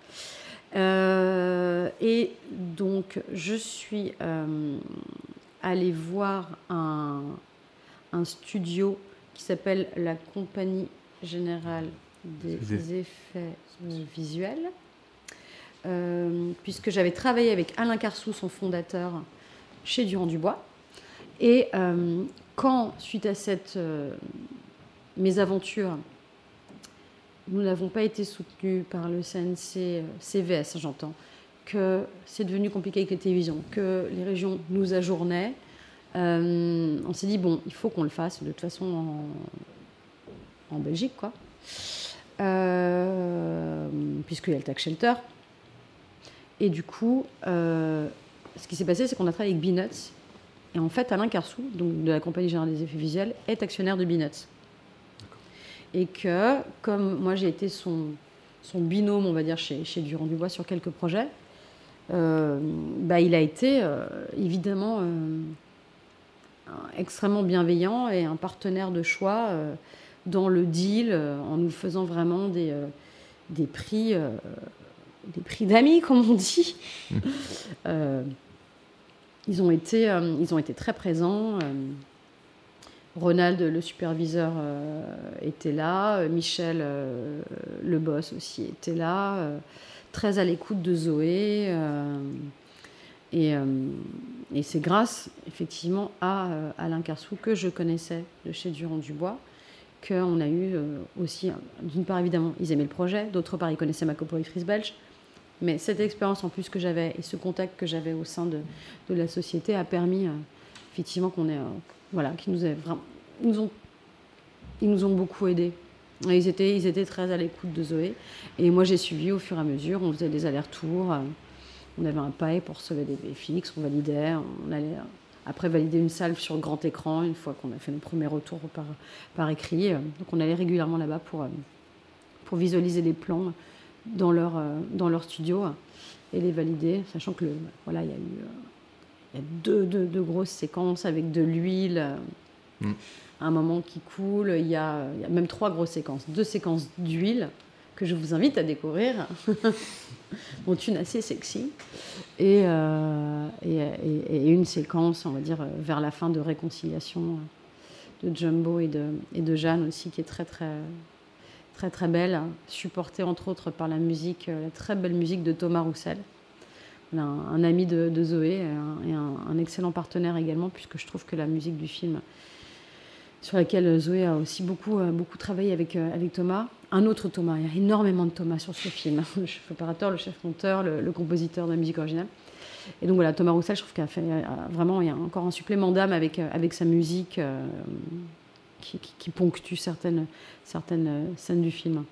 [SPEAKER 8] 3D. Et donc, je suis allée voir un studio qui s'appelle la Compagnie Générale des Effets Visuels, puisque j'avais travaillé avec Alain Carsou, son fondateur, chez Durand-Dubois. Et quand, suite à cette mésaventure, nous n'avons pas été soutenus par le CNC, CVS, j'entends, que c'est devenu compliqué avec les télévisions, que les régions nous ajournaient, on s'est dit, bon, il faut qu'on le fasse, de toute façon, en Belgique, quoi. Puisqu'il y a le tax shelter. Et du coup, ce qui s'est passé, c'est qu'on a travaillé avec Beanuts. Et en fait, Alain Carsou, donc de la Compagnie Générale des Effets Visuels, est actionnaire de Beanuts. Et que, comme moi, j'ai été son binôme, on va dire, chez Durand-Dubois sur quelques projets, il a été, évidemment, extrêmement bienveillant et un partenaire de choix dans le deal, en nous faisant vraiment des prix d'amis, comme on dit. Ils ont été très présents. Ronald, le superviseur, était là. Michel, le boss aussi, était là. Très à l'écoute de Zoé. Et c'est grâce, effectivement, à Alain Carsou, que je connaissais de chez Durand-Dubois, qu'on a eu aussi, d'une part, évidemment, ils aimaient le projet, d'autre part, ils connaissaient ma coproductrice belge. Mais cette expérience en plus que j'avais et ce contact que j'avais au sein de la société a permis, effectivement, qu'on ait... qu'ils nous ont beaucoup aidés. Et ils étaient très à l'écoute de Zoé. Et moi, j'ai suivi au fur et à mesure. On faisait des allers-retours. On avait un paille pour recevoir des VFX. On validait. On allait après valider une salle sur grand écran une fois qu'on a fait nos premiers retours par écrit. Donc, on allait régulièrement là-bas pour visualiser les plans dans leur studio et les valider, sachant que il y a deux grosses séquences avec de l'huile, un moment qui coule, il y a même 3 grosses séquences, 2 séquences d'huile que je vous invite à découvrir, dont une assez sexy, et une séquence, on va dire, vers la fin de réconciliation de Jumbo et de Jeanne aussi, qui est très très très très belle, supportée entre autres par la très belle musique de Thomas Roussel, un ami de Zoé et un excellent partenaire également, puisque je trouve que la musique du film, sur laquelle Zoé a aussi beaucoup travaillé avec Thomas, un autre Thomas, il y a énormément de Thomas sur ce film, le chef opérateur, le chef monteur, le compositeur de la musique originale. Et donc voilà, Thomas Roussel, je trouve qu'il a fait vraiment, il y a encore un supplément d'âme avec sa musique, qui ponctue certaines scènes du film.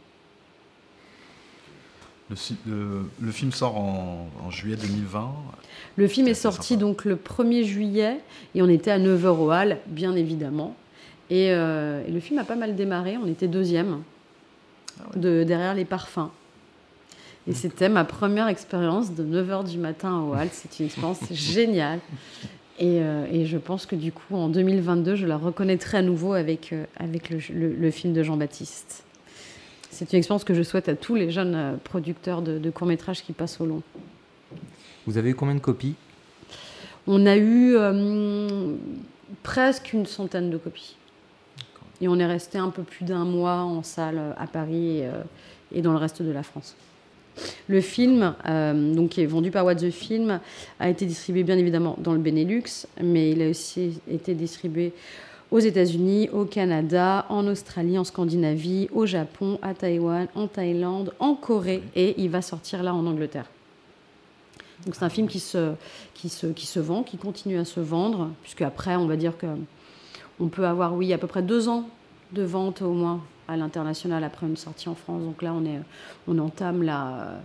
[SPEAKER 7] Le film sort en juillet 2020.
[SPEAKER 8] Le film est sorti donc le 1er juillet et on était à 9h au Hall, bien évidemment. Et le film a pas mal démarré, on était 2e, derrière Les Parfums. Et c'était ma première expérience de 9h du matin au Hall. C'est une expérience géniale. Et je pense que du coup, en 2022, je la reconnaîtrai à nouveau avec le film de Jean-Baptiste. C'est une expérience que je souhaite à tous les jeunes producteurs de courts-métrages qui passent au long.
[SPEAKER 5] Vous avez eu combien de copies ?
[SPEAKER 8] On a eu presque une centaine de copies. Et on est resté un peu plus d'un mois en salle à Paris et dans le reste de la France. Le film, donc, qui est vendu par What the Film, a été distribué bien évidemment dans le Benelux, mais il a aussi été distribué aux États-Unis, au Canada, en Australie, en Scandinavie, au Japon, à Taïwan, en Thaïlande, en Corée, et il va sortir là en Angleterre. Donc c'est un film qui se vend, qui continue à se vendre, puisque après, on va dire qu'on peut avoir, oui, à peu près 2 ans de vente au moins à l'international après une sortie en France. Donc là, on va entamer la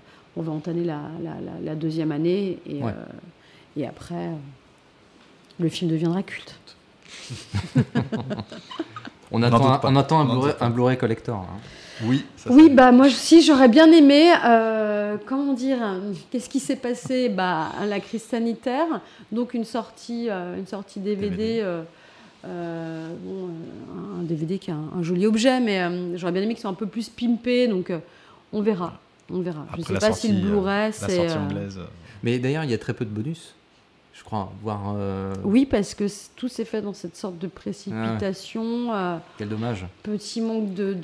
[SPEAKER 8] 2e année, et après, le film deviendra culte.
[SPEAKER 5] On attend un Blu-ray collector. Hein.
[SPEAKER 7] Oui.
[SPEAKER 8] Moi aussi, j'aurais bien aimé. Comment dire ? Qu'est-ce qui s'est passé ? La crise sanitaire, donc une sortie DVD. Un DVD qui est un joli objet, mais j'aurais bien aimé qu'il soit un peu plus pimpé, donc on verra. Je ne sais pas si le Blu-ray, c'est...
[SPEAKER 7] La sortie anglaise.
[SPEAKER 5] Mais d'ailleurs, il y a très peu de bonus, je crois.
[SPEAKER 8] Oui, parce que tout s'est fait dans cette sorte de précipitation.
[SPEAKER 5] Quel dommage.
[SPEAKER 8] Petit manque de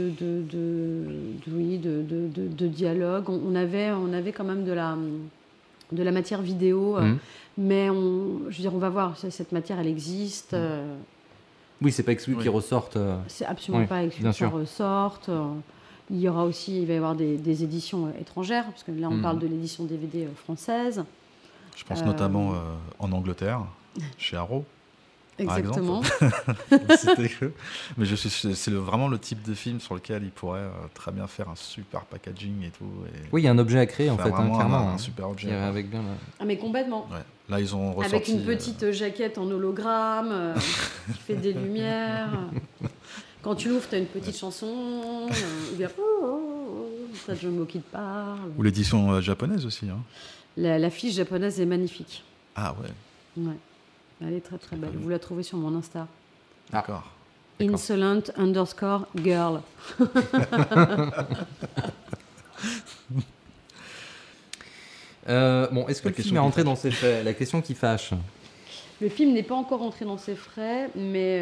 [SPEAKER 8] dialogue. On avait quand même de la matière vidéo. Mais on va voir, cette matière, elle existe.
[SPEAKER 5] Oui, c'est pas exclu qu'ils ressortent.
[SPEAKER 8] C'est absolument pas exclu qu'ils ressortent. Il va y avoir des éditions étrangères, parce que là, on parle de l'édition DVD française.
[SPEAKER 7] Je pense notamment en Angleterre, chez Arrow.
[SPEAKER 8] Exactement.
[SPEAKER 7] Mais c'est vraiment le type de film sur lequel il pourrait très bien faire un super packaging et tout.
[SPEAKER 5] Oui, il y a un objet à créer en fait, clairement.
[SPEAKER 7] Un super objet.
[SPEAKER 5] Avec bien.
[SPEAKER 8] Mais complètement.
[SPEAKER 7] Ouais. Là, ils ont ressorti.
[SPEAKER 8] Avec une petite jaquette en hologramme qui fait des lumières. Quand tu l'ouvres, tu as une petite chanson. T'as Jumbo qui te parle.
[SPEAKER 7] Ou l'édition japonaise aussi. Hein.
[SPEAKER 8] L'affiche japonaise est magnifique.
[SPEAKER 7] Ah ouais.
[SPEAKER 8] Ouais. Elle est très très belle. Vous la trouvez sur mon Insta.
[SPEAKER 7] D'accord.
[SPEAKER 8] Insolent_girl.
[SPEAKER 5] Est-ce que le film est rentré dans ses frais ? La question qui fâche.
[SPEAKER 8] Le film n'est pas encore rentré dans ses frais, mais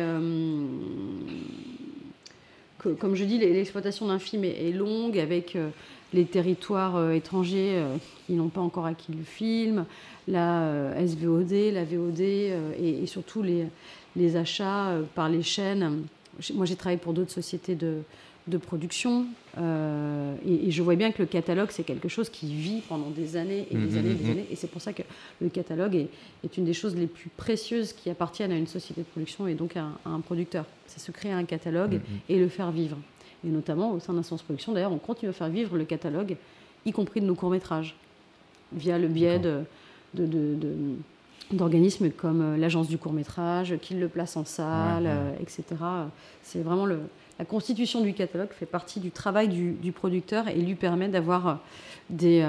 [SPEAKER 8] comme je dis, l'exploitation d'un film est longue, avec les territoires étrangers qui n'ont pas encore acquis le film, la SVOD, la VOD, et surtout les achats par les chaînes. Moi, j'ai travaillé pour d'autres sociétés de production, et je vois bien que le catalogue, c'est quelque chose qui vit pendant des années et des années, et c'est pour ça que le catalogue est une des choses les plus précieuses qui appartiennent à une société de production et donc à un producteur. C'est se créer un catalogue et le faire vivre. Et notamment au sein d'Insolence Production, d'ailleurs, on continue à faire vivre le catalogue, y compris de nos courts-métrages, via le biais d'organismes comme l'Agence du court-métrage, qui le place en salle, etc. C'est vraiment la constitution du catalogue fait partie du travail du producteur et lui permet d'avoir des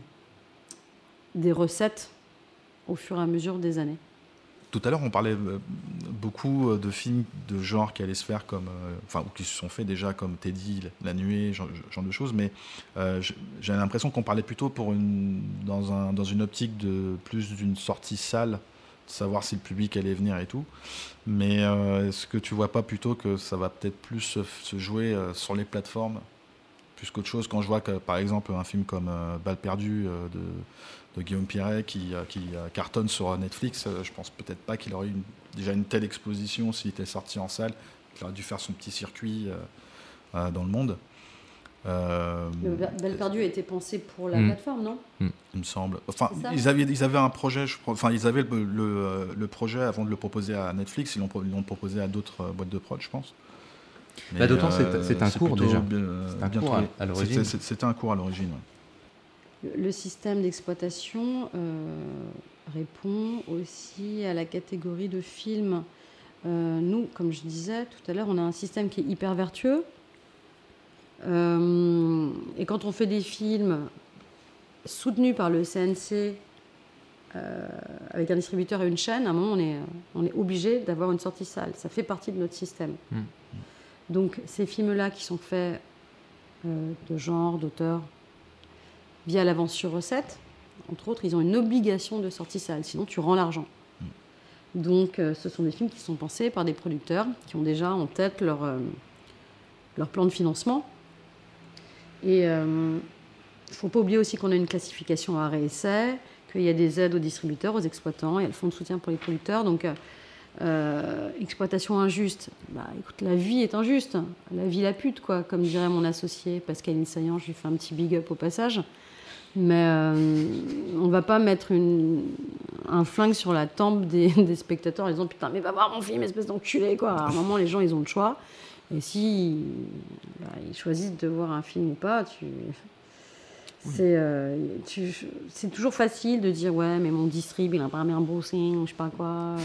[SPEAKER 8] recettes au fur et à mesure des années.
[SPEAKER 7] Tout à l'heure, on parlait beaucoup de films de genre qui allaient se faire ou qui se sont faits déjà, comme Teddy, La Nuée, genre de choses, mais j'ai l'impression qu'on parlait plutôt dans une optique de plus d'une sortie salle, de savoir si le public allait venir et tout. Mais est-ce que tu vois pas plutôt que ça va peut-être plus se jouer sur les plateformes plus qu'autre chose, quand je vois que, par exemple, un film comme Balle perdue de Guillaume Piret qui cartonne sur Netflix, je pense peut-être pas qu'il aurait eu déjà une telle exposition s'il était sorti en salle. Il aurait dû faire son petit circuit dans le monde.
[SPEAKER 8] Balle perdue a été pensé pour la plateforme, non ?
[SPEAKER 7] Il me semble. Enfin, ils avaient un projet, je crois. Enfin, ils avaient le projet avant de le proposer à Netflix. Ils l'ont proposé à d'autres boîtes de prod, je pense.
[SPEAKER 5] D'autant c'est un cours déjà.
[SPEAKER 7] C'est un cours à l'origine. C'était un cours à l'origine. Ouais.
[SPEAKER 8] Le système d'exploitation répond aussi à la catégorie de films. Nous, comme je disais tout à l'heure, on a un système qui est hyper vertueux. Et quand on fait des films soutenu par le CNC avec un distributeur et une chaîne, à un moment, on est obligé d'avoir une sortie salle. Ça fait partie de notre système. Donc, ces films-là qui sont faits de genre, d'auteur, via l'avance sur recette, entre autres, ils ont une obligation de sortie salle, sinon tu rends l'argent. Donc, ce sont des films qui sont pensés par des producteurs qui ont déjà en tête leur plan de financement. Et il ne faut pas oublier aussi qu'on a une classification arrêt-essai, qu'il y a des aides aux distributeurs, aux exploitants, il y a le fonds de soutien pour les producteurs. Donc, exploitation injuste. Écoute, la vie est injuste. La vie la pute, quoi, comme dirait mon associé Pascaline Saillant. Je lui fais un petit big up au passage. Mais on va pas mettre un flingue sur la tempe des spectateurs en disant putain, mais va voir mon film, espèce d'enculé, quoi. À un moment, les gens, ils ont le choix. Et si ils choisissent de voir un film ou pas, c'est toujours facile de dire ouais, mais mon distrib, il a pas un browsing, ou je sais pas quoi.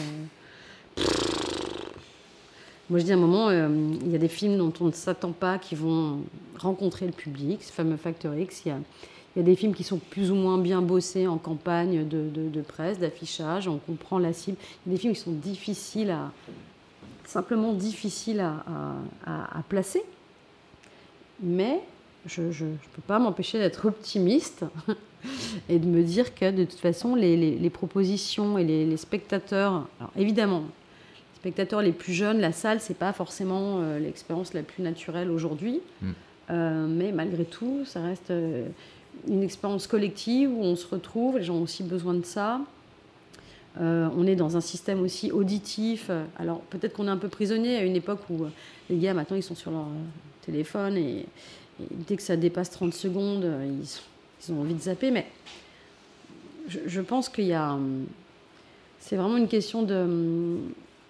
[SPEAKER 8] Moi, je dis à un moment, il y a des films dont on ne s'attend pas qui vont rencontrer le public, ce fameux Factor X. Il y a des films qui sont plus ou moins bien bossés en campagne de presse, d'affichage, on comprend la cible. Il y a des films qui sont simplement difficiles à placer. Mais je ne peux pas m'empêcher d'être optimiste et de me dire que de toute façon, les propositions et les spectateurs... Alors évidemment, les spectateurs les plus jeunes, la salle, ce n'est pas forcément l'expérience la plus naturelle aujourd'hui. Mais malgré tout, ça reste une expérience collective où on se retrouve, les gens ont aussi besoin de ça. On est dans un système aussi auditif. Alors peut-être qu'on est un peu prisonnier à une époque où les gars maintenant ils sont sur leur téléphone et dès que ça dépasse 30 secondes, ils ont envie de zapper. Mais je pense qu'il y a... C'est vraiment une question de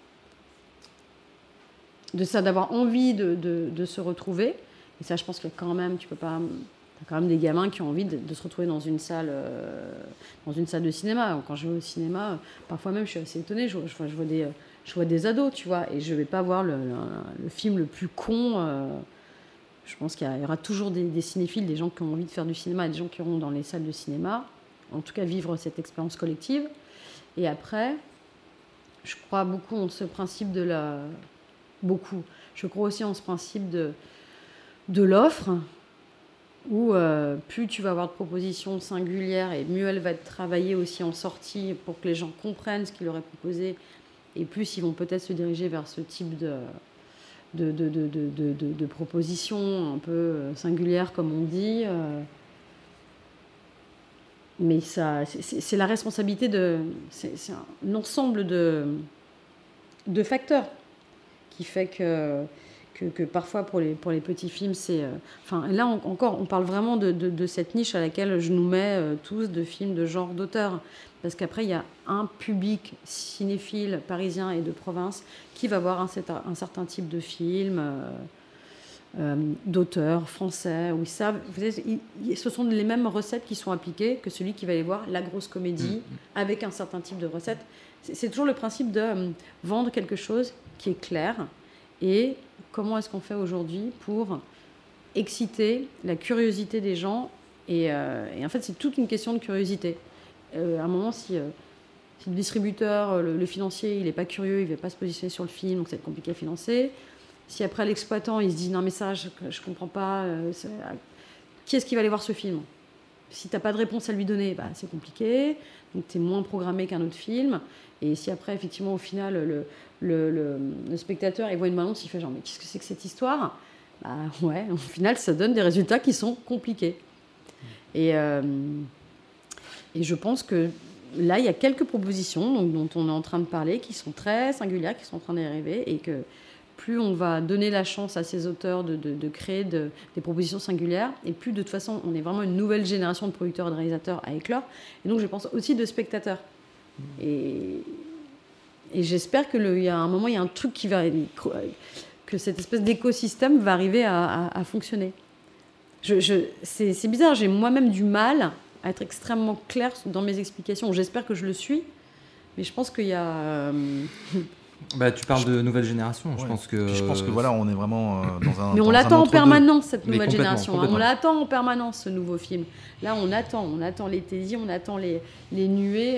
[SPEAKER 8] ça, d'avoir envie de se retrouver. Et ça, je pense qu'il y a quand même... T'as quand même des gamins qui ont envie de se retrouver dans une salle de cinéma. Quand je vais au cinéma, parfois même, je suis assez étonnée. Je vois des ados, tu vois, et je vais pas voir le film le plus con. Je pense qu'il y aura toujours des cinéphiles, des gens qui ont envie de faire du cinéma, et des gens qui iront dans les salles de cinéma. En tout cas, vivre cette expérience collective. Et après, je crois beaucoup en ce principe Beaucoup. Je crois aussi en ce principe de l'offre, où plus tu vas avoir de propositions singulières et mieux elle va être travaillée aussi en sortie pour que les gens comprennent ce qu'il leur est proposé, et plus ils vont peut-être se diriger vers ce type de propositions un peu singulières, comme on dit. Mais ça, c'est la responsabilité c'est un ensemble de facteurs qui fait que parfois pour les petits films, c'est... là encore, on parle vraiment de cette niche à laquelle je nous mets tous, de films de genre d'auteur. Parce qu'après, il y a un public cinéphile parisien et de province qui va voir un certain type de film, d'auteurs français, où ils savent... ce sont les mêmes recettes qui sont appliquées que celui qui va aller voir la grosse comédie avec un certain type de recettes. C'est toujours le principe de vendre quelque chose qui est clair. Et comment est-ce qu'on fait aujourd'hui pour exciter la curiosité des gens et en fait, c'est toute une question de curiosité. À un moment, si le distributeur, le financier, il n'est pas curieux, il ne va pas se positionner sur le film, donc ça va être compliqué à financer. Si après l'exploitant, il se dit « Non mais ça, je ne comprends pas, qui est-ce qui va aller voir ce film ?» Si tu n'as pas de réponse à lui donner, c'est compliqué, donc tu es moins programmé qu'un autre film. Et si après, effectivement, au final, le spectateur il voit une annonce, il fait genre « Mais qu'est-ce que c'est que cette histoire ?» Ouais, au final, ça donne des résultats qui sont compliqués. Et je pense que là, il y a quelques propositions dont on est en train de parler, qui sont très singulières, qui sont en train d'arriver, et que plus on va donner la chance à ces auteurs de créer des propositions singulières, et plus de toute façon, on est vraiment une nouvelle génération de producteurs et de réalisateurs à éclore, et donc je pense aussi de spectateurs. Et j'espère qu'il y a un moment, il y a un truc que cette espèce d'écosystème va arriver à fonctionner. C'est bizarre, j'ai moi-même du mal à être extrêmement claire dans mes explications. J'espère que je le suis, mais je pense qu'il y a
[SPEAKER 5] Tu parles de nouvelle génération, je pense que...
[SPEAKER 7] Puis je pense que voilà, on est vraiment dans un...
[SPEAKER 8] Mais on
[SPEAKER 7] dans
[SPEAKER 8] l'attend
[SPEAKER 7] un
[SPEAKER 8] en
[SPEAKER 7] entre-deux.
[SPEAKER 8] permanence, cette
[SPEAKER 5] Mais
[SPEAKER 8] nouvelle
[SPEAKER 5] complètement,
[SPEAKER 8] génération.
[SPEAKER 5] complètement.
[SPEAKER 8] On l'attend en permanence, ce nouveau film. Là, on attend les tésis, on attend les nuées.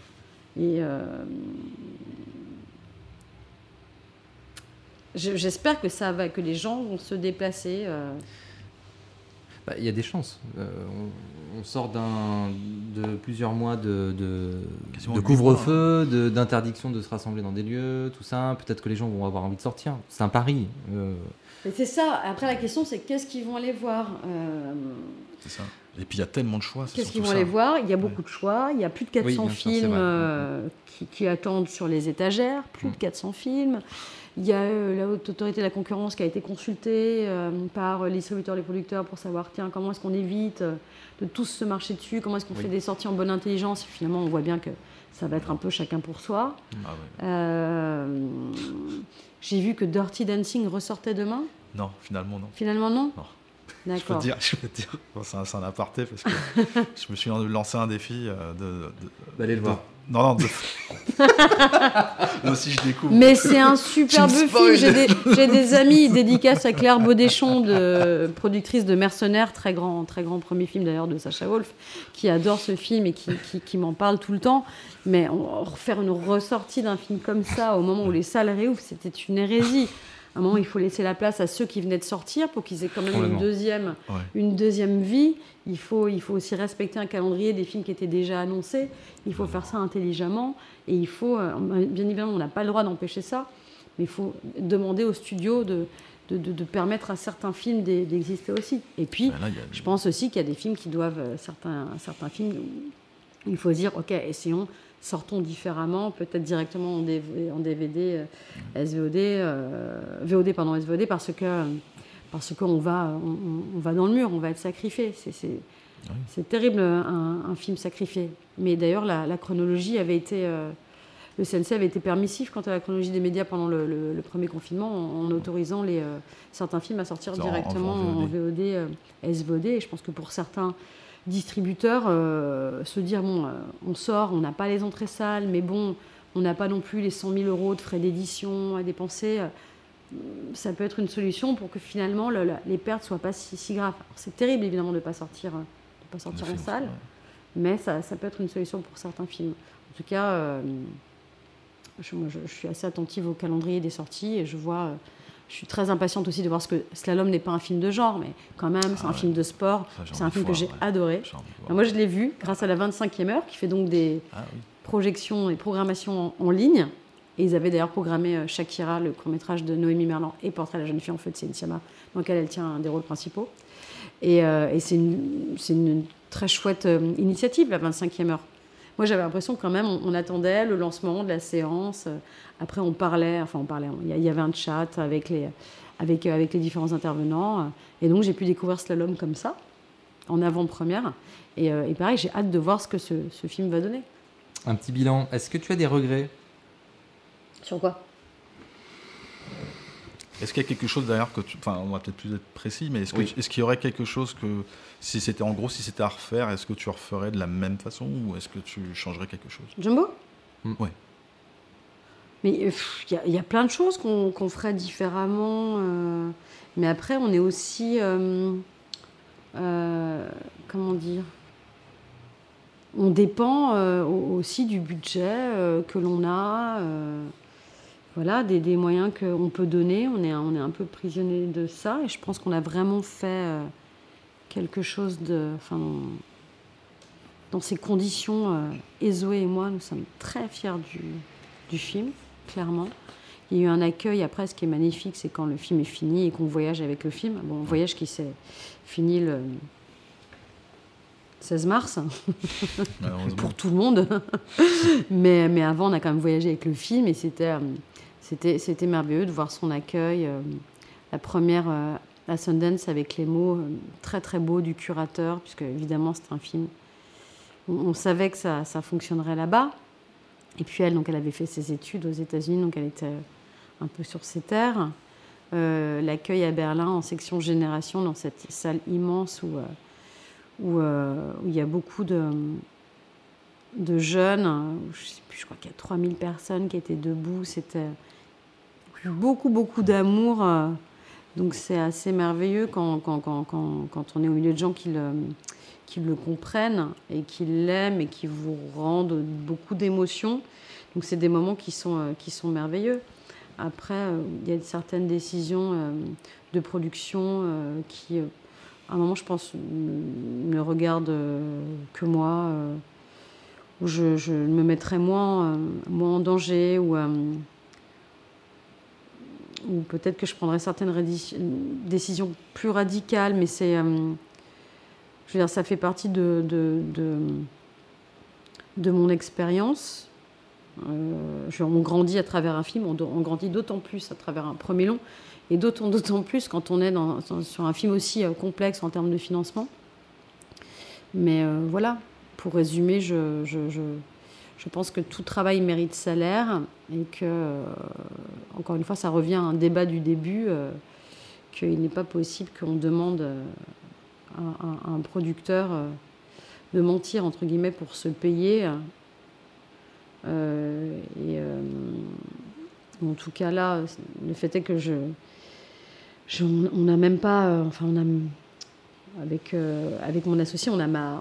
[SPEAKER 8] J'espère que les gens vont se déplacer.
[SPEAKER 5] Il y a des chances. On sort de plusieurs mois de
[SPEAKER 7] Quasiment
[SPEAKER 5] couvre-feu, d'interdiction de se rassembler dans des lieux, tout ça. Peut-être que les gens vont avoir envie de sortir. C'est un pari.
[SPEAKER 8] Et c'est ça. Après, la question, c'est qu'est-ce qu'ils vont aller voir
[SPEAKER 7] C'est ça. Et puis il y a tellement de choix.
[SPEAKER 8] Qu'est-ce qu'ils vont aller voir? Il y a beaucoup de choix. Il y a plus de 400
[SPEAKER 5] bien sûr, c'est
[SPEAKER 8] films
[SPEAKER 5] vrai.
[SPEAKER 8] qui attendent sur les étagères. Plus de 400 films. Il y a la Haute Autorité de la Concurrence qui a été consultée par les distributeurs, les producteurs pour savoir comment est-ce qu'on évite de tous se marcher dessus, comment est-ce qu'on fait des sorties en bonne intelligence. Et finalement, on voit bien que ça va être un peu chacun pour soi. J'ai vu que Dirty Dancing ressortait demain.
[SPEAKER 7] Non, finalement non.
[SPEAKER 8] Finalement, non. D'accord.
[SPEAKER 7] Je peux te dire, c'est un aparté parce que je me suis lancé un défi
[SPEAKER 5] D'aller le voir.
[SPEAKER 7] Non. Là aussi, je découvre.
[SPEAKER 8] Mais c'est un superbe film. J'ai des amis, dédicaces à Claire Baudéchon, productrice de Mercenaires, très grand premier film d'ailleurs de Sacha Wolf, qui adore ce film et qui m'en parle tout le temps. Mais faire une ressortie d'un film comme ça au moment où les salles réouvrent, c'était une hérésie. À un moment, il faut laisser la place à ceux qui venaient de sortir pour qu'ils aient quand même une deuxième vie. Il faut aussi respecter un calendrier des films qui étaient déjà annoncés. Il faut faire ça intelligemment. Et il faut, bien évidemment, on n'a pas le droit d'empêcher ça, mais il faut demander aux studios de permettre à certains films d'exister aussi. Et puis, je pense aussi qu'il y a des films qui doivent, certains films, il faut dire, OK, essayons, sortons différemment, peut-être directement en DVD, SVOD, parce qu'on va dans le mur, on va être sacrifié. C'est terrible, un film sacrifié. Mais d'ailleurs, la chronologie avait été... le CNC avait été permissif quant à la chronologie des médias pendant le premier confinement, en autorisant certains films à sortir directement en VOD, SVOD. Et je pense que pour certains distributeurs, se dire, on sort, on n'a pas les entrées salles, mais bon, on n'a pas non plus les 100 000 € de frais d'édition à dépenser. Ça peut être une solution pour que finalement les pertes ne soient pas si graves. Alors, c'est terrible évidemment de ne pas sortir en salle, mais ça peut être une solution pour certains films. En tout cas, je suis assez attentive au calendrier des sorties et je suis très impatiente aussi de voir ce que Slalom n'est pas un film de genre, mais quand même, c'est un film de sport. C'est un film que j'ai adoré. Moi, je l'ai vu grâce à la 25e heure, qui fait donc des projections et programmations en ligne. Et ils avaient d'ailleurs programmé Shakira, le court-métrage de Noémie Merlan, et Portrait de la jeune fille en feu de Céline Sciamma, dans lequel elle tient un des rôles principaux. Et c'est une très chouette initiative, la 25e heure. Moi, j'avais l'impression quand même, on attendait le lancement de la séance. Après, on parlait. Il y avait un chat avec les différents intervenants. Et donc, j'ai pu découvrir Slalom comme ça, en avant-première. Et pareil, j'ai hâte de voir ce que ce film va donner.
[SPEAKER 5] Un petit bilan. Est-ce que tu as des regrets ?
[SPEAKER 8] Sur quoi ?
[SPEAKER 7] Est-ce qu'il y a quelque chose d'ailleurs on va peut-être plus être précis, mais est-ce qu'il y aurait quelque chose que, si c'était à refaire, est-ce que tu referais de la même façon ou est-ce que tu changerais quelque chose ?
[SPEAKER 8] Jumbo ?
[SPEAKER 7] Oui.
[SPEAKER 8] Mais il y a plein de choses qu'on ferait différemment. Mais après, on est aussi... comment dire ? On dépend aussi du budget que l'on a. Voilà, des moyens qu'on peut donner. On est un peu prisonnier de ça. Et je pense qu'on a vraiment fait quelque chose dans ces conditions. Zoé et moi, nous sommes très fiers du film, clairement. Il y a eu un accueil après, ce qui est magnifique, c'est quand le film est fini et qu'on voyage avec le film. Bon, un voyage qui s'est fini le 16 mars, pour tout le monde. mais avant, on a quand même voyagé avec le film et c'était merveilleux de voir son accueil. La première à Sundance avec les mots très très beaux du curateur, puisque évidemment c'est un film. On savait que ça fonctionnerait là-bas. Et puis elle avait fait ses études aux États-Unis, donc elle était un peu sur ses terres. L'accueil à Berlin en section Génération, dans cette salle immense où il y a beaucoup de jeunes. Je sais plus, je crois qu'il y a 3000 personnes qui étaient debout. C'était beaucoup, beaucoup d'amour. Donc c'est assez merveilleux quand on est au milieu de gens qui le comprennent et qui l'aiment et qui vous rendent beaucoup d'émotions. Donc c'est des moments qui sont merveilleux. Après, il y a certaines décisions de production qui, à un moment, je pense, ne regardent que moi, où je me mettrais moins en danger, ou peut-être que je prendrais certaines décisions plus radicales, mais c'est, je veux dire, ça fait partie de mon expérience. On grandit à travers un film, on grandit d'autant plus à travers un premier long, et d'autant plus quand on est sur un film aussi complexe en termes de financement. Mais voilà, pour résumer, je pense que tout travail mérite salaire, et que, encore une fois, ça revient à un débat du début, qu'il n'est pas possible qu'on demande à un producteur de mentir, entre guillemets, pour se payer. En tout cas là, le fait est que on n'a même pas, avec mon associé, on n'a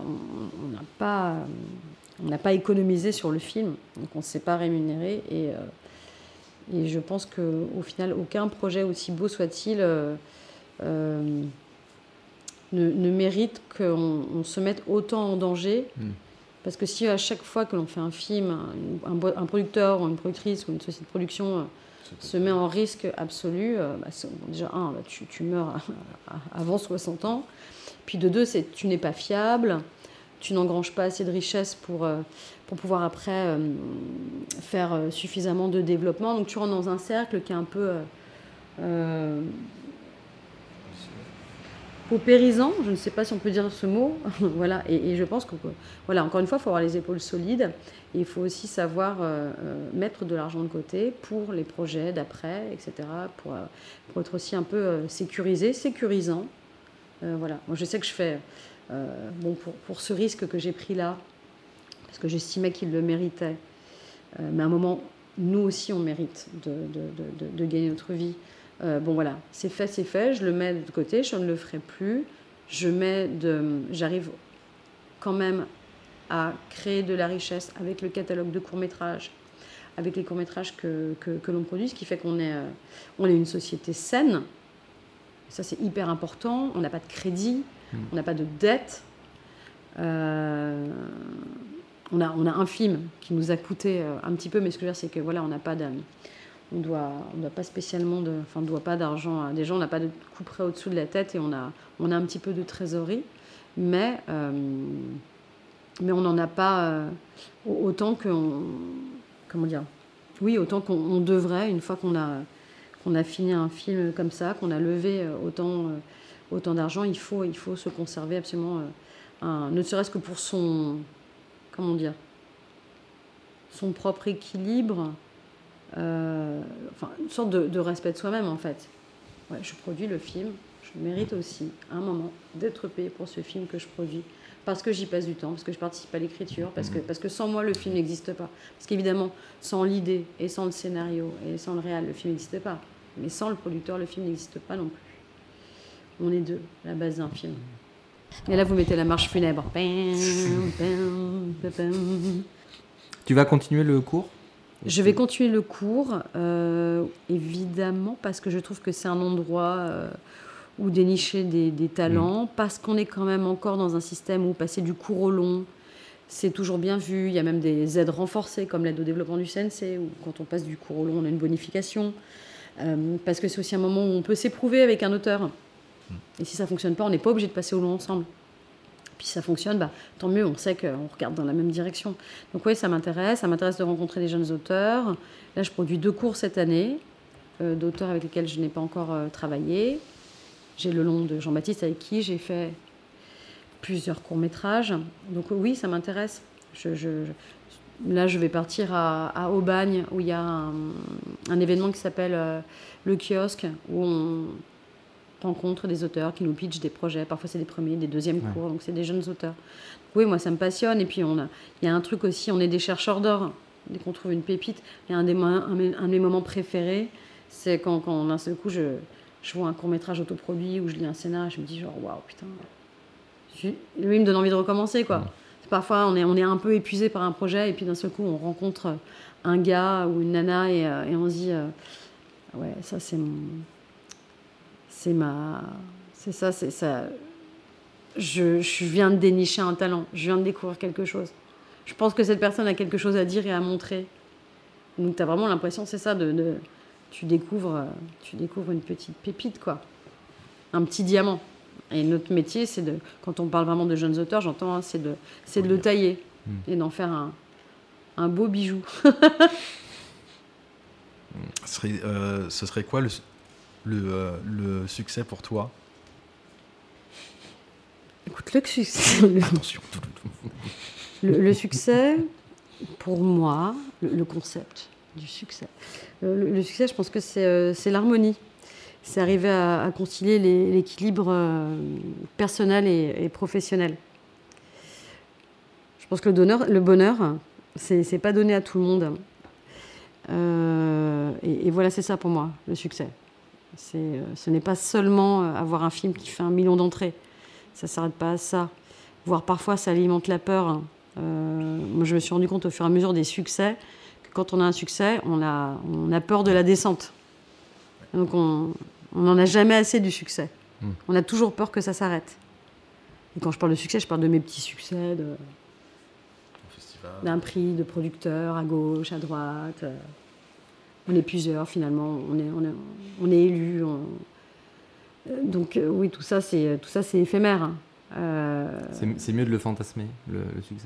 [SPEAKER 8] pas économisé sur le film, donc on ne s'est pas rémunéré, et je pense qu'au final, aucun projet, aussi beau soit-il, ne mérite qu'on se mette autant en danger. Parce que si à chaque fois que l'on fait un film, un producteur ou une productrice ou une société de production se met en risque absolu, déjà, tu meurs avant 60 ans. Puis de deux, tu n'es pas fiable, tu n'engranges pas assez de richesses pour pouvoir après faire suffisamment de développement. Donc tu rentres dans un cercle qui est un peu paupérisant, je ne sais pas si on peut dire ce mot. Voilà. Et je pense que, voilà, encore une fois, il faut avoir les épaules solides, et il faut aussi savoir mettre de l'argent de côté pour les projets d'après, etc., pour être aussi un peu sécurisant. Voilà. Moi, je sais que je fais pour ce risque que j'ai pris là, parce que j'estimais qu'il le méritait, mais à un moment, nous aussi, on mérite de gagner notre vie. Bon voilà, c'est fait, je le mets de côté, je ne le ferai plus. J'arrive quand même à créer de la richesse avec le catalogue de courts-métrages, avec les courts-métrages que l'on produit, ce qui fait qu'on est une société saine. Ça, c'est hyper important. On n'a pas de crédit, on n'a pas de dette. On a un film qui nous a coûté un petit peu, mais ce que je veux dire, c'est que voilà, on n'a pas on doit pas spécialement on doit pas d'argent à des gens, on n'a pas de coup près au-dessous de la tête, et on a un petit peu de trésorerie, mais on n'en a pas autant autant qu'on devrait, une fois qu'on a fini un film comme ça, qu'on a levé autant d'argent. Il faut se conserver absolument, ne serait-ce que pour son propre équilibre. Une sorte de respect de soi-même, en fait. Ouais, je produis le film, je mérite aussi à un moment d'être payé pour ce film que je produis, parce que j'y passe du temps, parce que je participe à l'écriture, parce que sans moi le film n'existe pas, parce qu'évidemment sans l'idée et sans le scénario et sans le réal, le film n'existe pas, mais sans le producteur, le film n'existe pas non plus. On est deux, la base d'un film. Et là vous mettez la marche funèbre.
[SPEAKER 5] Tu vas continuer le cours ?
[SPEAKER 8] Je vais continuer le cours, évidemment, parce que je trouve que c'est un endroit où dénicher des talents, parce qu'on est quand même encore dans un système où passer du court au long, c'est toujours bien vu. Il y a même des aides renforcées, comme l'aide au développement du CNC, où quand on passe du court au long, on a une bonification. Parce que c'est aussi un moment où on peut s'éprouver avec un auteur. Et si ça ne fonctionne pas, on n'est pas obligé de passer au long ensemble. Puis si ça fonctionne, tant mieux, on sait qu'on regarde dans la même direction. Donc oui, ça m'intéresse de rencontrer des jeunes auteurs. Là, je produis 2 cours cette année, d'auteurs avec lesquels je n'ai pas encore travaillé. J'ai le long de Jean-Baptiste, avec qui j'ai fait plusieurs courts-métrages. Donc oui, ça m'intéresse. Là, je vais partir à Aubagne, où il y a un événement qui s'appelle le kiosque, où rencontre des auteurs qui nous pitchent des projets. Parfois, c'est des premiers, des deuxièmes cours, donc c'est des jeunes auteurs. Oui, moi, ça me passionne. Et puis, il y a un truc aussi, on est des chercheurs d'or. Dès qu'on trouve une pépite, et un de mes moments préférés, c'est quand d'un seul coup, je vois un court-métrage autoproduit ou je lis un scénario, je me dis genre, waouh, putain. Lui, il me donne envie de recommencer, quoi. Parfois, on est un peu épuisé par un projet, et puis d'un seul coup, on rencontre un gars ou une nana, et on se dit, ouais, ça, c'est ça. Je viens de dénicher un talent, je viens de découvrir quelque chose. Je pense que cette personne a quelque chose à dire et à montrer. Donc, tu as vraiment l'impression, c'est ça, tu découvres une petite pépite, quoi. Un petit diamant. Et notre métier, quand on parle vraiment de jeunes auteurs, j'entends, c'est de le tailler et d'en faire un beau bijou.
[SPEAKER 7] Ce serait quoi le succès pour toi?
[SPEAKER 8] Écoute, le succès...
[SPEAKER 7] Attention.
[SPEAKER 8] Le succès, pour moi, le concept du succès. Le succès, je pense que c'est l'harmonie. C'est arriver à concilier l'équilibre personnel et professionnel. Je pense que le bonheur, c'est pas donné à tout le monde. Et voilà, c'est ça pour moi, le succès. Ce n'est pas seulement avoir un film qui fait 1 million d'entrées. Ça s'arrête pas à ça. Voire parfois, ça alimente la peur. Moi, je me suis rendu compte au fur et à mesure des succès que quand on a un succès, on a peur de la descente. Donc, on n'en a jamais assez du succès. On a toujours peur que ça s'arrête. Et quand je parle de succès, je parle de mes petits succès, d'un prix de producteur à gauche, à droite. On est plusieurs, finalement. On est élus. Donc, oui, tout ça, c'est éphémère.
[SPEAKER 5] C'est mieux de le fantasmer, le succès.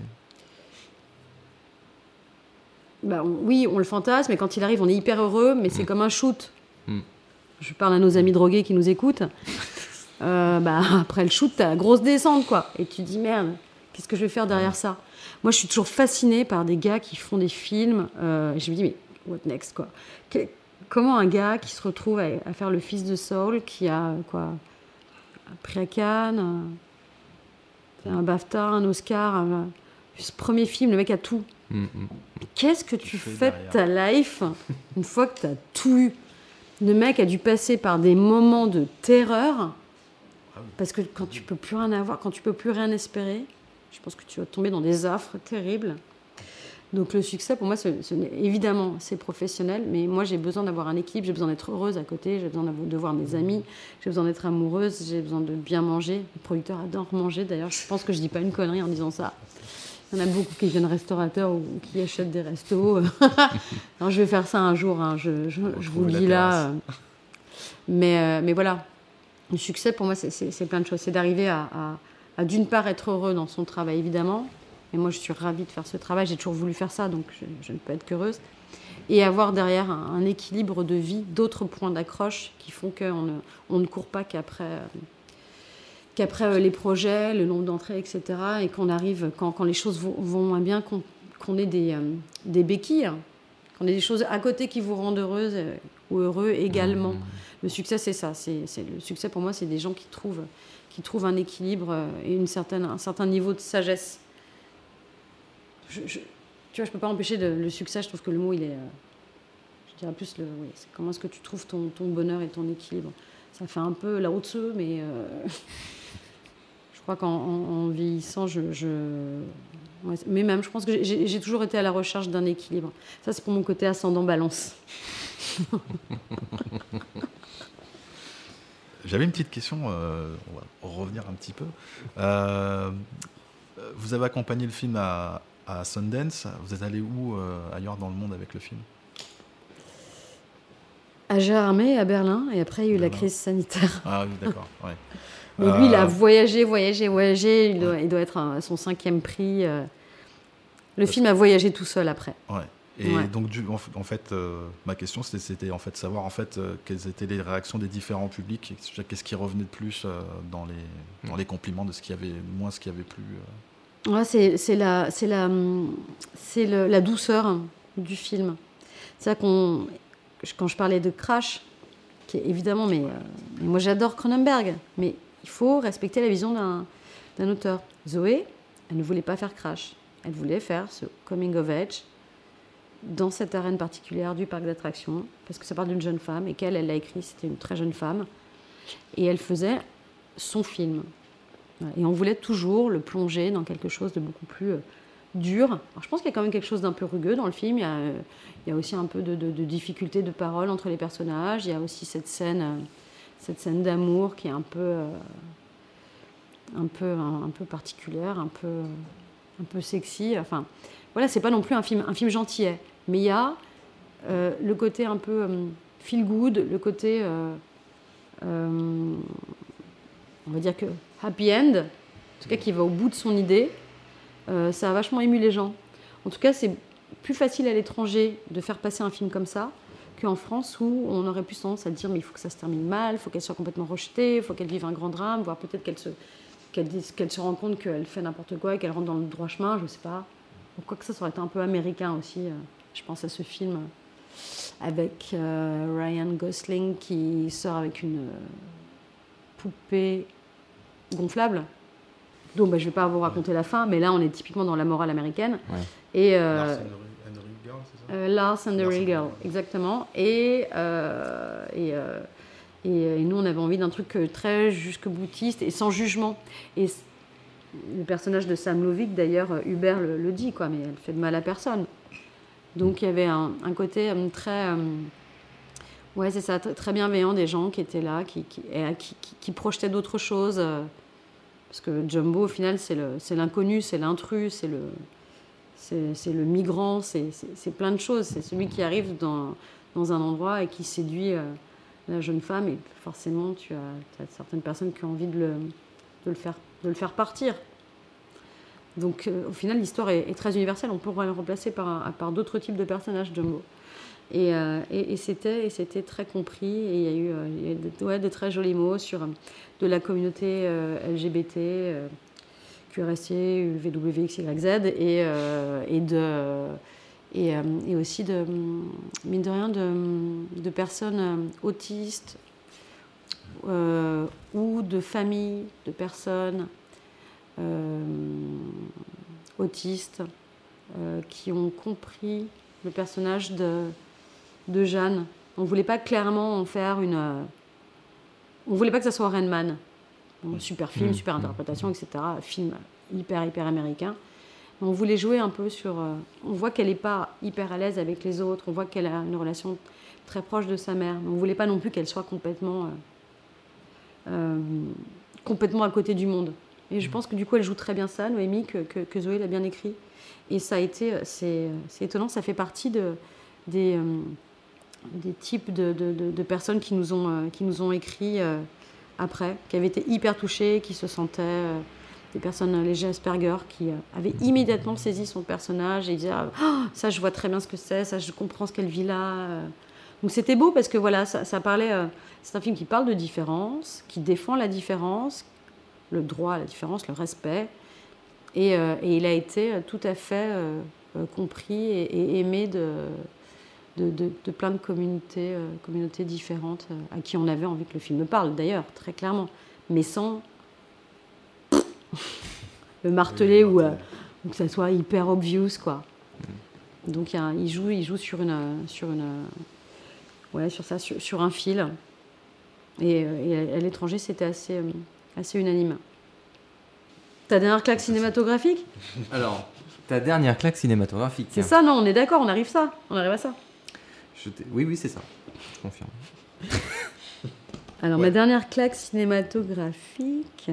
[SPEAKER 8] Oui, on le fantasme, et quand il arrive, on est hyper heureux, mais c'est comme un shoot. Je parle à nos amis drogués qui nous écoutent. Après le shoot, t'as la grosse descente, quoi. Et tu te dis, merde, qu'est-ce que je vais faire derrière ça? Moi, je suis toujours fascinée par des gars qui font des films. Et je me dis, mais what next, quoi? Comment un gars qui se retrouve à faire Le Fils de Saul, qui a quoi, un prix à Cannes, un BAFTA, un Oscar, ce premier film, le mec a tout. Qu'est-ce que tu fais de ta life une fois que tu as tout eu? Le mec a dû passer par des moments de terreur, parce que quand tu peux plus rien avoir, quand tu peux plus rien espérer, je pense que tu vas tomber dans des affres terribles. Donc le succès, pour moi, évidemment, c'est professionnel, mais moi, j'ai besoin d'avoir un équilibre, j'ai besoin d'être heureuse à côté, j'ai besoin de voir mes amis, j'ai besoin d'être amoureuse, j'ai besoin de bien manger. Les producteurs adorent manger, d'ailleurs, je pense que je dis pas une connerie en disant ça. Il y en a beaucoup qui deviennent restaurateurs ou qui achètent des restos. Alors, je vais faire ça un jour, hein, je vous le dis là. Mais voilà, le succès, pour moi, c'est plein de choses. C'est d'arriver à d'une part, être heureux dans son travail, évidemment. Et moi, je suis ravie de faire ce travail. J'ai toujours voulu faire ça, donc je ne peux être qu'heureuse. Et avoir derrière un équilibre de vie, d'autres points d'accroche qui font qu'on ne court pas qu'après les projets, le nombre d'entrées, etc. Et qu'on arrive, quand les choses vont moins bien, qu'on ait des béquilles, qu'on ait des choses à côté qui vous rendent heureuse ou heureux également. Le succès, c'est ça. Le succès, pour moi, c'est des gens qui trouvent un équilibre et un certain niveau de sagesse. Tu vois, je peux pas empêcher le succès. Je trouve que le mot, il est... je dirais plus c'est comment est-ce que tu trouves ton bonheur et ton équilibre. Ça fait un peu la haute ceux, mais je crois qu'en vieillissant, mais même, je pense que j'ai toujours été à la recherche d'un équilibre. Ça, c'est pour mon côté ascendant balance.
[SPEAKER 7] J'avais une petite question, on va revenir un petit peu. Vous avez accompagné le film à Sundance. Vous êtes allé où ailleurs dans le monde avec le film?
[SPEAKER 8] À Gérardmer, à Berlin, et après il y a eu la crise sanitaire.
[SPEAKER 7] Ah oui, d'accord. Ouais.
[SPEAKER 8] Mais lui, il a voyagé. Il doit être à son 5e prix. Le film a voyagé tout seul après.
[SPEAKER 7] Ouais. Et donc, en fait, ma question, c'était en fait savoir quelles étaient les réactions des différents publics, qu'est-ce qui revenait de plus dans les compliments de ce qui avait moins, ce qui avait plus.
[SPEAKER 8] Ouais, c'est la douceur du film. C'est-à-dire quand je parlais de Crash, qui qui est évidemment... Mais moi, j'adore Cronenberg, mais il faut respecter la vision d'un auteur. Zoé, elle ne voulait pas faire Crash. Elle voulait faire ce coming of age dans cette arène particulière du parc d'attractions, parce que ça parle d'une jeune femme, et qu'elle l'a écrit, c'était une très jeune femme. Et elle faisait son film. Et on voulait toujours le plonger dans quelque chose de beaucoup plus dur. Alors, je pense qu'il y a quand même quelque chose d'un peu rugueux dans le film. Il y a aussi un peu de difficulté de parole entre les personnages. Il y a aussi cette scène d'amour qui est un peu particulière, un peu sexy. Enfin, voilà, c'est pas non plus un film gentillet. Mais il y a le côté un peu feel good, le côté... on va dire que happy end, en tout cas qui va au bout de son idée, ça a vachement ému les gens. En tout cas, c'est plus facile à l'étranger de faire passer un film comme ça qu'en France où on aurait plus tendance à dire mais il faut que ça se termine mal, il faut qu'elle soit complètement rejetée, il faut qu'elle vive un grand drame, voire peut-être qu'elle se rende compte qu'elle fait n'importe quoi et qu'elle rentre dans le droit chemin, je sais pas. Quoi que ça aurait été un peu américain aussi. Je pense à ce film avec Ryan Gosling qui sort avec une poupée gonflable. Donc je ne vais pas vous raconter la fin, mais là on est typiquement dans la morale américaine.
[SPEAKER 7] Ouais.
[SPEAKER 8] Et
[SPEAKER 7] Lars and the Real Girl, c'est ça?
[SPEAKER 8] Lars and the Real Girl, exactement. Et nous on avait envie d'un truc très jusque-boutiste et sans jugement. Et le personnage de Sam Lovick, d'ailleurs, Hubert le dit, quoi, mais elle fait de mal à personne. Donc il y avait un côté très... ouais, c'est ça, très bienveillant des gens qui étaient là, qui projetaient d'autres choses. Parce que Jumbo, au final, c'est l'inconnu, c'est l'intrus, c'est le migrant, c'est plein de choses. C'est celui qui arrive dans un endroit et qui séduit la jeune femme. Et forcément, tu as certaines personnes qui ont envie de le faire partir. Donc, au final, l'histoire est très universelle. On pourrait le remplacer par d'autres types de personnages, Jumbo. Et c'était très compris. Et il y a eu de très jolis mots sur de la communauté LGBT, cuirassiers, VW, XYZ, et aussi mine de rien, de personnes autistes ou de familles de personnes autistes qui ont compris le personnage de Jeanne. On ne voulait pas clairement en faire on ne voulait pas que ça soit Rain Man. Super film, super interprétation, etc. Film hyper américain. On voulait jouer un peu sur... on voit qu'elle n'est pas hyper à l'aise avec les autres, on voit qu'elle a une relation très proche de sa mère. Mais on ne voulait pas non plus qu'elle soit complètement à côté du monde. Et je pense que du coup, elle joue très bien ça, Noémie, que Zoé l'a bien écrit. Et ça a été... c'est étonnant, ça fait partie des types de personnes qui nous ont écrit après, qui avaient été hyper touchées, qui se sentaient... des personnes légères Asperger qui avaient immédiatement saisi son personnage et disaient ça je vois très bien ce que c'est, ça je comprends ce qu'elle vit là. Donc c'était beau parce que voilà, ça parlait, c'est un film qui parle de différence, qui défend la différence, le droit à la différence, le respect, et il a été tout à fait compris et aimé de plein de communautés différentes à qui on avait envie que le film parle d'ailleurs, très clairement, mais sans le marteler ou que ça soit hyper obvious, quoi. Donc il joue sur un fil, et à l'étranger c'était assez unanime. Ta dernière claque cinématographique ?
[SPEAKER 5] Alors, ta dernière claque cinématographique.
[SPEAKER 8] C'est ça, non, on est d'accord, on arrive à ça.
[SPEAKER 5] Oui, c'est ça, je confirme.
[SPEAKER 8] Alors, ma dernière claque cinématographique...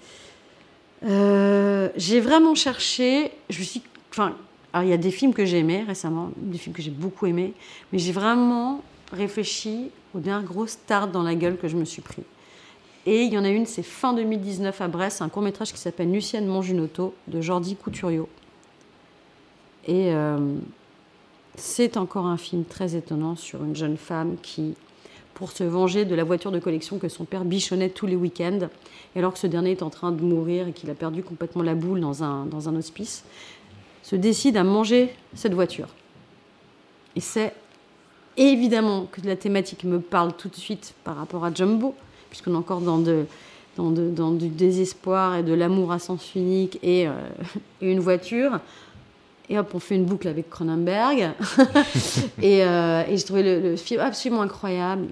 [SPEAKER 8] j'ai vraiment cherché. Alors il y a des films que j'ai aimés récemment, des films que j'ai beaucoup aimés, mais j'ai vraiment réfléchi aux dernières grosses tartes dans la gueule que je me suis pris. Et il y en a une, c'est fin 2019 à Brest, un court-métrage qui s'appelle Lucienne mange une auto de Jordi Couturiot. Et c'est encore un film très étonnant sur une jeune femme qui, pour se venger de la voiture de collection que son père bichonnait tous les week-ends, et alors que ce dernier est en train de mourir et qu'il a perdu complètement la boule dans un hospice, se décide à manger cette voiture. Et c'est évidemment que la thématique me parle tout de suite par rapport à Jumbo, puisqu'on est encore dans du désespoir et de l'amour à sens unique et une voiture. Et hop, on fait une boucle avec Cronenberg. et j'ai trouvé le film absolument incroyable.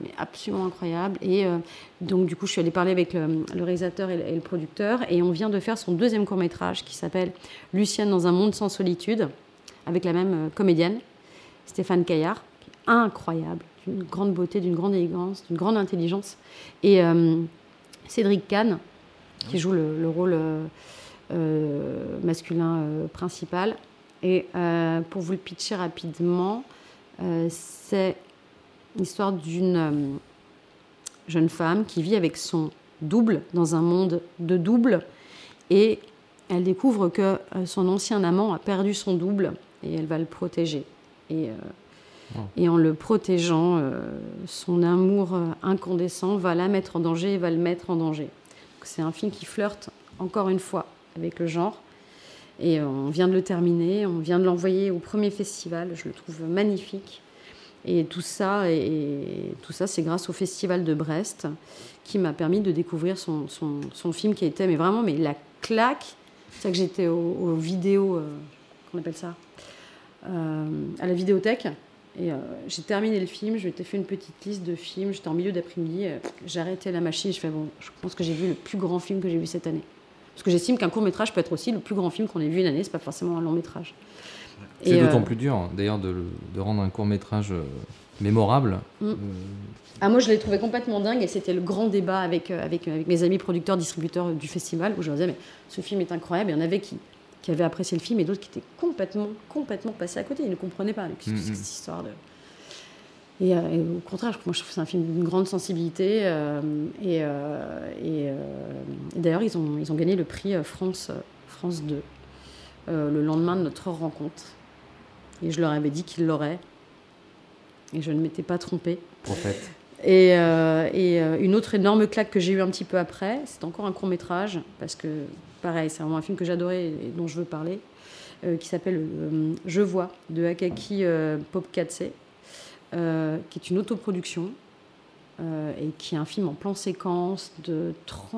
[SPEAKER 8] Et donc, du coup, je suis allée parler avec le réalisateur et le producteur. Et on vient de faire son deuxième court-métrage qui s'appelle Lucienne dans un monde sans solitude, avec la même comédienne, Stéphane Caillard, qui est incroyable, d'une grande beauté, d'une grande élégance, d'une grande intelligence. Et Cédric Kahn, qui joue le rôle masculin principal. Et pour vous le pitcher rapidement, c'est l'histoire d'une jeune femme qui vit avec son double dans un monde de double. Et elle découvre que son ancien amant a perdu son double et elle va le protéger. Et en le protégeant, son amour incandescent va la mettre en danger et va le mettre en danger. Donc, c'est un film qui flirte, encore une fois, avec le genre. Et on vient de le terminer, on vient de l'envoyer au premier festival, je le trouve magnifique. Et tout ça, c'est grâce au festival de Brest qui m'a permis de découvrir son film qui était vraiment la claque. C'est ça que j'étais aux vidéos, qu'on appelle ça, à la vidéothèque. Et j'ai terminé le film, je m'étais fait une petite liste de films, j'étais en milieu d'après-midi, j'ai arrêté la machine, je pense que j'ai vu le plus grand film que j'ai vu cette année. Parce que j'estime qu'un court-métrage peut être aussi le plus grand film qu'on ait vu une année, c'est pas forcément un long-métrage.
[SPEAKER 5] C'est d'autant plus dur, d'ailleurs, de rendre un court-métrage mémorable.
[SPEAKER 8] Moi, je l'ai trouvé complètement dingue, et c'était le grand débat avec mes amis producteurs, distributeurs du festival, où je leur disais, mais ce film est incroyable. Il y en avait qui avaient apprécié le film, et d'autres qui étaient complètement passés à côté. Ils ne comprenaient pas cette histoire de... Et au contraire, moi je trouve que c'est un film d'une grande sensibilité. Et d'ailleurs, ils ont gagné le prix France 2 le lendemain de notre rencontre. Et je leur avais dit qu'ils l'auraient. Et je ne m'étais pas trompée.
[SPEAKER 5] Prophète.
[SPEAKER 8] Et une autre énorme claque que j'ai eue un petit peu après, c'est encore un court-métrage, parce que, pareil, c'est vraiment un film que j'adorais et dont je veux parler, qui s'appelle Je vois, de Akaki Popkatse. Qui est une autoproduction et qui est un film en plan séquence de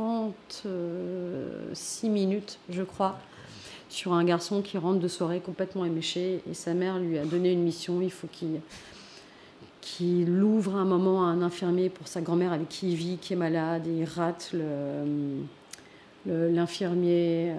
[SPEAKER 8] 36 minutes, je crois, sur un garçon qui rentre de soirée complètement éméché et sa mère lui a donné une mission. Il faut qu'il ouvre un moment à un infirmier pour sa grand-mère avec qui il vit, qui est malade, et il rate l'infirmier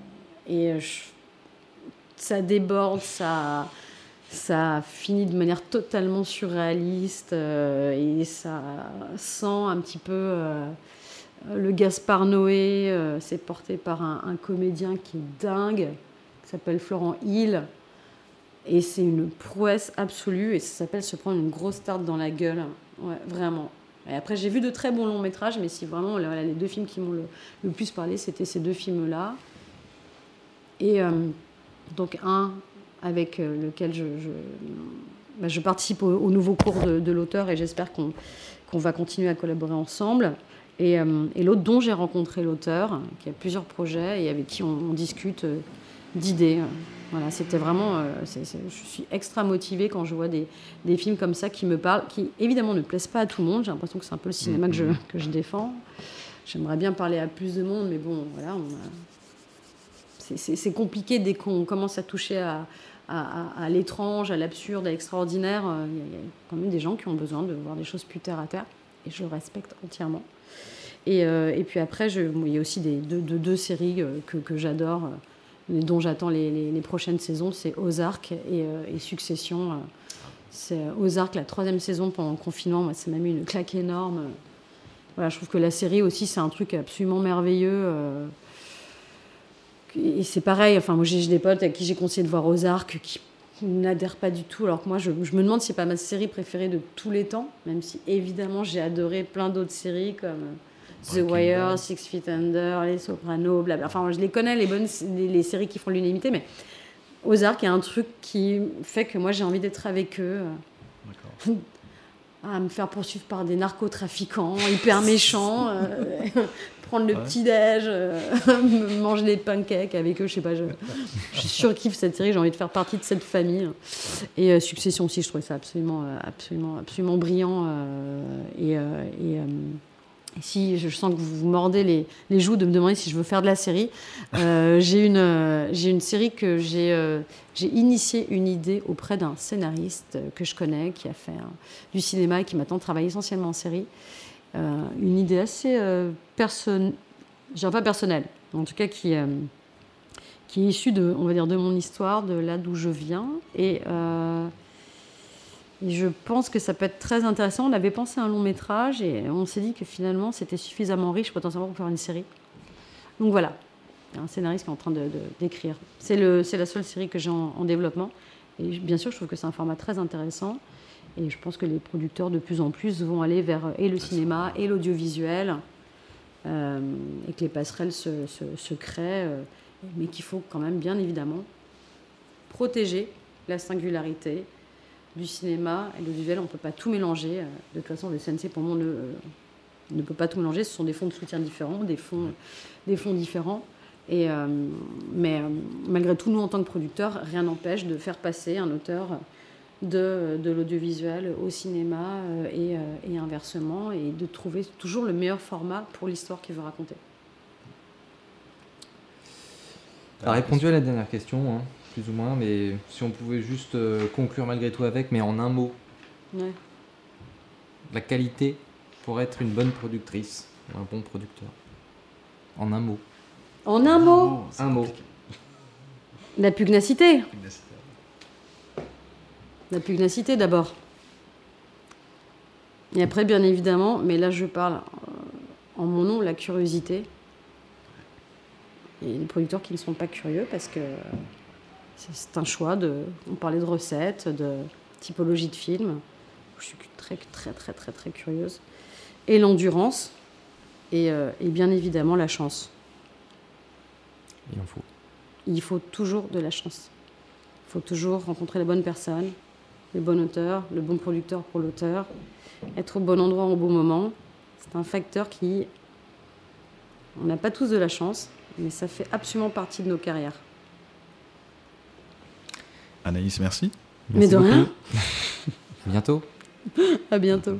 [SPEAKER 8] ça déborde, ça finit de manière totalement surréaliste et ça sent un petit peu le Gaspard Noé. C'est porté par un comédien qui est dingue, qui s'appelle Florent Hill. Et c'est une prouesse absolue et ça s'appelle se prendre une grosse tarte dans la gueule. Ouais, vraiment. Et après, j'ai vu de très bons longs métrages, mais si vraiment les deux films qui m'ont le plus parlé, c'était ces deux films-là. Et donc un avec lequel je participe au nouveau cours de l'auteur et j'espère qu'on va continuer à collaborer ensemble. Et l'autre dont j'ai rencontré l'auteur, qui a plusieurs projets et avec qui on discute d'idées. Voilà, c'était vraiment... je suis extra motivée quand je vois des films comme ça qui me parlent, qui évidemment ne plaisent pas à tout le monde. J'ai l'impression que c'est un peu le cinéma que je défends. J'aimerais bien parler à plus de monde, mais bon, voilà, c'est compliqué dès qu'on commence à toucher à l'étrange, à l'absurde, à l'extraordinaire. Il y a quand même des gens qui ont besoin de voir des choses plus terre à terre, et je le respecte entièrement. Et puis après, il y a aussi deux séries que j'adore, dont j'attends les prochaines saisons, c'est Ozark et Succession. C'est Ozark, la 3e saison pendant le confinement, moi, ça m'a mis une claque énorme. Voilà, je trouve que la série aussi, c'est un truc absolument merveilleux. Et c'est pareil, enfin, moi j'ai des potes à qui j'ai conseillé de voir Ozark qui n'adhèrent pas du tout, alors que moi je me demande si c'est pas ma série préférée de tous les temps, même si évidemment j'ai adoré plein d'autres séries comme The Wire, 6 Feet Under, Les Sopranos, blablabla. Enfin, moi, je les connais, les séries qui font l'unanimité, mais Ozark est un truc qui fait que moi j'ai envie d'être avec eux. À me faire poursuivre par des narcotrafiquants hyper méchants, prendre le petit-déj, manger des pancakes avec eux, je sais pas, je surkiffe cette série, j'ai envie de faire partie de cette famille. Et Succession aussi, je trouvais ça absolument brillant. Et si je sens que vous vous mordez les joues de me demander si je veux faire de la série, j'ai une série que j'ai initié une idée auprès d'un scénariste que je connais, qui a fait du cinéma et qui maintenant travaille essentiellement en série. Une idée assez je dirais pas personnelle, en tout cas qui est issue de, on va dire, de mon histoire, de là d'où je viens. Et je pense que ça peut être très intéressant. On avait pensé à un long métrage et on s'est dit que finalement c'était suffisamment riche potentiellement pour faire une série. Donc voilà, il y a un scénariste qui est en train d'écrire. C'est la seule série que j'ai en développement. Et bien sûr, je trouve que c'est un format très intéressant. Et je pense que les producteurs de plus en plus vont aller vers et le cinéma et l'audiovisuel. Et que les passerelles se créent. Mais qu'il faut quand même bien évidemment protéger la singularité du cinéma et de l'audiovisuel. On ne peut pas tout mélanger. De toute façon, le CNC, pour moi, ne peut pas tout mélanger. Ce sont des fonds de soutien différents, des fonds différents. Mais malgré tout, nous, en tant que producteurs, rien n'empêche de faire passer un auteur de l'audiovisuel au cinéma et inversement, et de trouver toujours le meilleur format pour l'histoire qu'il veut raconter.
[SPEAKER 5] Tu as répondu à la dernière question, hein, plus ou moins, mais si on pouvait juste conclure malgré tout avec, mais en un mot.
[SPEAKER 8] Ouais.
[SPEAKER 5] La qualité pour être une bonne productrice ou un bon producteur. En un mot.
[SPEAKER 8] En un mot.
[SPEAKER 5] Un mot.
[SPEAKER 8] La pugnacité. La pugnacité d'abord. Et après, bien évidemment, mais là je parle en mon nom, la curiosité. Et les producteurs qui ne sont pas curieux parce que c'est un choix on parlait de recettes, de typologie de film. Je suis très curieuse. Et l'endurance. Et bien évidemment la chance.
[SPEAKER 5] Il en faut.
[SPEAKER 8] Il faut toujours de la chance. Il faut toujours rencontrer la bonne personne, le bon auteur, le bon producteur pour l'auteur, être au bon endroit au bon moment. C'est un facteur qui... On n'a pas tous de la chance, mais ça fait absolument partie de nos carrières.
[SPEAKER 7] Anaïs, merci.
[SPEAKER 8] Mais de rien.
[SPEAKER 5] À bientôt.
[SPEAKER 8] À bientôt.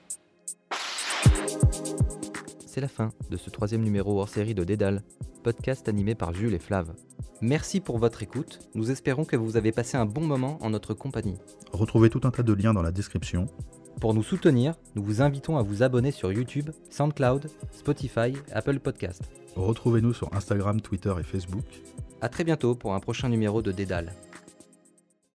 [SPEAKER 5] C'est la fin de ce 3e numéro hors série de Dédale, podcast animé par Jules et Flav. Merci pour votre écoute, nous espérons que vous avez passé un bon moment en notre compagnie.
[SPEAKER 4] Retrouvez tout un tas de liens dans la description.
[SPEAKER 5] Pour nous soutenir, nous vous invitons à vous abonner sur YouTube, SoundCloud, Spotify, Apple Podcast.
[SPEAKER 4] Retrouvez-nous sur Instagram, Twitter et Facebook.
[SPEAKER 5] À très bientôt pour un prochain numéro de Dédale.